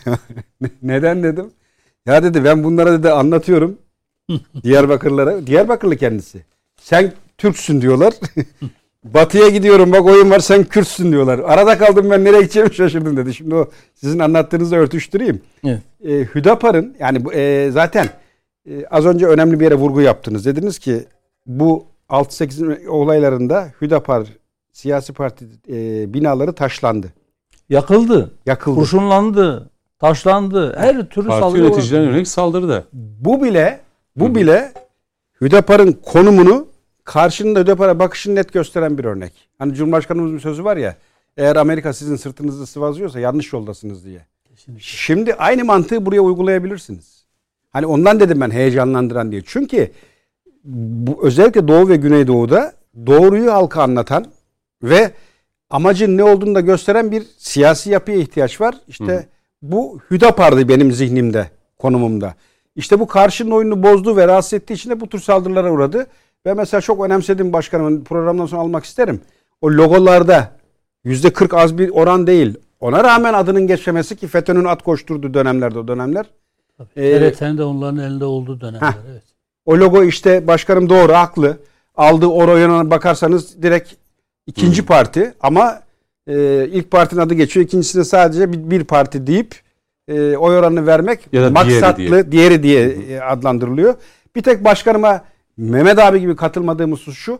Neden dedim. Ya dedi, ben bunlara dedi anlatıyorum Diyarbakırlılara. Diyarbakırlı kendisi. Sen Türksün diyorlar. Batıya gidiyorum, bak oyun var, sen Kürtsün diyorlar. Arada kaldım, ben nereye gideceğimi şaşırdım dedi. Şimdi o sizin anlattığınızla örtüştüreyim. Evet. Hüdapar'ın yani zaten az önce önemli bir yere vurgu yaptınız. Dediniz ki bu 6-8 olaylarında Hüdapar siyasi parti binaları taşlandı. Yakıldı. Yakıldı. Kurşunlandı. Taşlandı. Her türlü Parti saldırı yöneticilerine yönelik saldırıda. Bu bile Hüdapar'ın konumunu, karşında Hüdapar'a bakışını net gösteren bir örnek. Hani Cumhurbaşkanımızın bir sözü var ya, eğer Amerika sizin sırtınızı sıvazlıyorsa yanlış yoldasınız diye. Kesinlikle. Şimdi aynı mantığı buraya uygulayabilirsiniz. Hani ondan dedim ben heyecanlandıran diye. Çünkü bu, özellikle Doğu ve Güneydoğu'da doğruyu halka anlatan ve amacın ne olduğunu da gösteren bir siyasi yapıya ihtiyaç var. İşte bu Hüdapar'dı benim zihnimde, konumumda. İşte bu karşının oyununu bozdu ve rahatsız ettiği için de bu tür saldırılara uğradı. Ve mesela çok önemsediğim, başkanımın programdan sonra almak isterim. O logolarda %40 az bir oran değil. Ona rağmen adının geçmemesi, ki FETÖ'nün at koşturduğu dönemlerde o dönemler. TRT'nin de onların elinde olduğu dönemler. Evet. O logo işte, başkanım doğru, haklı. Aldığı orana bakarsanız direkt ikinci parti, ama ilk partinin adı geçiyor. İkincisinde sadece bir parti deyip oy oranını vermek ya da maksatlı, diğeri diye adlandırılıyor. Bir tek başkanıma, Mehmet abi gibi katılmadığımız husus şu: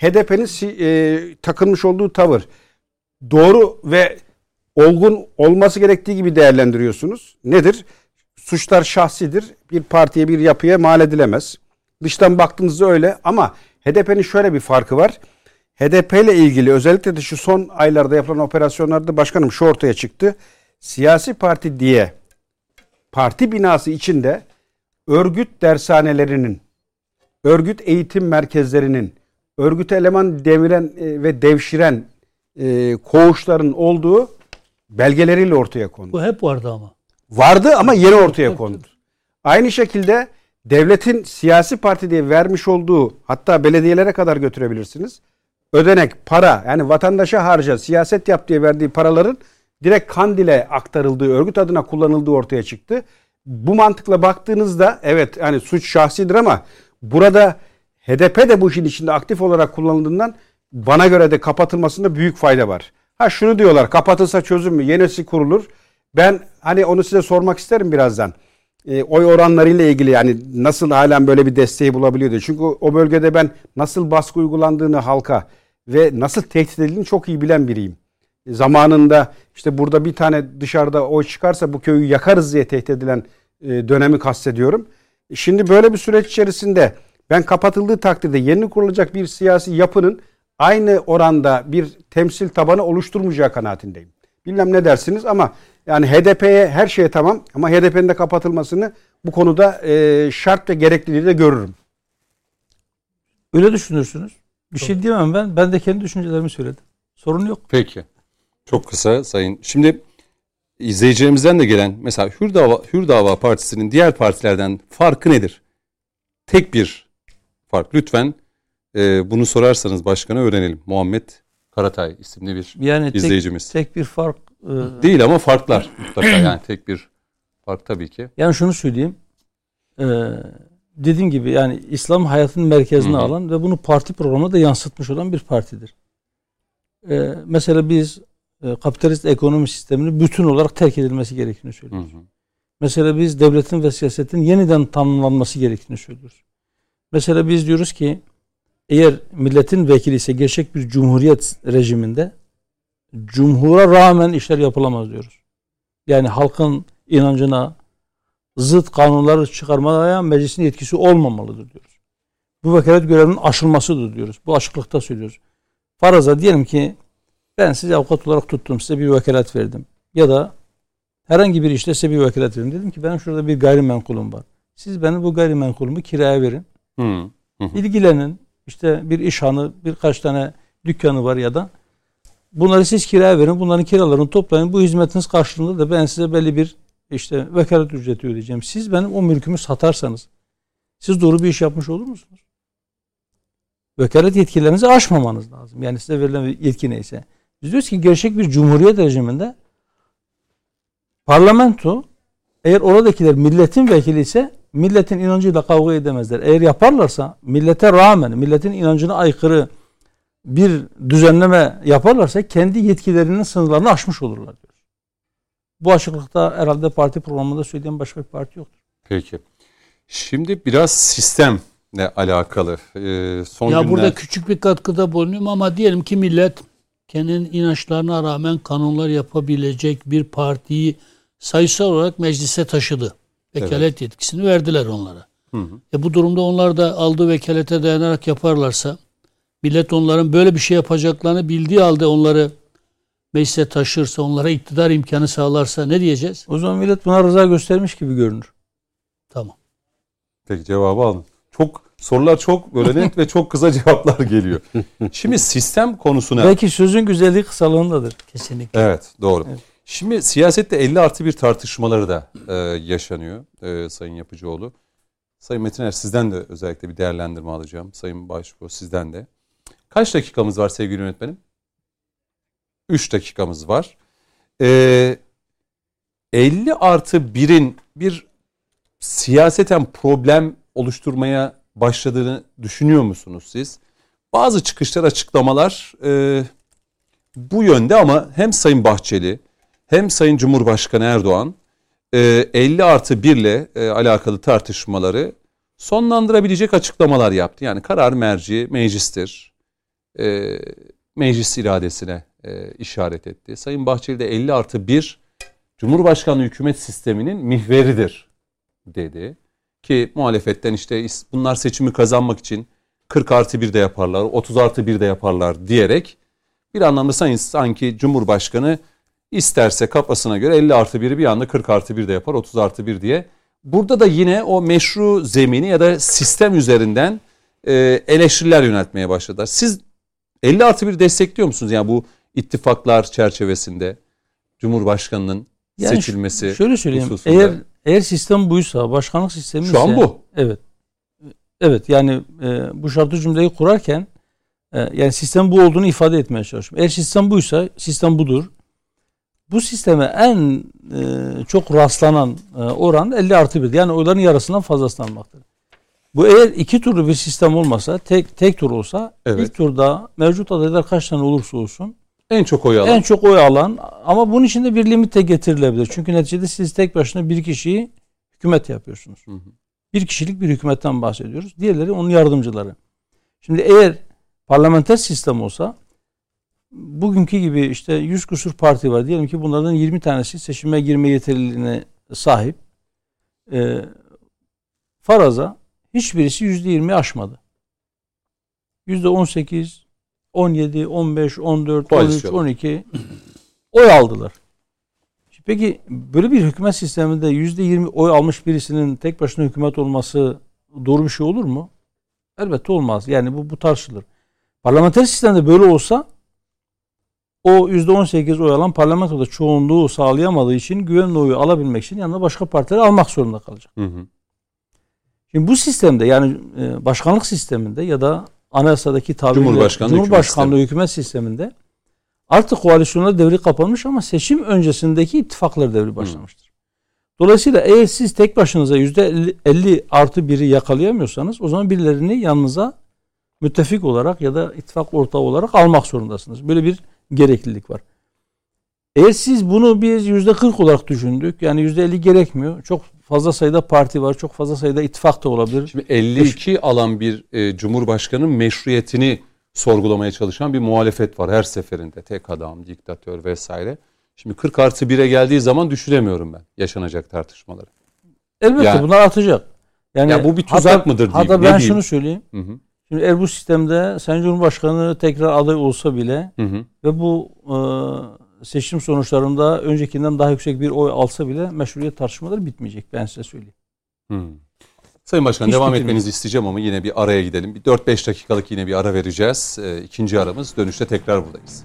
HDP'nin takılmış olduğu tavır doğru ve olgun olması gerektiği gibi değerlendiriyorsunuz. Nedir? Suçlar şahsidir. Bir partiye, bir yapıya mal edilemez. Dıştan baktığınızda öyle, ama HDP'nin şöyle bir farkı var. HDP ile ilgili özellikle de şu son aylarda yapılan operasyonlarda başkanım şu ortaya çıktı. Siyasi parti diye parti binası içinde örgüt dershanelerinin, örgüt eğitim merkezlerinin, örgüte eleman deviren ve devşiren koğuşların olduğu belgeleriyle ortaya kondu. Bu hep vardı ama. Vardı ama yeni ortaya kondu. Aynı şekilde devletin siyasi parti diye vermiş olduğu, hatta belediyelere kadar götürebilirsiniz, ödenek, para, yani vatandaşa harca, siyaset yap diye verdiği paraların direkt Kandil'e aktarıldığı, örgüt adına kullanıldığı ortaya çıktı. Bu mantıkla baktığınızda evet, yani suç şahsidir ama burada HDP de bu işin içinde aktif olarak kullanıldığından bana göre de kapatılmasında büyük fayda var. Ha şunu diyorlar, kapatılsa çözüm mü? Yenisi kurulur. Ben hani onu size sormak isterim birazdan. Oy oranlarıyla ilgili, yani nasıl halen böyle bir desteği bulabiliyor diye. Çünkü o bölgede ben nasıl baskı uygulandığını halka ve nasıl tehdit edildiğini çok iyi bilen biriyim. Zamanında işte burada bir tane dışarıda oy çıkarsa bu köyü yakarız diye tehdit edilen dönemi kastediyorum. Şimdi böyle bir süreç içerisinde ben kapatıldığı takdirde yeni kurulacak bir siyasi yapının aynı oranda bir temsil tabanı oluşturmayacağı kanaatindeyim. Bilmem ne dersiniz ama yani HDP'ye her şeye tamam ama HDP'nin de kapatılmasını bu konuda şart ve gerekliliği de görürüm. Öyle düşünürsünüz. Bir şey diyemem ben. Ben de kendi düşüncelerimi söyledim. Sorun yok. Peki. Çok kısa sayın. Şimdi izleyicilerimizden de gelen mesela Hür Dava Partisi'nin diğer partilerden farkı nedir? Tek bir fark. Lütfen bunu sorarsanız başkana öğrenelim. Muhammed Karatay isimli bir izleyicimiz. Tek bir fark değil ama farklar mutlaka, yani tek bir fark tabii ki. Yani şunu söyleyeyim. Dediğim gibi yani İslam hayatının merkezine alan ve bunu parti programına da yansıtmış olan bir partidir. Mesela biz kapitalist ekonomi sistemini bütün olarak terk edilmesi gerektiğini söylüyoruz. Mesela biz devletin ve siyasetin yeniden tanımlanması gerektiğini söylüyoruz. Mesela biz diyoruz ki eğer milletin vekili ise gerçek bir cumhuriyet rejiminde cumhura rağmen işler yapılamaz diyoruz. Yani halkın inancına zıt kanunları çıkarmaya meclisin yetkisi olmamalıdır diyoruz. Bu vekalet görevinin aşılmasıdır diyoruz. Bu açıklıkta söylüyoruz. Faraza diyelim ki ben sizi avukat olarak tuttum, size bir vekalet verdim. Ya da herhangi bir işte size bir vekalet verdim. Dedim ki benim şurada bir gayrimenkulüm var. Siz benim bu gayrimenkulümü kiraya verin. İlgilenin. İşte bir işhanı, birkaç tane dükkanı var ya da bunları siz kiraya verin. Bunların kiralarını toplayın. Bu hizmetiniz karşılığında da ben size belli bir işte vekalet ücreti ödeyeceğim. Siz benim o mülkümü satarsanız siz doğru bir iş yapmış olur musunuz? Vekalet yetkilerinizi aşmamanız lazım. Yani size verilen yetki neyse. Biz diyoruz ki gerçek bir cumhuriyet rejiminde parlamento eğer oradakiler milletin vekili ise milletin inancıyla kavga edemezler. Eğer yaparlarsa millete rağmen milletin inancına aykırı bir düzenleme yaparlarsa kendi yetkilerinin sınırlarını aşmış olurlar diyor. Bu açıklıkta herhalde parti programında söylediğim başka bir parti yoktur. Peki. Şimdi biraz sistemle alakalı. Burada küçük bir katkıda bulunayım ama diyelim ki millet kendinin inançlarına rağmen kanunlar yapabilecek bir partiyi sayısal olarak meclise taşıdı. Vekalet yetkisini verdiler onlara. Bu durumda onlar da aldığı vekalete dayanarak yaparlarsa, millet onların böyle bir şey yapacaklarını bildiği halde onları meclise taşırsa, onlara iktidar imkanı sağlarsa ne diyeceğiz? O zaman millet buna rıza göstermiş gibi görünür. Tamam. Peki, cevabı alın. Sorular çok böyle net ve çok kısa cevaplar geliyor. Şimdi sistem konusuna... Belki sözün güzelliği kısalığındadır. Kesinlikle. Evet, doğru. Evet. Şimdi siyasette 50+1 tartışmaları da yaşanıyor Sayın Yapıcıoğlu. Sayın Metiner, sizden de özellikle bir değerlendirme alacağım. Sayın Başbuğ, sizden de. Kaç dakikamız var sevgili yönetmenim? 3 dakikamız var. 50+1'in bir siyaseten problem oluşturmaya başladığını düşünüyor musunuz siz? Bazı çıkışlar, açıklamalar bu yönde ama hem Sayın Bahçeli hem Sayın Cumhurbaşkanı Erdoğan 50+1 ile alakalı tartışmaları sonlandırabilecek açıklamalar yaptı. Yani karar merci meclistir. Meclis iradesine işaret etti. Sayın Bahçeli de 50+1 Cumhurbaşkanlığı hükümet sisteminin mihveridir dedi. Ki muhalefetten işte bunlar seçimi kazanmak için 40+1 de yaparlar, 30+1 de yaparlar diyerek bir anlamda sanki Cumhurbaşkanı isterse kafasına göre 50+1'i bir anda 40+1 de yapar, 30+1 diye. Burada da yine o meşru zemini ya da sistem üzerinden eleştiriler yöneltmeye başladılar. Siz 50+1 destekliyor musunuz? Yani bu ittifaklar çerçevesinde Cumhurbaşkanının seçilmesi şöyle söyleyeyim. hususunda. Eğer sistem buysa, başkanlık sistemi Şu an bu. Evet. Evet, yani bu şartlı cümleyi kurarken yani sistem bu olduğunu ifade etmeye çalışıyorum. Eğer sistem buysa sistem budur. Bu sisteme en çok rastlanan oran 50+1. Yani oyların yarısından fazlasını almaktır. Bu eğer iki turlu bir sistem olmasa, tek tur olsa, evet, ilk turda mevcut adaylar kaç tane olursa olsun en çok oy alan. En çok oy alan, ama bunun için de bir limit de getirilebilir. Çünkü neticede siz tek başına bir kişiyi hükümet yapıyorsunuz. Hı hı. Bir kişilik bir hükümetten bahsediyoruz. Diğerleri onun yardımcıları. Şimdi eğer parlamenter sistem olsa, bugünkü gibi işte 100 küsur parti var. Diyelim ki bunlardan 20 tanesi seçime girme yeterliliğine sahip. Faraza hiçbirisi %20 aşmadı. %18, 17, 15, 14, 13, 12 oy aldılar. Peki böyle bir hükümet sisteminde %20 oy almış birisinin tek başına hükümet olması doğru bir şey olur mu? Elbette olmaz. Yani bu tartışılır. Parlamenter sistemde böyle olsa o %18 oy alan parlamentoda çoğunluğu sağlayamadığı için güvenli oyu alabilmek için yanına başka partileri almak zorunda kalacak. Hı hı. Şimdi bu sistemde, yani başkanlık sisteminde ya da anayasadaki tabiriyle Cumhurbaşkanlığı hükümet sisteminde artık koalisyonlar devri kapanmış ama seçim öncesindeki ittifaklar devri başlamıştır. Dolayısıyla eğer siz tek başınıza %50+1'i yakalayamıyorsanız, o zaman birilerini yanınıza müttefik olarak ya da ittifak ortağı olarak almak zorundasınız. Böyle bir gereklilik var. Eğer siz bunu biz %40 olarak düşündük, yani %50 gerekmiyor. Çok fazla sayıda parti var, çok fazla sayıda ittifak da olabilir. Şimdi 52 alan bir Cumhurbaşkanı'nın meşruiyetini sorgulamaya çalışan bir muhalefet var her seferinde. Tek adam, diktatör vesaire. Şimdi 40+1'e geldiği zaman düşünemiyorum ben yaşanacak tartışmaları. Elbette yani, bunlar artacak. Yani bu bir tuzak mıdır diyeyim. Hatta ben şunu söyleyeyim. Hı hı. Şimdi eğer bu sistemde Sayın Cumhurbaşkanı tekrar aday olsa bile ve bu seçim sonuçlarında öncekinden daha yüksek bir oy alsa bile meşruiyet tartışmaları bitmeyecek. Ben size söyleyeyim. Sayın Başkan, devam etmenizi isteyeceğim ama yine bir araya gidelim. Bir 4-5 dakikalık yine bir ara vereceğiz. İkinci aramız, dönüşte tekrar buradayız.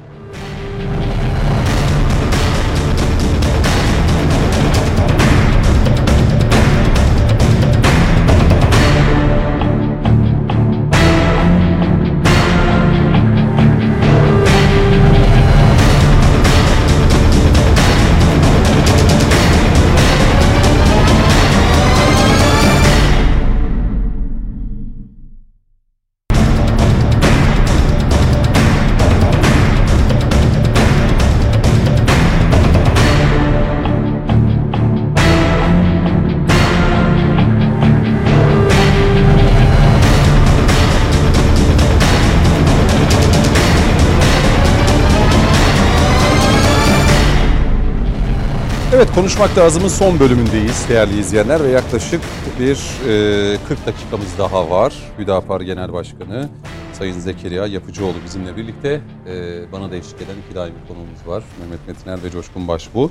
Evet, Konuşmak Lazım'ın son bölümündeyiz değerli izleyenler ve yaklaşık bir 40 dakikamız daha var. Hüdapar Genel Başkanı Sayın Zekeriya Yapıcıoğlu bizimle birlikte. Bana da eşlik eden iki daimi konuğumuz var. Mehmet Metiner ve Coşkun Başbuğ.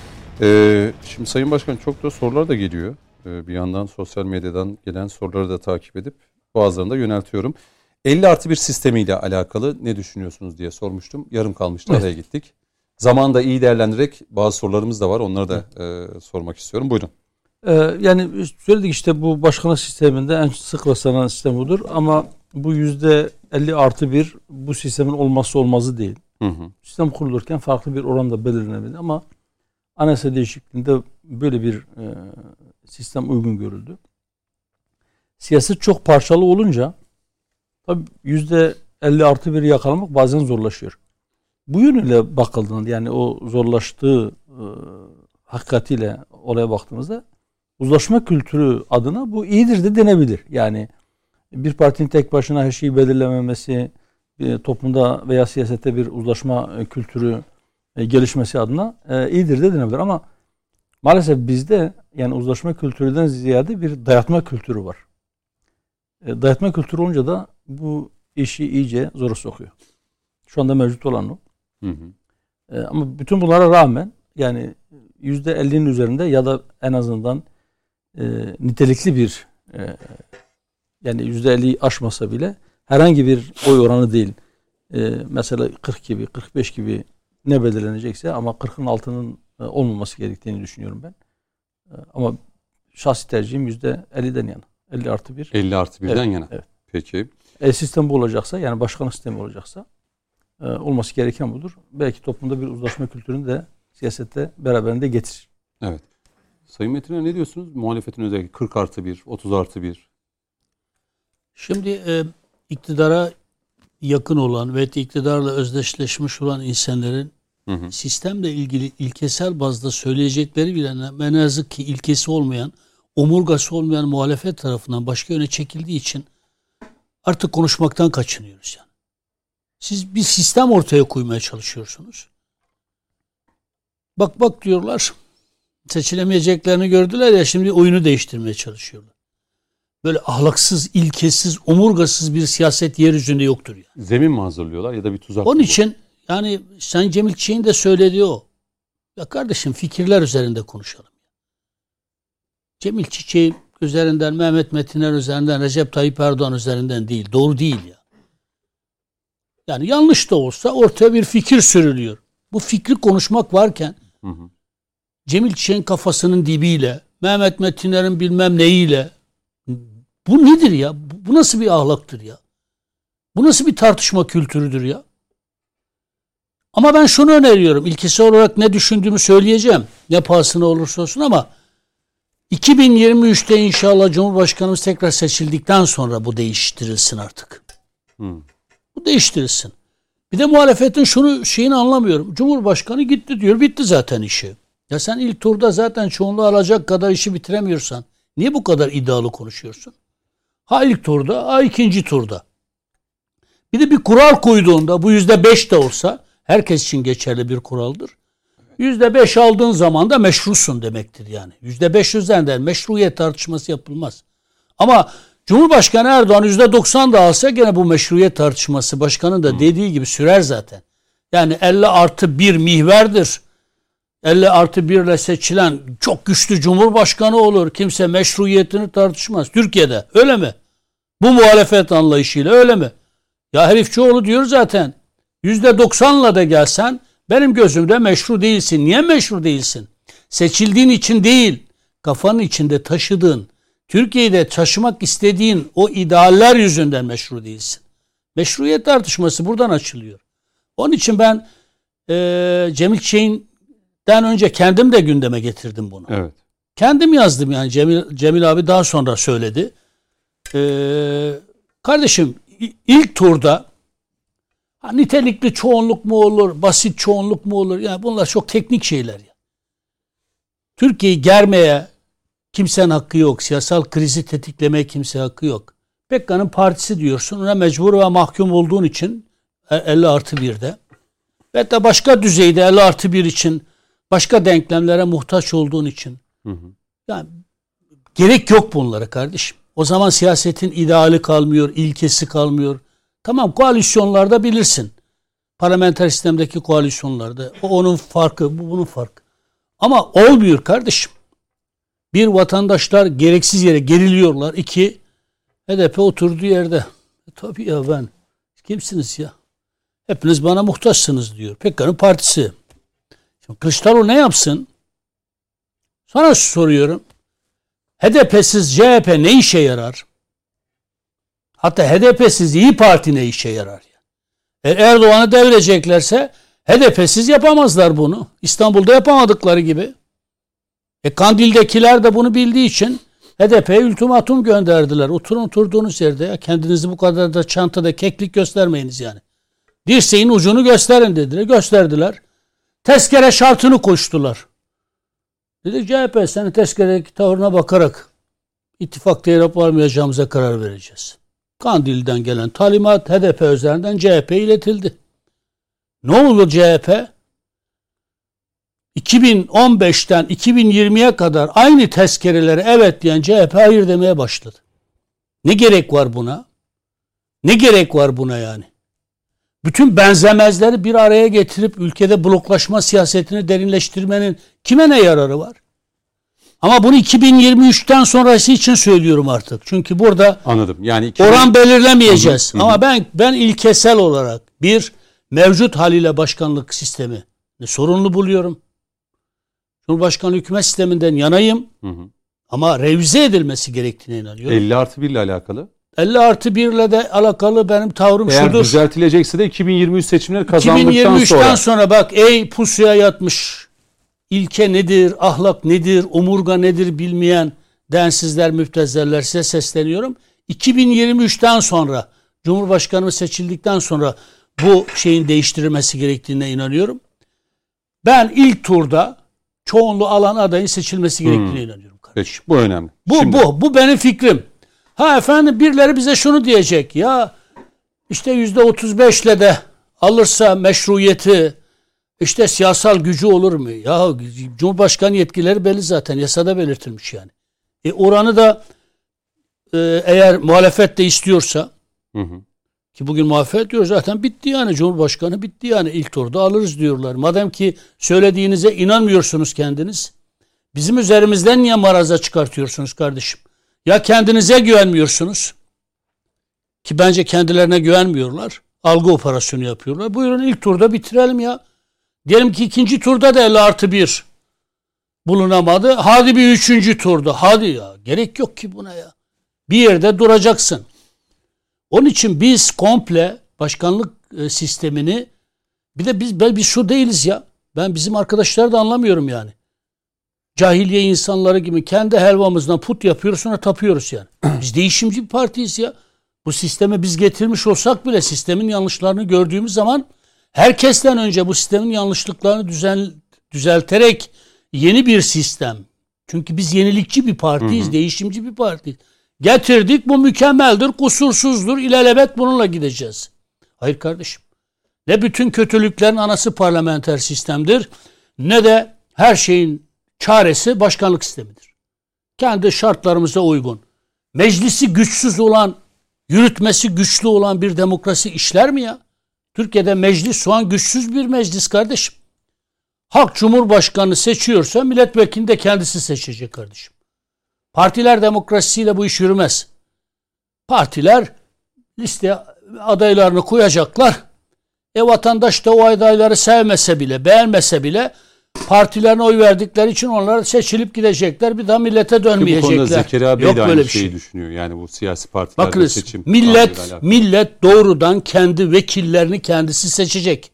Şimdi Sayın Başkan, çok da sorular da geliyor. Bir yandan sosyal medyadan gelen soruları da takip edip bazılarını da yöneltiyorum. 50+1 sistemiyle alakalı ne düşünüyorsunuz diye sormuştum. Yarım kalmıştı, araya gittik. Zamanı da iyi değerlendirerek bazı sorularımız da var. Onları da sormak istiyorum. Buyurun. Yani söyledik işte, bu başkanlık sisteminde en sık rastlanan sistem budur. Ama bu %50+1 bu sistemin olmazsa olmazı değil. Hı hı. Sistem kurulurken farklı bir oranda belirlenebilir ama anayasa değişikliğinde böyle bir sistem uygun görüldü. Siyaset çok parçalı olunca tabii %50+1'i yakalamak bazen zorlaşıyor. Bu yönüyle bakıldığında, yani o zorlaştığı hakikatiyle olaya baktığımızda, uzlaşma kültürü adına bu iyidir de denebilir. Yani bir partinin tek başına her şeyi belirlememesi, toplumda veya siyasette bir uzlaşma kültürü gelişmesi adına iyidir de denebilir. Ama maalesef bizde yani uzlaşma kültüründen ziyade bir dayatma kültürü var. Dayatma kültürü olunca da bu işi iyice zora sokuyor. Şu anda mevcut olan o. Hı hı. Ama bütün bunlara rağmen yani %50'nin üzerinde ya da en azından nitelikli bir Yani %50'yi aşmasa bile herhangi bir oy oranı değil. Mesela 40 gibi, 45 gibi ne belirlenecekse ama 40'ın altının olmaması gerektiğini düşünüyorum ben. Ama şahsi tercihim %50'den yana. 50+1. 50+1'den evet, yana. Evet. Peki. Sistem bu olacaksa, yani başkanlık sistemi olacaksa olması gereken budur. Belki toplumda bir uzlaşma kültürünü de siyasette beraberinde getirir. Evet. Sayın Metiner, ne diyorsunuz? Muhalefetin özellikle 40+1, 30+1. Şimdi iktidara yakın olan ve iktidarla özdeşleşmiş olan insanların sistemle ilgili ilkesel bazda söyleyecekleri bile ne yazık ki ilkesi olmayan, omurgası olmayan muhalefet tarafından başka yöne çekildiği için artık konuşmaktan kaçınıyoruz yani. Siz bir sistem ortaya koymaya çalışıyorsunuz. Bak diyorlar, seçilemeyeceklerini gördüler ya, şimdi oyunu değiştirmeye çalışıyorlar. Böyle ahlaksız, ilkesiz, omurgasız bir siyaset yeryüzünde yoktur yani. Zemin mi hazırlıyorlar ya da bir tuzak? Onun için yani Sayın Cemil Çiçek'in de söylediği o. Ya kardeşim, fikirler üzerinde konuşalım. Cemil Çiçek üzerinden, Mehmet Metiner üzerinden, Recep Tayyip Erdoğan üzerinden değil. Doğru değil ya. Yani yanlış da olsa ortaya bir fikir sürülüyor. Bu fikri konuşmak varken Cemil Çiçek'in kafasının dibiyle, Mehmet Metiner'in bilmem neyiyle, bu nedir ya? Bu nasıl bir ahlaktır ya? Bu nasıl bir tartışma kültürüdür ya? Ama ben şunu öneriyorum. İlkesi olarak ne düşündüğümü söyleyeceğim. Ne pahasına olursa olsun, ama 2023'te inşallah Cumhurbaşkanımız tekrar seçildikten sonra bu değiştirilsin artık. Bu değiştirilsin. Bir de muhalefetin şeyini anlamıyorum. Cumhurbaşkanı gitti diyor. Bitti zaten işi. Ya sen ilk turda zaten çoğunluğu alacak kadar işi bitiremiyorsan niye bu kadar iddialı konuşuyorsun? Ha ilk turda, ha ikinci turda. Bir de bir kural koyduğunda, bu %5 de olsa herkes için geçerli bir kuraldır. %5 aldığın zaman da meşrusun demektir yani. %5 üzerinden meşruiyet tartışması yapılmaz. Ama Cumhurbaşkanı Erdoğan %90 da alsa gene bu meşruiyet tartışması başkanın da dediği gibi sürer zaten. Yani 50+1 mihverdir. 50+1 ile seçilen çok güçlü Cumhurbaşkanı olur. Kimse meşruiyetini tartışmaz. Türkiye'de öyle mi? Bu muhalefet anlayışıyla öyle mi? Ya herifçioğlu diyor zaten. %90'la da gelsen benim gözümde meşru değilsin. Niye meşru değilsin? Seçildiğin için değil, kafanın içinde taşıdığın, Türkiye'de taşımak istediğin o idealler yüzünden meşru değilsin. Meşruiyet tartışması buradan açılıyor. Onun için ben Cemil Çiçek'ten önce kendim de gündeme getirdim bunu. Evet. Kendim yazdım yani. Cemil abi daha sonra söyledi. Kardeşim, ilk turda nitelikli çoğunluk mu olur, basit çoğunluk mu olur? Yani bunlar çok teknik şeyler ya. Türkiye'yi germeye kimsenin hakkı yok. Siyasal krizi tetiklemeye kimse hakkı yok. Pekka'nın partisi diyorsun. Ona mecbur ve mahkum olduğun için 50+1'de. Ve de başka düzeyde 50+1 için başka denklemlere muhtaç olduğun için. Yani gerek yok bunlara kardeşim. O zaman siyasetin ideali kalmıyor, ilkesi kalmıyor. Tamam, koalisyonlarda bilirsin. Parlamenter sistemdeki koalisyonlarda. O onun farkı, bu bunun farkı. Ama olmuyor kardeşim. Bir, vatandaşlar gereksiz yere geriliyorlar. İki, HDP oturduğu yerde. Tabii ya, ben kimsiniz ya? Hepiniz bana muhtaçsınız diyor. Pekka'nın partisi. Şimdi Kılıçdaroğlu ne yapsın? Sana soruyorum. HDP'siz CHP ne işe yarar? Hatta HDP'siz İYİ Parti ne işe yarar? Erdoğan'ı devireceklerse HDP'siz yapamazlar bunu. İstanbul'da yapamadıkları gibi. Kandil'dekiler de bunu bildiği için HDP'ye ultimatum gönderdiler. Oturun oturduğunuz yerde ya. Kendinizi bu kadar da çantada keklik göstermeyiniz yani. Dirseğin ucunu gösterin dediler. Gösterdiler. Tezkere şartını koştular. Dedi CHP, senin tezkeredeki tavrına bakarak ittifakta yer yapamayacağımıza karar vereceğiz. Kandil'den gelen talimat HDP üzerinden CHP'ye iletildi. Ne oldu CHP? 2015'ten 2020'ye kadar aynı tezkerelere evet diyen CHP hayır demeye başladı. Ne gerek var buna? Ne gerek var buna yani? Bütün benzemezleri bir araya getirip ülkede bloklaşma siyasetini derinleştirmenin kime ne yararı var? Ama bunu 2023'ten sonrası için söylüyorum artık. Çünkü burada Anladım. Yani oran belirlemeyeceğiz. Hı hı. Ama ben ilkesel olarak mevcut haliyle başkanlık sistemi sorunlu buluyorum. Cumhurbaşkanlığı hükümet sisteminden yanayım. Hı hı. Ama revize edilmesi gerektiğine inanıyorum. 50+1 ile alakalı. 50+1 ile de alakalı benim tavrım Eğer şudur. düzeltilecekse de 2023 seçimleri kazandıktan 2023'ten sonra bak ey pusuya yatmış ilke nedir, ahlak nedir, omurga nedir bilmeyen densizler, müptezeller size sesleniyorum. 2023'ten sonra Cumhurbaşkanı seçildikten sonra bu şeyin değiştirilmesi gerektiğine inanıyorum. Ben ilk turda çoğunluğu alan adayın seçilmesi gerektiğine inanıyorum. Peki, bu önemli. Bu benim fikrim. Ha efendim birileri bize şunu diyecek. Ya işte %35'le de alırsa meşruiyeti işte siyasal gücü olur mu? Ya Cumhurbaşkanı yetkileri belli zaten. Yasada belirtilmiş yani. Oranı da eğer muhalefet de istiyorsa ki bugün muhalefet diyor zaten bitti yani. Cumhurbaşkanı bitti yani. İlk turda alırız diyorlar. Madem ki söylediğinize inanmıyorsunuz kendiniz. Bizim üzerimizden niye maraza çıkartıyorsunuz kardeşim? Ya kendinize güvenmiyorsunuz ki bence kendilerine güvenmiyorlar. Algı operasyonu yapıyorlar. Buyurun ilk turda bitirelim ya. Diyelim ki ikinci turda da 50+1 bulunamadı. Hadi bir üçüncü turda. Hadi ya. Gerek yok ki buna ya. Bir yerde duracaksın. Onun için biz komple başkanlık sistemini bir de biz şu değiliz ya. Ben bizim arkadaşları da anlamıyorum yani. Cahiliye insanları gibi kendi helvamızdan put yapıyoruz sonra tapıyoruz yani. Biz değişimci bir partiyiz ya. Bu sistemi biz getirmiş olsak bile sistemin yanlışlarını gördüğümüz zaman herkesten önce bu sistemin yanlışlıklarını düzelterek yeni bir sistem. Çünkü biz yenilikçi bir partiyiz, değişimci bir partiyiz. Getirdik bu mükemmeldir, kusursuzdur, ilelebet bununla gideceğiz. Hayır kardeşim. Ne bütün kötülüklerin anası parlamenter sistemdir ne de her şeyin çaresi başkanlık sistemidir. Kendi şartlarımıza uygun. Meclisi güçsüz olan, yürütmesi güçlü olan bir demokrasi işler mi ya? Türkiye'de meclis şu an güçsüz bir meclis kardeşim. Halk Cumhurbaşkanı seçiyorsa milletvekilini de kendisi seçecek kardeşim. Partiler demokrasisiyle bu iş yürümez. Partiler liste adaylarını koyacaklar. Vatandaş da o adayları sevmese bile, beğenmese bile partilerine oy verdikleri için onlar seçilip gidecekler. Bir daha millete dönmeyecekler. Bu konuda Zekeriya Bey yok de aynı böyle bir şeyi düşünüyor. Yani bu siyasi partilerde bakınız, seçim. millet doğrudan kendi vekillerini kendisi seçecek.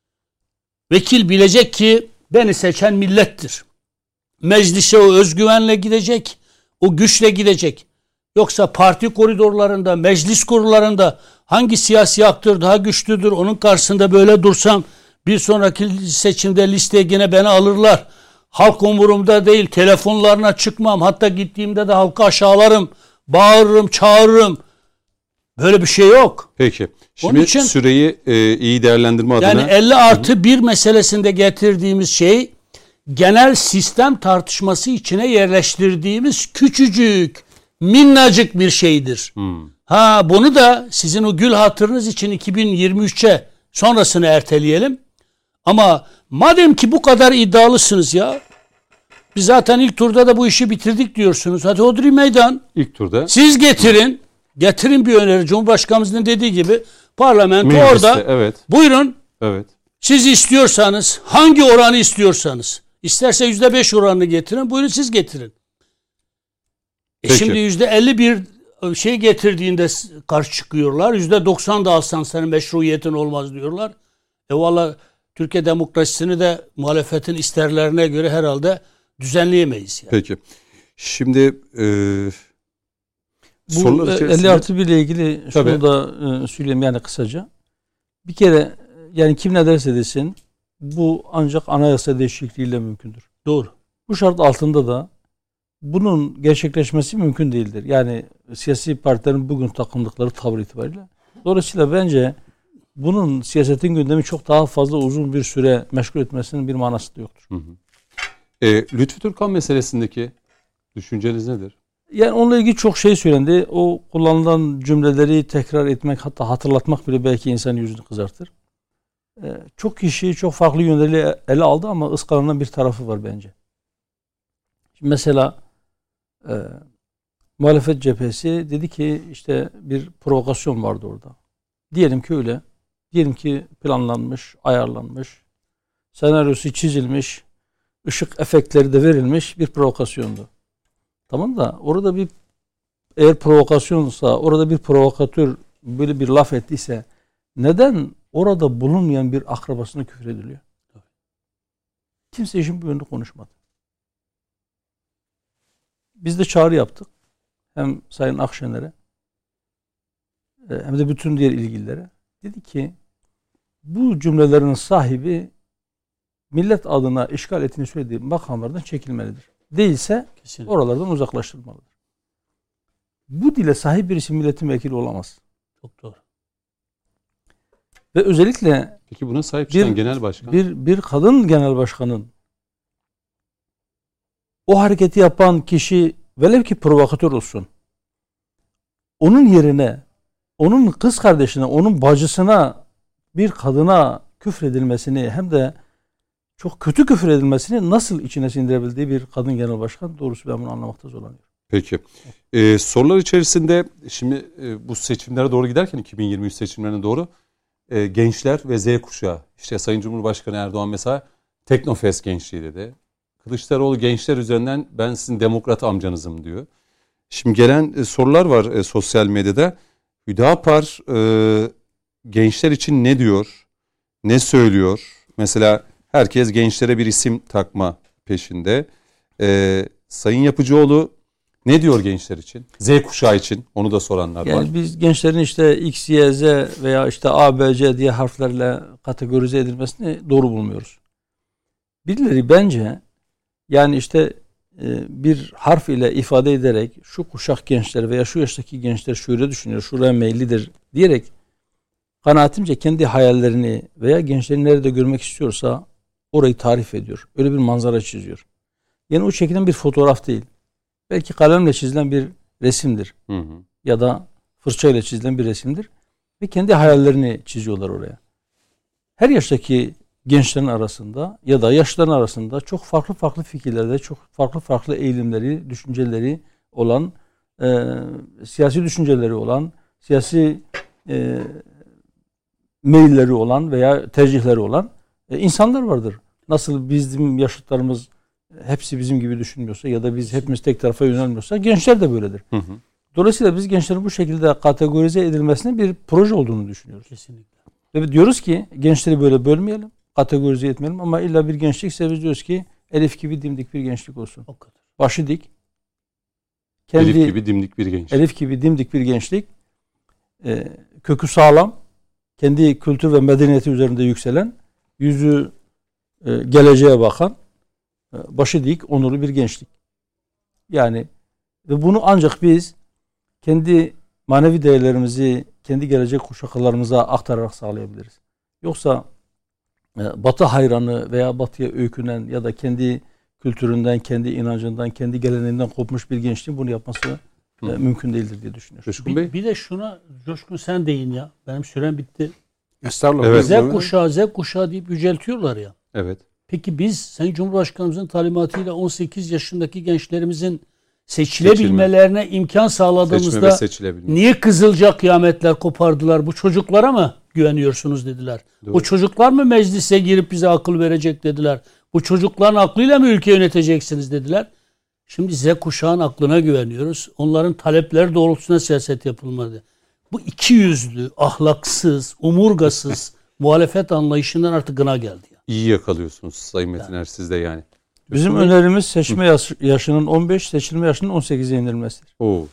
Vekil bilecek ki beni seçen millettir. Meclise o özgüvenle gidecek, o güçle gidecek. Yoksa parti koridorlarında, meclis kurullarında hangi siyasi aktör daha güçlüdür onun karşısında böyle dursam bir sonraki seçimde listeye yine beni alırlar. Halk umurumda değil, telefonlarına çıkmam. Hatta gittiğimde de halkı aşağılarım, bağırırım, çağırırım. Böyle bir şey yok. Peki. Onun Şimdi için, süreyi iyi değerlendirme adına. yani 50+1 meselesinde getirdiğimiz şey genel sistem tartışması içine yerleştirdiğimiz küçücük, minnacık bir şeydir. Bunu da sizin o gül hatırınız için 2023'e sonrasını erteleyelim. Ama madem ki bu kadar iddialısınız ya, biz zaten ilk turda da bu işi bitirdik diyorsunuz. Hadi hodri meydan. İlk turda. Siz getirin. Getirin bir öneri. Cumhurbaşkanımızın dediği gibi parlamento Mecliste, orada. evet. Buyurun. Evet. Siz istiyorsanız, hangi oranı istiyorsanız, isterse %5 oranını getirin. Buyurun siz getirin. Şimdi %51 şey getirdiğinde karşı çıkıyorlar. %90 da alsan senin meşruiyetin olmaz diyorlar. Valla Türkiye demokrasisini de muhalefetin isterlerine göre herhalde düzenleyemeyiz. Yani. Peki. Şimdi bu 50+1 ile ilgili şunu da söyleyeyim yani kısaca. Bir kere yani kim ne derse desin bu ancak anayasa değişikliğiyle mümkündür. Doğru. Bu şart altında da bunun gerçekleşmesi mümkün değildir. Yani siyasi partilerin bugün takındıkları tavır itibariyle. Dolayısıyla bence bunun siyasetin gündemi çok daha fazla uzun bir süre meşgul etmesinin bir manası da yoktur. Lütfü Türkan meselesindeki düşünceniz nedir? Yani onunla ilgili çok şey söylendi. O kullanılan cümleleri tekrar etmek hatta hatırlatmak bile belki insanın yüzünü kızartır. Çok kişi çok farklı yönleriyle ele aldı ama ıskalanan bir tarafı var bence. Şimdi mesela muhalefet cephesi dedi ki işte bir provokasyon vardı orada. Diyelim ki öyle. Diyelim ki planlanmış, ayarlanmış, senaryosu çizilmiş, ışık efektleri de verilmiş bir provokasyondu. Tamam da orada bir eğer provokasyonsa, orada bir provokatör böyle bir laf ettiyse neden orada bulunmayan bir akrabasına küfür ediliyor? Kimse işin bu yönde konuşmadı. Biz de çağrı yaptık. Hem Sayın Akşener'e hem de bütün diğer ilgililere. Dedi ki bu cümlelerin sahibi millet adına işgal ettiğini söylediği makamlardan çekilmelidir. Değilse kesinlikle oralardan uzaklaştırılmalıdır. Bu dile sahip birisi milletin vekili olamaz. Çok doğru. Ve özellikle peki buna sahip çıkan genel başkan? Bir kadın genel başkanın o hareketi yapan kişi velev ki provokatör olsun, onun yerine onun kız kardeşine, onun bacısına, bir kadına küfredilmesini hem de çok kötü küfür edilmesini nasıl içine sindirebildiği bir kadın genel başkan, doğrusu ben bunu anlamakta zorlanıyorum. Peki. Sorular içerisinde şimdi bu seçimlere doğru giderken 2023 seçimlerine doğru gençler ve Z kuşağı, işte Sayın Cumhurbaşkanı Erdoğan mesela Teknofest gençliği dedi. Kılıçdaroğlu gençler üzerinden ben sizin demokrat amcanızım diyor. Şimdi gelen sorular var sosyal medyada. Hüdapar gençler için ne diyor? Ne söylüyor? Mesela herkes gençlere bir isim takma peşinde. Sayın Yapıcıoğlu ne diyor gençler için? Z kuşağı için onu da soranlar var. Yani biz gençlerin işte X, Y, Z veya işte A, B, C diye harflerle kategorize edilmesini doğru bulmuyoruz. Birileri bence yani işte bir harf ile ifade ederek şu kuşak gençler veya şu yaştaki gençler şöyle düşünüyor, şuraya meyillidir diyerek kanaatimce kendi hayallerini veya gençlerin nerede görmek istiyorsa orayı tarif ediyor. Öyle bir manzara çiziyor. Yani o çekilen bir fotoğraf değil. Belki kalemle çizilen bir resimdir. Hı hı. Ya da fırçayla çizilen bir resimdir. Ve kendi hayallerini çiziyorlar oraya. Her yaştaki gençlerin arasında ya da yaşlıların arasında çok farklı fikirlerde, çok farklı eğilimleri, düşünceleri olan, siyasi düşünceleri olan, siyasi meyilleri olan veya tercihleri olan insanlar vardır. Nasıl bizim yaşıtlarımız hepsi bizim gibi düşünmüyorsa ya da biz hepimiz tek tarafa yönelmiyorsa gençler de böyledir. Hı hı. Dolayısıyla biz gençlerin bu şekilde kategorize edilmesinin bir proje olduğunu düşünüyoruz. Kesinlikle. Ve diyoruz ki gençleri böyle bölmeyelim, kategorize etmeyelim ama illa bir gençlikse biz diyoruz ki Elif gibi dimdik bir gençlik olsun. O kadar. Başı dik. Elif gibi dimdik bir gençlik. Elif gibi dimdik bir gençlik. Kökü sağlam, kendi kültür ve medeniyeti üzerinde yükselen, yüzü geleceğe bakan, başı dik, onurlu bir gençlik. Yani ve bunu ancak biz kendi manevi değerlerimizi kendi gelecek kuşaklarımıza aktararak sağlayabiliriz. Yoksa Batı hayranı veya Batı'ya öykünen ya da kendi kültüründen, kendi inancından, kendi geleneğinden kopmuş bir gençliğin bunu yapması mümkün değildir diye düşünüyorum. Coşkun Bey. Bir de şuna Coşkun sen deyin ya. Benim sürem bitti. Estağfurullah. Evet. Z kuşağı deyip yüceltiyorlar ya. Evet. Peki biz Sayın Cumhurbaşkanımızın talimatıyla 18 yaşındaki gençlerimizin seçilebilmelerine imkan sağladığımızda niye Kızılca kıyametler kopardılar? Bu çocuklara mı güveniyorsunuz dediler. Doğru. Bu çocuklar mı meclise girip bize akıl verecek dediler. Bu çocukların aklıyla mı ülke yöneteceksiniz dediler. Şimdi Z kuşağın aklına güveniyoruz. Onların talepleri doğrultusunda siyaset yapılmadı. Bu ikiyüzlü, ahlaksız, omurgasız muhalefet anlayışından artık gına geldi. İyi yakalıyorsunuz Sayın Metiner siz de yani. Bizim önerimiz seçme yaşının 15, seçilme yaşının 18'e indirilmesidir. Oo.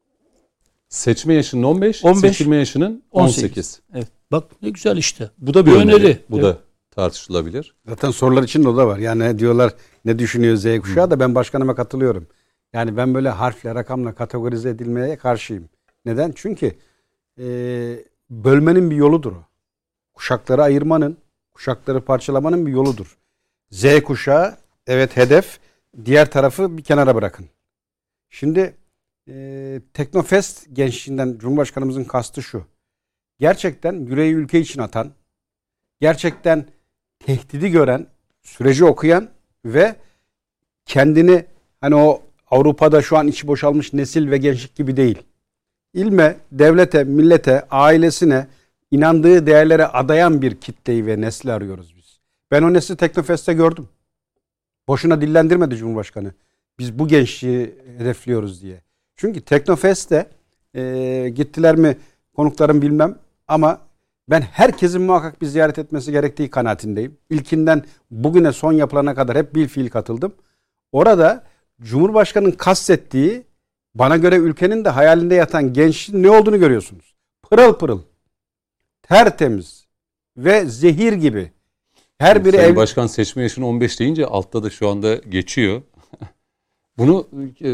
Seçme yaşının 15, seçilme yaşının 18. Evet. Bak ne güzel işte. Bu da bir öneri. Bu da tartışılabilir. Zaten sorular içinde o da var. Yani diyorlar ne düşünüyor Z kuşağı da ben başkanıma katılıyorum. Yani ben böyle harfle, rakamla kategorize edilmeye karşıyım. Neden? Çünkü bölmenin bir yoludur o. Kuşakları ayırmanın, kuşakları parçalamanın bir yoludur. Z kuşağı evet hedef, diğer tarafı bir kenara bırakın. Şimdi Teknofest gençliğinden Cumhurbaşkanımızın kastı şu. Gerçekten yüreği ülke için atan, gerçekten tehdidi gören, süreci okuyan ve kendini hani o Avrupa'da şu an içi boşalmış nesil ve gençlik gibi değil. İlme, devlete, millete, ailesine inandığı değerlere adayan bir kitleyi ve nesli arıyoruz biz. Ben o nesli Teknofest'te gördüm. Boşuna dillendirmedi Cumhurbaşkanı. Biz bu gençliği hedefliyoruz diye. Çünkü Teknofest'te gittiler mi konuklarım bilmem ama ben herkesin muhakkak bir ziyaret etmesi gerektiği kanaatindeyim. İlkinden bugüne son yapılana kadar hep bilfiil katıldım. Orada Cumhurbaşkanı'nın kastettiği, bana göre ülkenin de hayalinde yatan gençliğin ne olduğunu görüyorsunuz. Pırıl pırıl, tertemiz ve zehir gibi. Her biri Sayın Başkan seçme yaşını 15 deyince altta da şu anda geçiyor. Bunu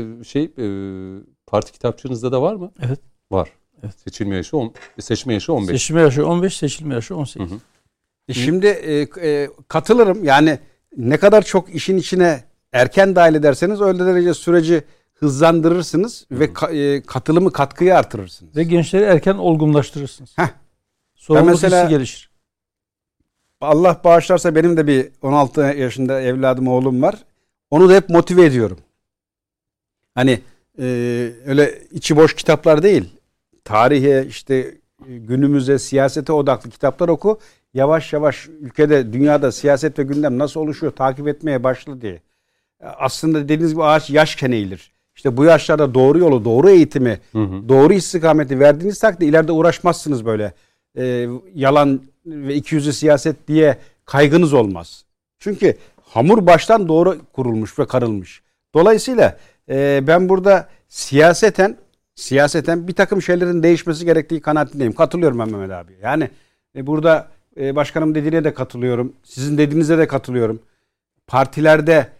parti kitapçığınızda da var mı? Evet. Var. Evet. Seçme yaşı 15. Seçme yaşı 15, seçilme yaşı 18. Şimdi katılırım. Yani ne kadar çok işin içine erken dahil ederseniz öyle derece süreci hızlandırırsınız ve katılımı, katkıyı artırırsınız. Ve gençleri erken olgunlaştırırsınız. Sorumluluk hissi gelişir. Allah bağışlarsa benim de bir 16 yaşında evladım, oğlum var. Onu da hep motive ediyorum. Hani öyle içi boş kitaplar değil. Tarihe, işte günümüze, siyasete odaklı kitaplar oku. Yavaş yavaş ülkede, dünyada siyaset ve gündem nasıl oluşuyor takip etmeye başla diye. Aslında dediğiniz gibi ağaç yaşken eğilir. İşte bu yaşlarda doğru yolu, doğru eğitimi, doğru istikameti verdiğiniz takdirde ileride uğraşmazsınız böyle. Yalan ve ikiyüzlü siyaset diye kaygınız olmaz. Çünkü hamur baştan doğru kurulmuş ve karılmış. Dolayısıyla ben burada siyaseten bir takım şeylerin değişmesi gerektiği kanaatindeyim. Katılıyorum ben Mehmet abi. Yani burada başkanım dediğine de katılıyorum. Sizin dediğinize de katılıyorum. Partilerde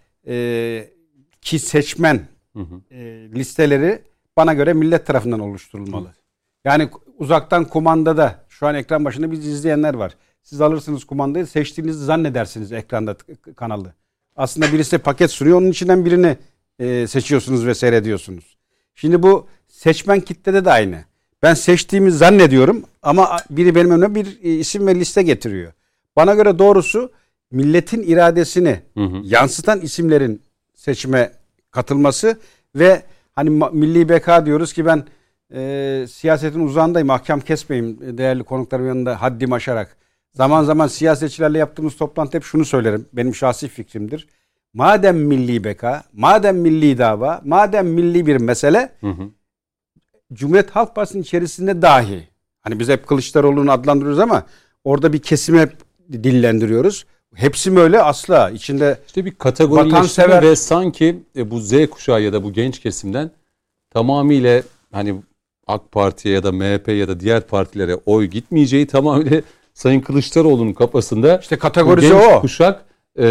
ki seçmen listeleri bana göre millet tarafından oluşturulmalı. Yani uzaktan kumandada şu an ekran başında bizi izleyenler var. Siz alırsınız kumandayı, seçtiğinizi zannedersiniz ekranda kanalı. Aslında birisi paket sunuyor, onun içinden birini seçiyorsunuz ve seyrediyorsunuz. Şimdi bu seçmen kitlede de aynı. Ben seçtiğimi zannediyorum ama biri benim önüme bir isim ve liste getiriyor. Bana göre doğrusu milletin iradesini yansıtan isimlerin seçime katılması ve hani milli beka diyoruz ki ben siyasetin uzağındayım, ahkam kesmeyeyim değerli konuklarım yanında haddim aşarak. Zaman zaman siyasetçilerle yaptığımız toplantıda hep şunu söylerim. Benim şahsi fikrimdir. Madem milli beka, madem milli dava, madem milli bir mesele, Cumhuriyet Halk Partisi'nin içerisinde dahi, hani biz hep Kılıçdaroğlu'nu adlandırıyoruz ama orada bir kesimi hep dillendiriyoruz. Hepsi mi öyle? Asla. İçinde işte bir kategorileştirme ve sanki bu Z kuşağı ya da bu genç kesimden tamamıyla hani AK Parti'ye ya da MHP ya da diğer partilere oy gitmeyeceği tamamıyla Sayın Kılıçdaroğlu'nun kafasında işte kategorisi genç o. kuşak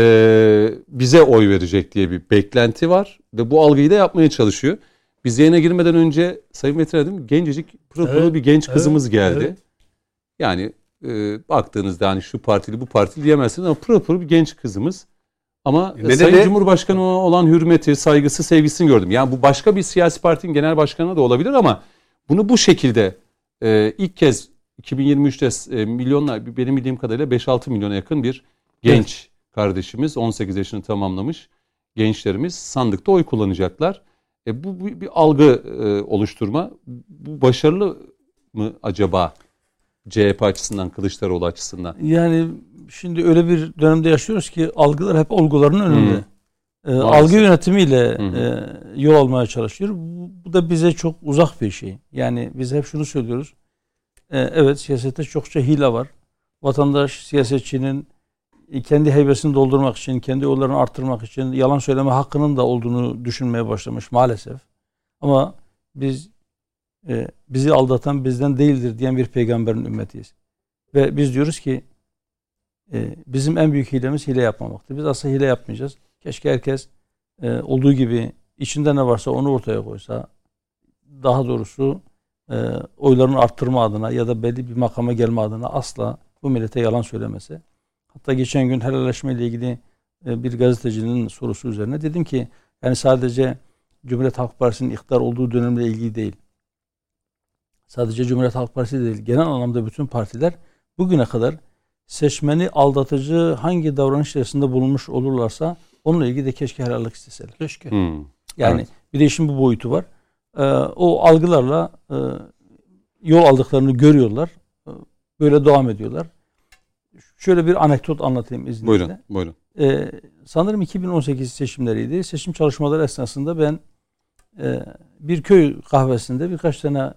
bize oy verecek diye bir beklenti var ve bu algıyı da yapmaya çalışıyor. Biz yayına girmeden önce Sayın Metin Aydın gencecik pırıl pırıl bir genç kızımız geldi. Evet. Yani baktığınızda hani şu partili bu partili diyemezsiniz ama pırıl pırıl bir genç kızımız. Ama Sayın Cumhurbaşkanı olan hürmeti, saygısı, sevgisini gördüm. Yani bu başka bir siyasi partinin genel başkanına da olabilir ama bunu bu şekilde ilk kez 2023'te milyonlar, benim bildiğim kadarıyla 5-6 milyona yakın bir genç kardeşimiz, 18 yaşını tamamlamış gençlerimiz sandıkta oy kullanacaklar. Bu bir algı oluşturma. Bu başarılı mı acaba CHP açısından, Kılıçdaroğlu açısından? Yani şimdi öyle bir dönemde yaşıyoruz ki algılar hep olguların önünde. Algı yönetimiyle yol almaya çalışıyor. Bu da bize çok uzak bir şey. Yani biz hep şunu söylüyoruz. Evet, siyasette çokça hile var. Vatandaş siyasetçinin kendi heybesini doldurmak için, kendi yollarını arttırmak için yalan söyleme hakkının da olduğunu düşünmeye başlamış maalesef. Ama biz bizi aldatan bizden değildir diyen bir peygamberin ümmetiyiz. Ve biz diyoruz ki bizim en büyük hilemiz hile yapmamaktır. Biz aslında hile yapmayacağız. Keşke herkes olduğu gibi içinde ne varsa onu ortaya koysa, daha doğrusu oylarını arttırma adına ya da belli bir makama gelme adına asla bu millete yalan söylemese. Hatta geçen gün helalleşme ile ilgili bir gazetecinin sorusu üzerine dedim ki yani sadece Cumhuriyet Halk Partisi'nin iktidar olduğu dönemle ilgili değil. Sadece Cumhuriyet Halk Partisi değil, genel anlamda bütün partiler bugüne kadar seçmeni aldatıcı hangi davranış içerisinde bulunmuş olurlarsa onunla ilgili de keşke helallik isteseler. Keşke. Yani Evet. bir de işin bu boyutu var. O algılarla yol aldıklarını görüyorlar. Böyle devam ediyorlar. Şöyle bir anekdot anlatayım izninizle. Buyurun. Sanırım 2018 seçimleriydi. Seçim çalışmaları esnasında ben bir köy kahvesinde birkaç tane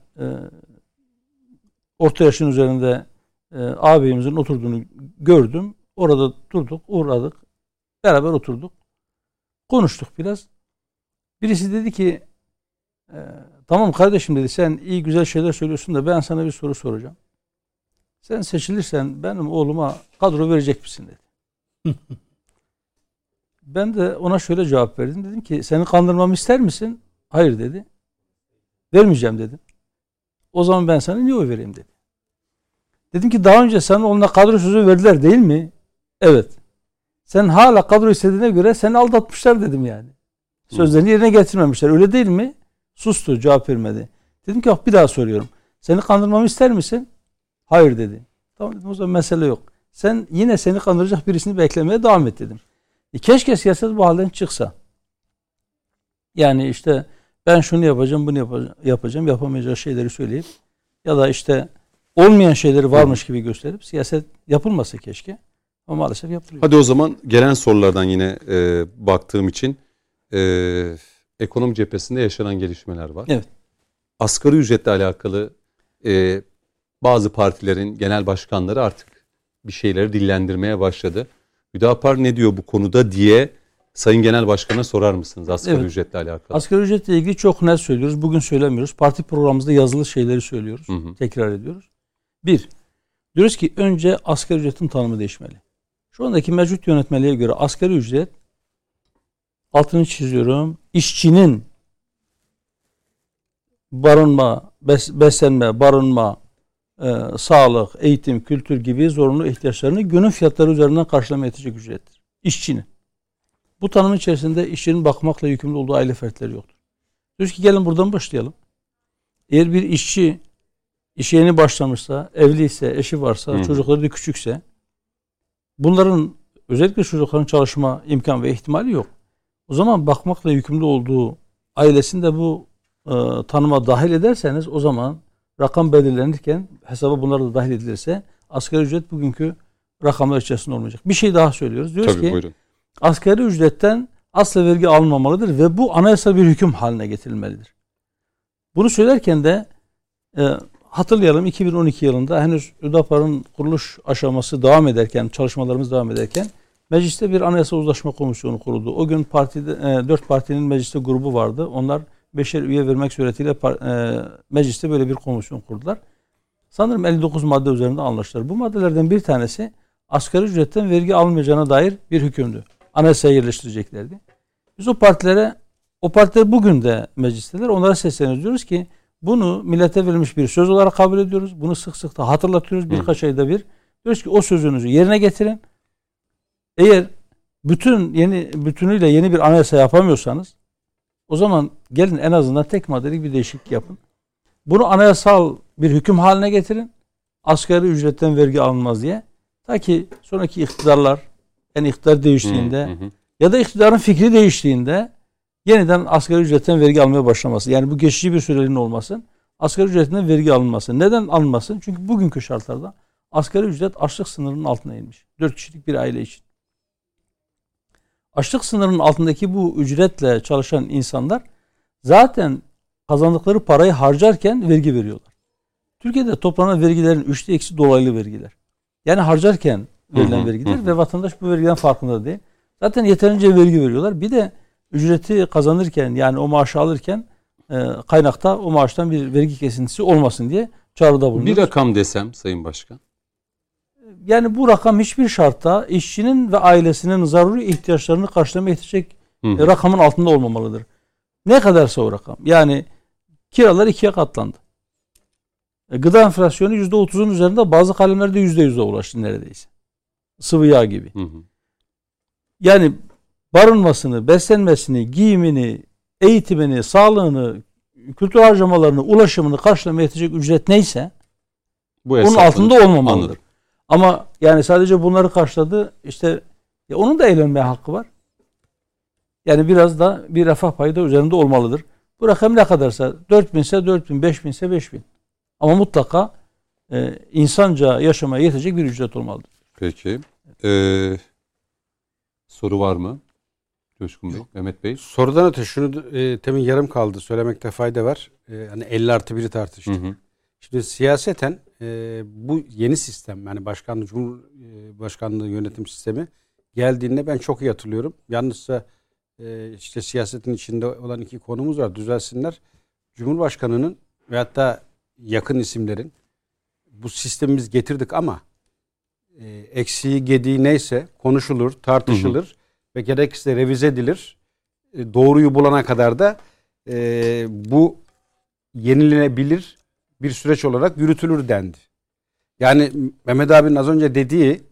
orta yaşın üzerinde ağabeyimizin oturduğunu gördüm. Orada durduk, uğradık. Beraber oturduk. Konuştuk biraz. Birisi dedi ki tamam kardeşim dedi, sen iyi güzel şeyler söylüyorsun da ben sana bir soru soracağım. Sen seçilirsen benim oğluma kadro verecek misin dedi. Ben de ona şöyle cevap verdim. Dedim ki seni kandırmamı ister misin? Hayır dedi. Vermeyeceğim dedim. O zaman ben sana niye oy vereyim dedi. Dedim ki daha önce senin oğluna kadro sözü verdiler değil mi? Evet. Sen hala kadro istediğine göre seni aldatmışlar dedim yani. Sözlerini yerine getirmemişler. Öyle değil mi? Sustu, cevap vermedi. Dedim ki bak bir daha soruyorum. Seni kandırmamı ister misin? Hayır dedi. Tamam dedim, o zaman mesele yok. Sen yine seni kandıracak birisini beklemeye devam et dedim. Keşke siyaset bu halden çıksa. Yani işte ben şunu yapacağım, bunu yapacağım, yapamayacağı şeyleri söyleyip ya da işte olmayan şeyleri varmış gibi gösterip siyaset yapılmasa keşke. Ama maalesef yapılıyor. Hadi o zaman gelen sorulardan yine baktığım için ekonomi cephesinde yaşanan gelişmeler var. Evet. Asgari ücretle alakalı bazı partilerin genel başkanları artık bir şeyleri dillendirmeye başladı. Hüdapar ne diyor bu konuda diye Sayın Genel Başkan'a sorar mısınız asgari ücretle alakalı? Asgari ücretle ilgili çok net söylüyoruz. Bugün söylemiyoruz. Parti programımızda yazılı şeyleri söylüyoruz. Tekrar ediyoruz. Bir, diyoruz ki önce asgari ücretin tanımı değişmeli. Şu andaki mevcut yönetmeliğe göre asgari ücret, altını çiziyorum, işçinin barınma, beslenme, barınma, sağlık, eğitim, kültür gibi zorunlu ihtiyaçlarını günün fiyatları üzerinden karşılamaya yetecek ücrettir. İşçinin. Bu tanımın içerisinde işçinin bakmakla yükümlü olduğu aile fertleri yoktur. Diyoruz ki gelin buradan başlayalım. Eğer bir işçi işe yeni başlamışsa, evliyse, eşi varsa, çocukları da küçükse, bunların özellikle çocukların çalışma imkan ve ihtimali yok. O zaman bakmakla yükümlü olduğu ailesinde bu tanıma dahil ederseniz o zaman rakam belirlenirken hesaba bunlar da dahil edilirse asgari ücret bugünkü rakamlar içerisinde olmayacak. Bir şey daha söylüyoruz. Diyoruz Tabii, ki buyurun. asgari ücretten asla vergi alınmamalıdır ve bu anayasal bir hüküm haline getirilmelidir. Bunu söylerken de hatırlayalım 2012 yılında henüz Hüdapar'ın kuruluş aşaması devam ederken, çalışmalarımız devam ederken mecliste bir anayasa uzlaşma komisyonu kuruldu. O gün 4 partinin mecliste grubu vardı. Onlar 5'er üye vermek suretiyle mecliste böyle bir komisyon kurdular. Sanırım 59 madde üzerinde anlaştılar. Bu maddelerden bir tanesi asgari ücretten vergi alınmayacağına dair bir hükümdü. Anayasaya yerleştireceklerdi. Biz o partiler bugün de meclisteler. Onlara sesleniyoruz. Diyoruz ki bunu millete verilmiş bir söz olarak kabul ediyoruz. Bunu sık sık da hatırlatıyoruz birkaç ayda bir. Diyoruz ki o sözünüzü yerine getirin. Eğer bütünüyle yeni bir anayasa yapamıyorsanız o zaman gelin en azından tek maddelik bir değişiklik yapın. Bunu anayasal bir hüküm haline getirin. Asgari ücretten vergi alınmaz diye. Ta ki sonraki iktidarlar, yani iktidar değiştiğinde ya da iktidarın fikri değiştiğinde yeniden asgari ücretten vergi almaya başlaması. Yani bu geçici bir süreliğine olmasın. Asgari ücretten vergi alınmasın. Neden alınmasın? Çünkü bugünkü şartlarda asgari ücret açlık sınırının altına inmiş. 4 kişilik bir aile için. Açlık sınırının altındaki bu ücretle çalışan insanlar zaten kazandıkları parayı harcarken vergi veriyorlar. Türkiye'de toplanan vergilerin 3'te ikisi dolaylı vergiler. Yani harcarken verilen vergiler ve vatandaş bu vergiden farkında değil. Zaten yeterince vergi veriyorlar. Bir de ücreti kazanırken yani o maaşı alırken kaynakta o maaştan bir vergi kesintisi olmasın diye çağrıda bulunuyoruz. Bir rakam desem Sayın Başkan. Yani bu rakam hiçbir şartta işçinin ve ailesinin zaruri ihtiyaçlarını karşılamaya yetecek rakamın altında olmamalıdır. Ne kadarsa o rakam. Yani kiralar 2'ye katlandı. Gıda enflasyonu %30'un üzerinde, bazı kalemlerde %100'e ulaştı neredeyse. Sıvı yağ gibi. Yani barınmasını, beslenmesini, giyimini, eğitimini, sağlığını, kültür harcamalarını, ulaşımını karşılamaya yetecek ücret neyse bunun altında olmamalıdır. Anladım. Ama yani sadece bunları karşıladı, işte onun da eğlenmeye hakkı var. Yani biraz da bir refah payı da üzerinde olmalıdır. Bu rakam ne kadarsa 4.000 ise 4.000, 5.000 ise 5.000. Ama mutlaka insanca yaşamaya yetecek bir ücret olmalıdır. Peki. Soru var mı? Coşkun Bey, Mehmet Bey. Sorudan öte şunu temin yarım kaldı. Söylemekte fayda var. Hani 50+1'i tartıştık. Hı hı. Şimdi siyaseten bu yeni sistem, yani başkanlığı, Cumhurbaşkanlığı yönetim sistemi geldiğinde ben çok iyi hatırlıyorum. Yalnızsa işte siyasetin içinde olan iki konumuz var. Düzelsinler. Cumhurbaşkanının ve hatta yakın isimlerin bu sistemi biz getirdik ama eksiği gediği neyse konuşulur, tartışılır ve gerekirse revize edilir. Doğruyu bulana kadar da bu yenilenebilir bir süreç olarak yürütülür dendi. Yani Mehmet abinin az önce dediği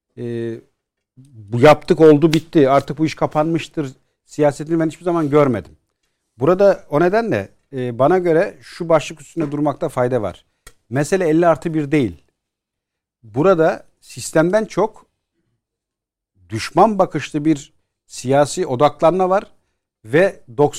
bu yaptık oldu bitti artık bu iş kapanmıştır siyasetini ben hiçbir zaman görmedim. Burada o nedenle bana göre şu başlık üstünde durmakta fayda var. Mesele 50+1 değil. Burada sistemden çok düşman bakışlı bir siyasi odaklanma var ve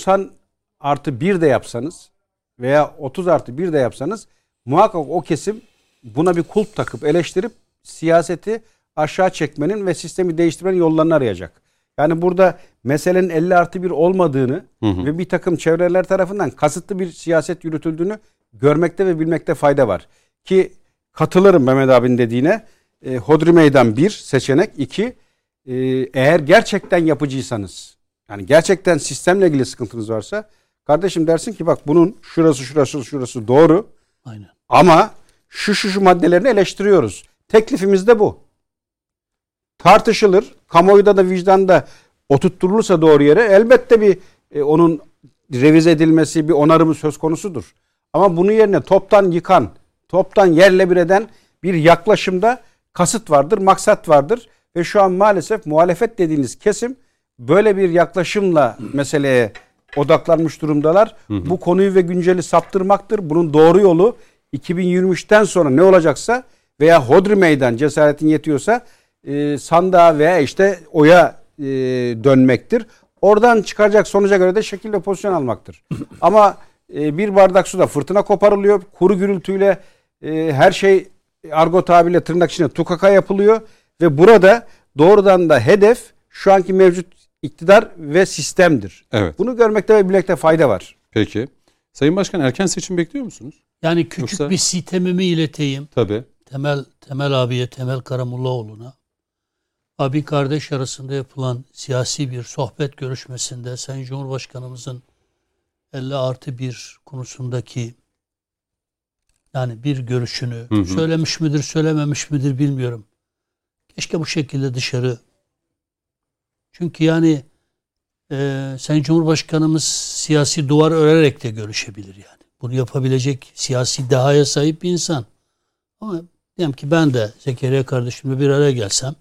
90+1 de yapsanız veya 30+1 de yapsanız muhakkak o kesim buna bir kulp takıp eleştirip siyaseti aşağı çekmenin ve sistemi değiştirmenin yollarını arayacak. Yani burada meselenin 50+1 olmadığını ve bir takım çevreler tarafından kasıtlı bir siyaset yürütüldüğünü görmekte ve bilmekte fayda var. Ki katılırım Mehmet abinin dediğine. Hodri meydan 1 seçenek, 2 eğer gerçekten yapıcıysanız, yani gerçekten sistemle ilgili sıkıntınız varsa kardeşim dersin ki bak bunun şurası doğru. Aynen. Ama şu maddelerini eleştiriyoruz. Teklifimiz de bu. Tartışılır. Kamuoyuda da vicdanda oturtturulursa doğru yere elbette bir onun revize edilmesi, bir onarımı söz konusudur. Ama bunun yerine toptan yıkan, toptan yerle bir eden bir yaklaşımda kasıt vardır, maksat vardır. Ve şu an maalesef muhalefet dediğiniz kesim böyle bir yaklaşımla meseleye odaklanmış durumdalar. Bu konuyu ve günceli saptırmaktır. Bunun doğru yolu 2023'ten sonra ne olacaksa veya hodri meydan cesaretin yetiyorsa sandığa veya işte oya dönmektir. Oradan çıkaracak sonuca göre de şekil ve pozisyon almaktır. Ama bir bardak suda fırtına koparılıyor. Kuru gürültüyle her şey argo tabirle tırnak içinde tukaka yapılıyor. Ve burada doğrudan da hedef şu anki mevcut iktidar ve sistemdir. Evet. Bunu görmekte ve bilmekte fayda var. Peki. Sayın Başkan erken seçim bekliyor musunuz? Yani küçük bir sitemimi ileteyim. Tabii. Temel abiye, Temel Karamollaoğlu'na. Abi kardeş arasında yapılan siyasi bir sohbet görüşmesinde Sayın Cumhurbaşkanımızın 50+1 konusundaki yani bir görüşünü söylemiş midir, söylememiş midir bilmiyorum. Keşke bu şekilde dışarı. Çünkü yani Sayın Cumhurbaşkanımız siyasi duvar örerek de görüşebilir yani. Bunu yapabilecek siyasi dehaya sahip bir insan. Ama diyelim ki ben de Zekeriya kardeşimle bir araya gelsem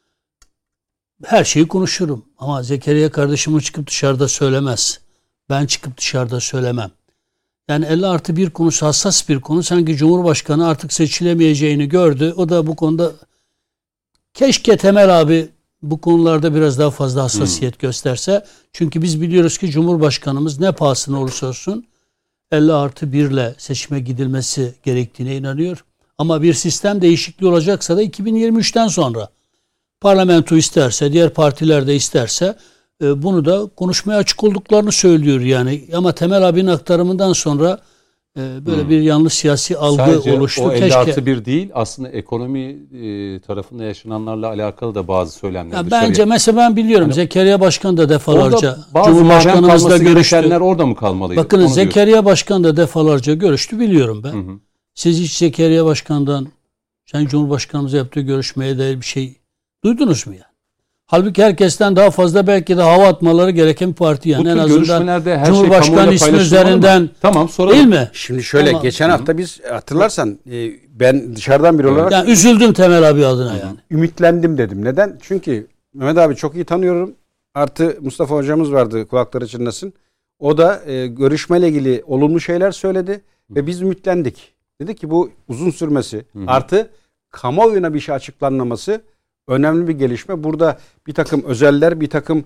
her şeyi konuşurum. Ama Zekeriya kardeşim çıkıp dışarıda söylemez. Ben çıkıp dışarıda söylemem. Yani 50+1 konusu hassas bir konu. Sanki Cumhurbaşkanı artık seçilemeyeceğini gördü. O da bu konuda keşke Temel abi bu konularda biraz daha fazla hassasiyet gösterse. Çünkü biz biliyoruz ki Cumhurbaşkanımız ne pahasına olursa olsun 50+1 ile seçime gidilmesi gerektiğine inanıyor. Ama bir sistem değişikliği olacaksa da 2023'ten sonra parlamento isterse, diğer partiler de isterse bunu da konuşmaya açık olduklarını söylüyor yani. Ama Temel abinin aktarımından sonra böyle bir yanlış siyasi algı sadece oluştu. O Keşke 50+1 değil aslında ekonomi tarafında yaşananlarla alakalı da bazı söylemler. Bence mesela ben biliyorum yani, Zekeriya Başkan da defalarca Cumhurbaşkanımızla görüştü. Orada mı kalmalıydı? Bakın Zekeriya Başkan da defalarca görüştü biliyorum ben. Siz hiç Zekeriya Başkan'dan Sayın Cumhurbaşkanımıza yaptığı görüşmeye dair bir şey duydunuz mu yani? Halbuki herkesten daha fazla belki de hava atmaları gereken bir parti yani. Bu en tür azından görüşmelerde her Cumhurbaşkanı şey ismi üzerinden tamam soralım. Değil mi? Şimdi şöyle geçen hafta biz hatırlarsan ben dışarıdan biri olarak yani üzüldüm Temel abi adına yani. Ümitlendim dedim. Neden? Çünkü Mehmet abi çok iyi tanıyorum. Artı Mustafa hocamız vardı kulakları çınlasın. O da görüşmeyle ilgili olumlu şeyler söyledi ve biz ümitlendik. Dedi ki bu uzun sürmesi artı kamuoyuna bir şey açıklanmaması önemli bir gelişme. Burada bir takım özeller, bir takım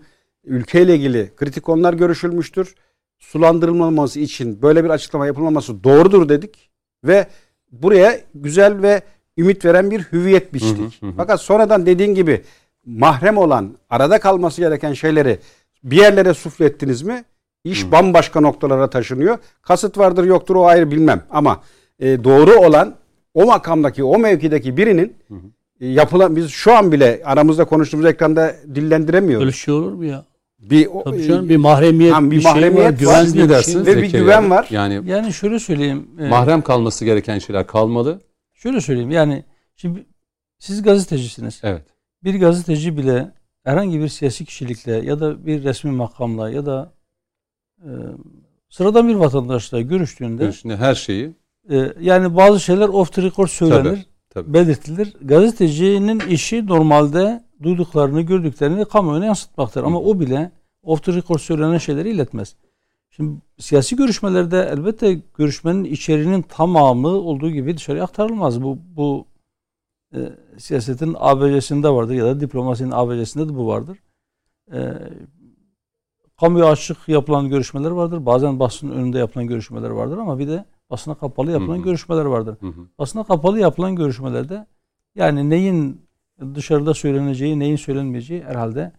ülkeyle ilgili kritik konular görüşülmüştür. Sulandırılmaması için böyle bir açıklama yapılmaması doğrudur dedik ve buraya güzel ve ümit veren bir hüviyet biçtik. Fakat sonradan dediğin gibi mahrem olan, arada kalması gereken şeyleri bir yerlere suflettiniz mi? İş bambaşka noktalara taşınıyor. Kasıt vardır yoktur o ayrı bilmem. Ama doğru olan o makamdaki, o mevkideki birinin yapılan, biz şu an bile aramızda konuştuğumuz ekranda dillendiremiyoruz. Öyle şey olur mu ya? Bir canım, bir mahremiyet, bir mahremiyet şey var, var, Siz güven ne dersiniz? ve bir Zekeriya güven Bey? var. Yani şöyle söyleyeyim. Mahrem kalması gereken şeyler kalmalı. Şöyle söyleyeyim. Yani şimdi siz gazetecisiniz. Evet. Bir gazeteci bile herhangi bir siyasi kişilikle ya da bir resmi makamla ya da sıradan bir vatandaşla görüştüğünde Şimdi her şeyi yani bazı şeyler off the record söylenir, tabii. belirtilir. Gazetecinin işi normalde duyduklarını, gördüklerini kamuoyuna yansıtmaktır. Ama o bile off the record söylenen şeyleri iletmez. Şimdi siyasi görüşmelerde elbette görüşmenin içeriğinin tamamı olduğu gibi dışarıya aktarılmaz. Bu siyasetin ABC'sinde vardır ya da diplomasinin ABC'sinde de bu vardır. Kamuya açık yapılan görüşmeler vardır. Bazen basının önünde yapılan görüşmeler vardır ama bir de basına kapalı yapılan görüşmeler vardır. Basına kapalı yapılan görüşmelerde yani neyin dışarıda söyleneceği, neyin söylenmeyeceği herhalde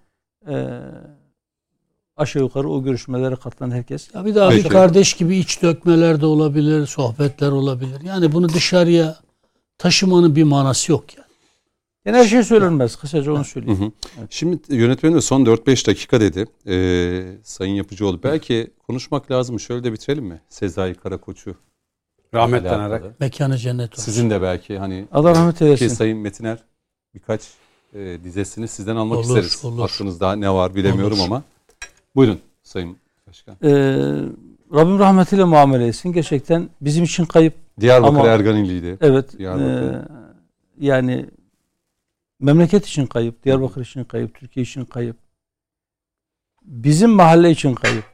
aşağı yukarı o görüşmelere katılan herkes. Ya bir daha bir kardeş gibi iç dökmeler de olabilir, sohbetler olabilir. Yani bunu dışarıya taşımanın bir manası yok yani. Yani her şey söylenmez. Kısaca onu söyleyeyim. Evet. Şimdi yönetmenim de son 4-5 dakika dedi. Sayın Yapıcıoğlu. Belki konuşmak lazım. Şöyle de bitirelim mi? Sezai Karakoç'u rahmetle anarak. Mekanı cennet olsun. Sizin de belki hani Allah rahmet eylesin. Sayın Metiner birkaç dizesini sizden almak olur, isteriz. Olur. Aklınızda ne var bilemiyorum ama. Buyurun Sayın Başkan. Rabbim rahmetiyle muamele etsin. Gerçekten bizim için kayıp. Diyarbakır Erganili'ydi. Evet. Diyarbakır. Yani memleket için kayıp, Diyarbakır için kayıp, Türkiye için kayıp. Bizim mahalle için kayıp.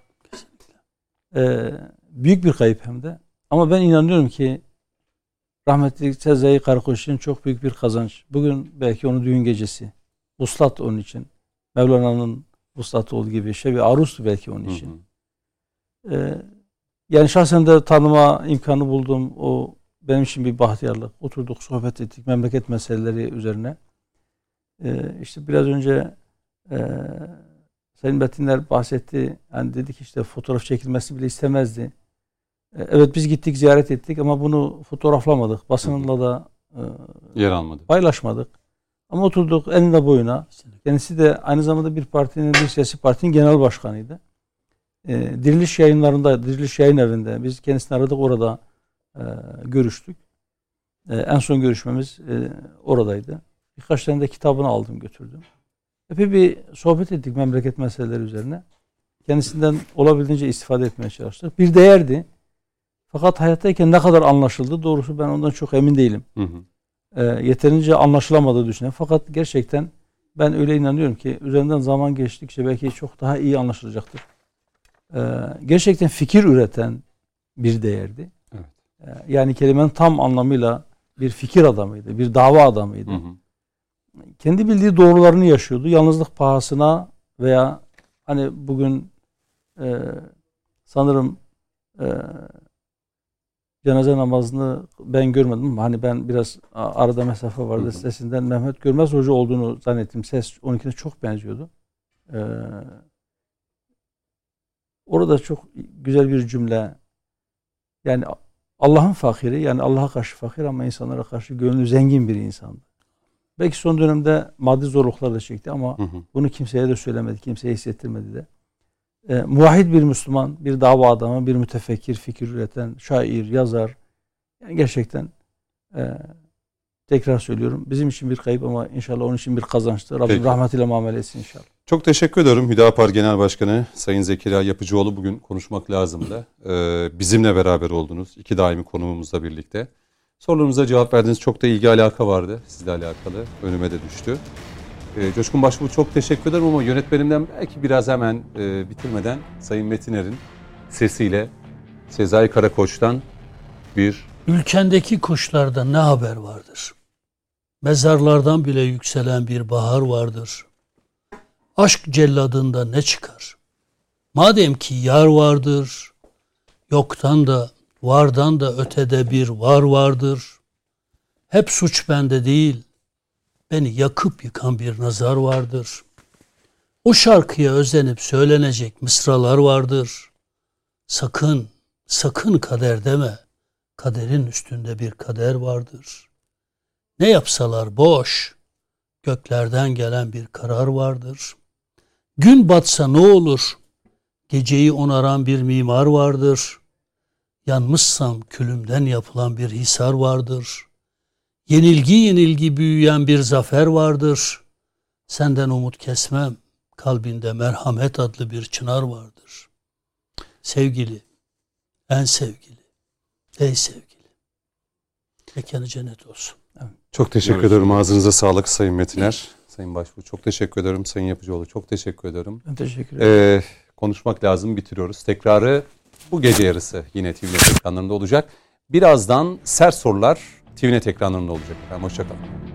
Büyük bir kayıp hem de. Ama ben inanıyorum ki rahmetli Sezai Karakoç için çok büyük bir kazanç. Bugün belki onun düğün gecesi. Vuslat onun için. Mevlana'nın vuslatı olduğu gibi. Şebi Arus'tu belki onun için. Yani şahsen de tanıma imkanı buldum. O benim için bir bahtiyarlık. Oturduk, sohbet ettik memleket meseleleri üzerine. İşte biraz önce Sayın Metiner bahsetti. Yani dedik işte fotoğraf çekilmesi bile istemezdi. Evet biz gittik, ziyaret ettik ama bunu fotoğraflamadık. Basınla da yer almadı. Paylaşmadık. Ama oturduk enine boyuna. Kendisi de aynı zamanda bir partinin, bir siyasi partinin genel başkanıydı. Diriliş yayınlarında, Diriliş Yayın Evi'nde biz kendisini aradık, orada görüştük. En son görüşmemiz oradaydı. Birkaç tane de kitabını aldım götürdüm. Epey bir sohbet ettik memleket meseleleri üzerine. Kendisinden olabildiğince istifade etmeye çalıştık. Bir değerdi. Fakat hayattayken ne kadar anlaşıldı doğrusu ben ondan çok emin değilim. Yeterince anlaşılamadığı düşünüyorum. Fakat gerçekten ben öyle inanıyorum ki üzerinden zaman geçtikçe belki çok daha iyi anlaşılacaktır. Gerçekten fikir üreten bir değerdi. Evet. Yani kelimenin tam anlamıyla bir fikir adamıydı, bir dava adamıydı. Kendi bildiği doğrularını yaşıyordu. Yalnızlık pahasına veya hani bugün sanırım cenaze namazını ben görmedim ama hani ben biraz arada mesafe vardı. Sesinden Mehmet Görmez Hoca olduğunu zannettim. Ses 12'ne çok benziyordu. Orada çok güzel bir cümle. Yani Allah'ın fakiri, yani Allah'a karşı fakir ama insanlara karşı gönlü zengin bir insandı. Belki son dönemde maddi zorluklar da çekti ama bunu kimseye de söylemedi, kimseye hissettirmedi de. Muvahhid bir Müslüman, bir dava adamı, bir mütefekkir, fikir üreten, şair, yazar. Yani gerçekten tekrar söylüyorum. Bizim için bir kayıp ama inşallah onun için bir kazançtır. Rabbim rahmetiyle muamele etsin inşallah. Çok teşekkür ediyorum Hüdapar Genel Başkanı Sayın Zekeriya Yapıcıoğlu. Bugün konuşmak lazımdı. Bizimle beraber oldunuz. 2 daimi konuğumuzla birlikte. Sorularımıza cevap verdiğiniz çok da ilgi alaka vardı. Sizle alakalı. Önüme de düştü. Coşkun Başbuğ çok teşekkür ederim ama yönetmenimden belki biraz hemen bitirmeden Sayın Metiner'in sesiyle Sezai Karakoç'tan bir... Ülkendeki kuşlardan ne haber vardır? Mezarlardan bile yükselen bir bahar vardır. Aşk celladında ne çıkar? Madem ki yar vardır, yoktan da vardan da ötede bir var vardır. Hep suç bende değil, beni yakıp yıkan bir nazar vardır. O şarkıya özenip söylenecek mısralar vardır. Sakın, sakın kader deme, kaderin üstünde bir kader vardır. Ne yapsalar boş, göklerden gelen bir karar vardır. Gün batsa ne olur, geceyi onaran bir mimar vardır. Yanmışsam külümden yapılan bir hisar vardır. Yenilgi yenilgi büyüyen bir zafer vardır. Senden umut kesmem, kalbinde merhamet adlı bir çınar vardır. Sevgili, en sevgili, ey sevgili, mekanı cennet olsun. Çok teşekkür ederim. Ağzınıza sağlık Sayın Metiner. Sayın Başbuğ çok teşekkür ederim. Sayın Yapıcıoğlu çok teşekkür ederim. Ben teşekkür ederim. Konuşmak lazım, bitiriyoruz. Tekrarı bu gece yarısı yine TVNet ekranlarında olacak. Birazdan sert sorular TVNet ekranlarında olacak. Hoşça kalın.